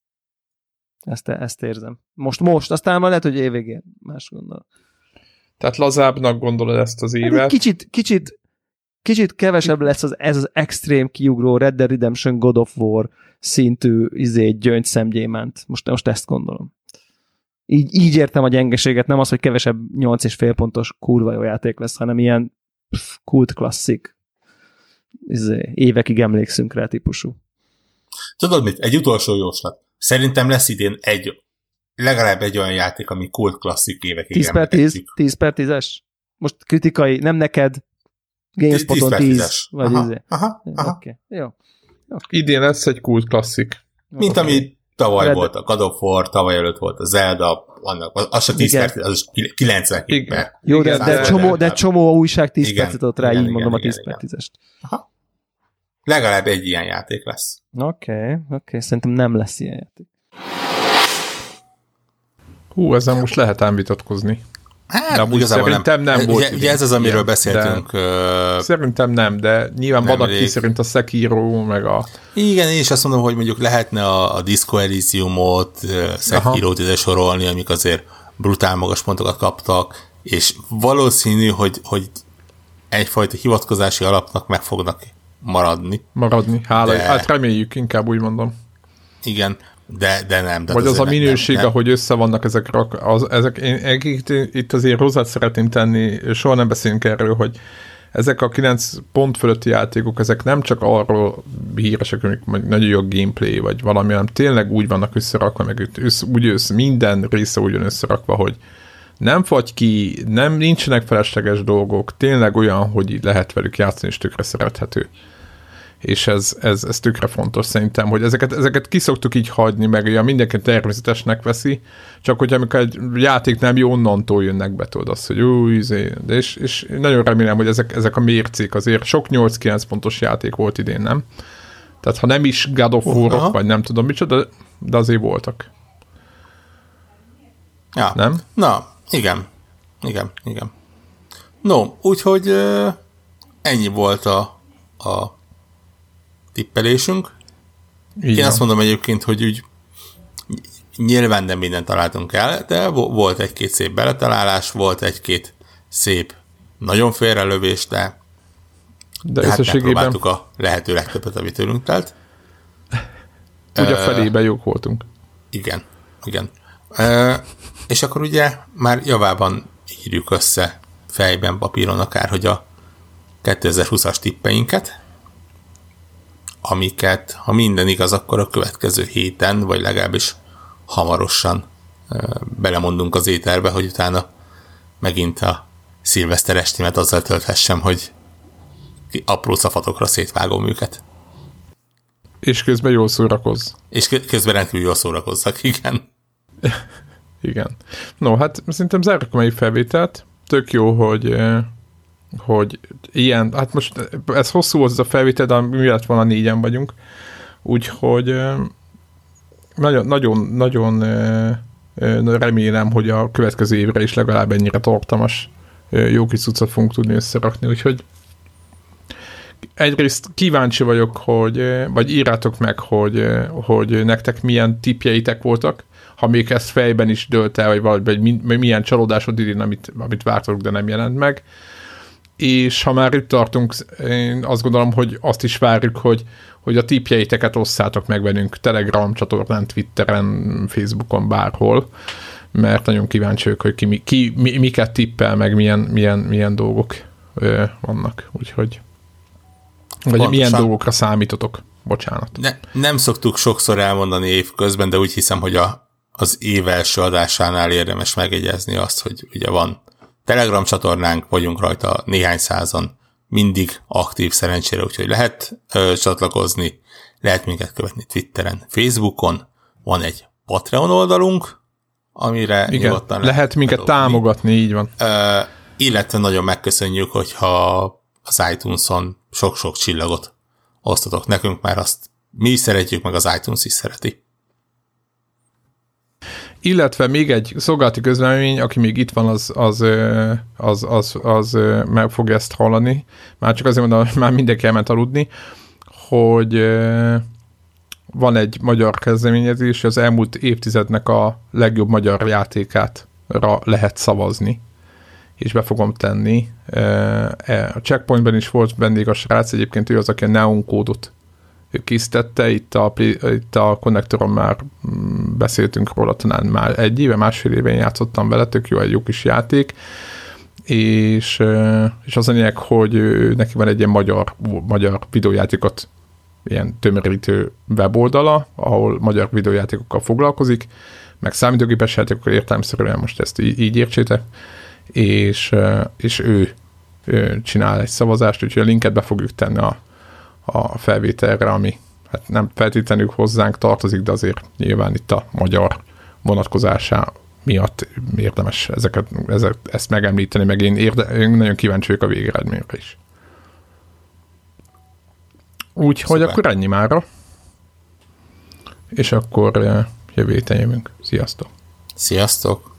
Ezt érzem. Most, aztán már lehet, hogy évvégén más gondol. Tehát lazábbnak gondolod ezt az évet? Kicsit kevesebb lesz ez az extrém kiugró Red Dead Redemption God of War szintű gyöngyszemgyémánt. Most ezt gondolom. Így értem a gyengeséget, nem az, hogy kevesebb 8,5 pontos kurva jó játék lesz, hanem ilyen kult klasszik. Évekig emlékszünk rá típusú. Tudod mit? Egy utolsó jóslat. Szerintem lesz idén legalább egy olyan játék, ami kult klasszik évekig 10 per 10-es? Most kritikai, nem neked, GameSpoton 10. Vagy Okay. Jó. Idén lesz egy kult klasszik. Mint ami tavaly volt a God of War, tavaly előtt volt a Zelda, az se 10 perc, az 90 per. Jó, de csomó újság 10 percet ott rá, így mondom a 10 per 10-est. Legalább egy ilyen játék lesz. Oké, szerintem nem lesz ilyen játék. Ezzel most lehet ám vitatkozni. Hát, szerintem nem volt. Ugye ez az, amiről beszéltünk. Szerintem nem, de nyilván van, aki szerint a Sekiro, meg a... Igen, én is azt mondom, hogy mondjuk lehetne a Disco Elysiumot, Sekiro-t ide sorolni, amik azért brutál magas pontokat kaptak, és valószínű, hogy egyfajta hivatkozási alapnak meg fognak maradni. Hát reméljük, inkább úgy mondom. Igen, de nem. Vagy az a minőség, nem. Ahogy össze vannak ezek én itt azért hozzá szeretném tenni, soha nem beszélünk erről, hogy ezek a 9 pont fölötti játékok, ezek nem csak arról híresek, hogy nagyon jó gameplay, vagy valami, hanem tényleg úgy vannak összerakva, meg minden része úgy van összerakva, hogy nem fagy ki, nincsenek felesleges dolgok, tényleg olyan, hogy lehet velük játszani, és tökre szerethető. És ez tökre fontos szerintem, hogy ezeket kiszoktuk így hagyni, meg mindenki természetesnek veszi, csak hogy amikor egy játék nem jó, onnantól jönnek be, tudod azt, hogy de és nagyon remélem, hogy ezek a mércék azért sok 8-9 pontos játék volt idén, nem? Tehát ha nem is God of War-ok, vagy nem tudom micsoda, de azért voltak. Ja. Nem? Na, igen. No, úgyhogy ennyi volt a tippelésünk. Én azt mondom egyébként, hogy úgy nyilván nem mindent találtunk el, de volt egy-két szép beletalálás, volt egy-két szép nagyon félrelövés, de hát megpróbáltuk a lehető legtöbbet, amit tőlünk telt. Ugye felében jók voltunk. Igen. És akkor ugye már javában írjuk össze fejben, papíron akár, hogy a 2020-as tippeinket, amiket, ha minden igaz, akkor a következő héten, vagy legalábbis hamarosan belemondunk az éterbe, hogy utána megint a szilveszter estimet azzal tölthessem, hogy apró szafatokra szétvágom őket. És közben jól szórakozz. És közben rendkívül jól szórakozzak, igen. Igen. No, hát szerintem zárjuk a mai felvételt. Tök jó, hogy ilyen, hát most ez hosszú volt ez a felvétel, de mi lett volna 4-en vagyunk. Úgyhogy nagyon remélem, hogy a következő évre is legalább ennyire tartalmas jó kis cuccot fogunk tudni összerakni, úgyhogy egyrészt kíváncsi vagyok, vagy írjátok meg, hogy nektek milyen tippjeitek voltak, ha még ezt fejben is dölt el, vagy milyen csalódásod idén, amit vártok, de nem jelent meg. És ha már itt tartunk, én azt gondolom, hogy azt is várjuk, hogy a tippjeiteket osszátok meg velünk Telegram csatornán, Twitteren, Facebookon, bárhol, mert nagyon kíváncsi vagyok, hogy ki miket tippel, meg milyen dolgok vannak. Úgyhogy vagy pontosan. Milyen dolgokra számítotok? Bocsánat. Nem szoktuk sokszor elmondani évközben, de úgy hiszem, hogy az év első adásánál érdemes megjegyezni azt, hogy ugye van Telegram csatornánk, vagyunk rajta néhány százan, mindig aktív szerencsére, úgyhogy lehet csatlakozni, lehet minket követni Twitteren, Facebookon, van egy Patreon oldalunk, amire igen, nyugodtan lehet minket támogatni, így van. Illetve nagyon megköszönjük, hogyha az iTunes-on sok-sok csillagot osztatok nekünk, mert azt mi is szeretjük, meg az iTunes is szereti. Illetve még egy szolgálati közlemény, aki még itt van, az meg fog ezt hallani. Már csak azért mondom, már mindenki elment aludni, hogy van egy magyar kezdeményezés, az elmúlt évtizednek a legjobb magyar játékára lehet szavazni, és be fogom tenni. A Checkpointben is volt vendég a srác, egyébként ő az, aki a Neon kódot készítette, itt a Connectoron már beszéltünk róla, talán már másfél éven játszottam vele, tök jó, egy jó kis játék, és az a lényeg, hogy neki van egy ilyen magyar videójátékot, ilyen tömörítő weboldala, ahol magyar videójátékokkal foglalkozik, meg számítógépes játékokkal értelemszerűen, most ezt így értsétek, és ő csinál egy szavazást, úgyhogy a linket be fogjuk tenni a felvételre, ami hát nem feltétlenül hozzánk tartozik, de azért nyilván itt a magyar vonatkozásá miatt érdemes ezt megemlíteni, meg én nagyon kíváncsi vagyok a végeredményre is. Úgyhogy akkor ennyi mára. És akkor jövő héten jövünk. Sziasztok! Sziasztok!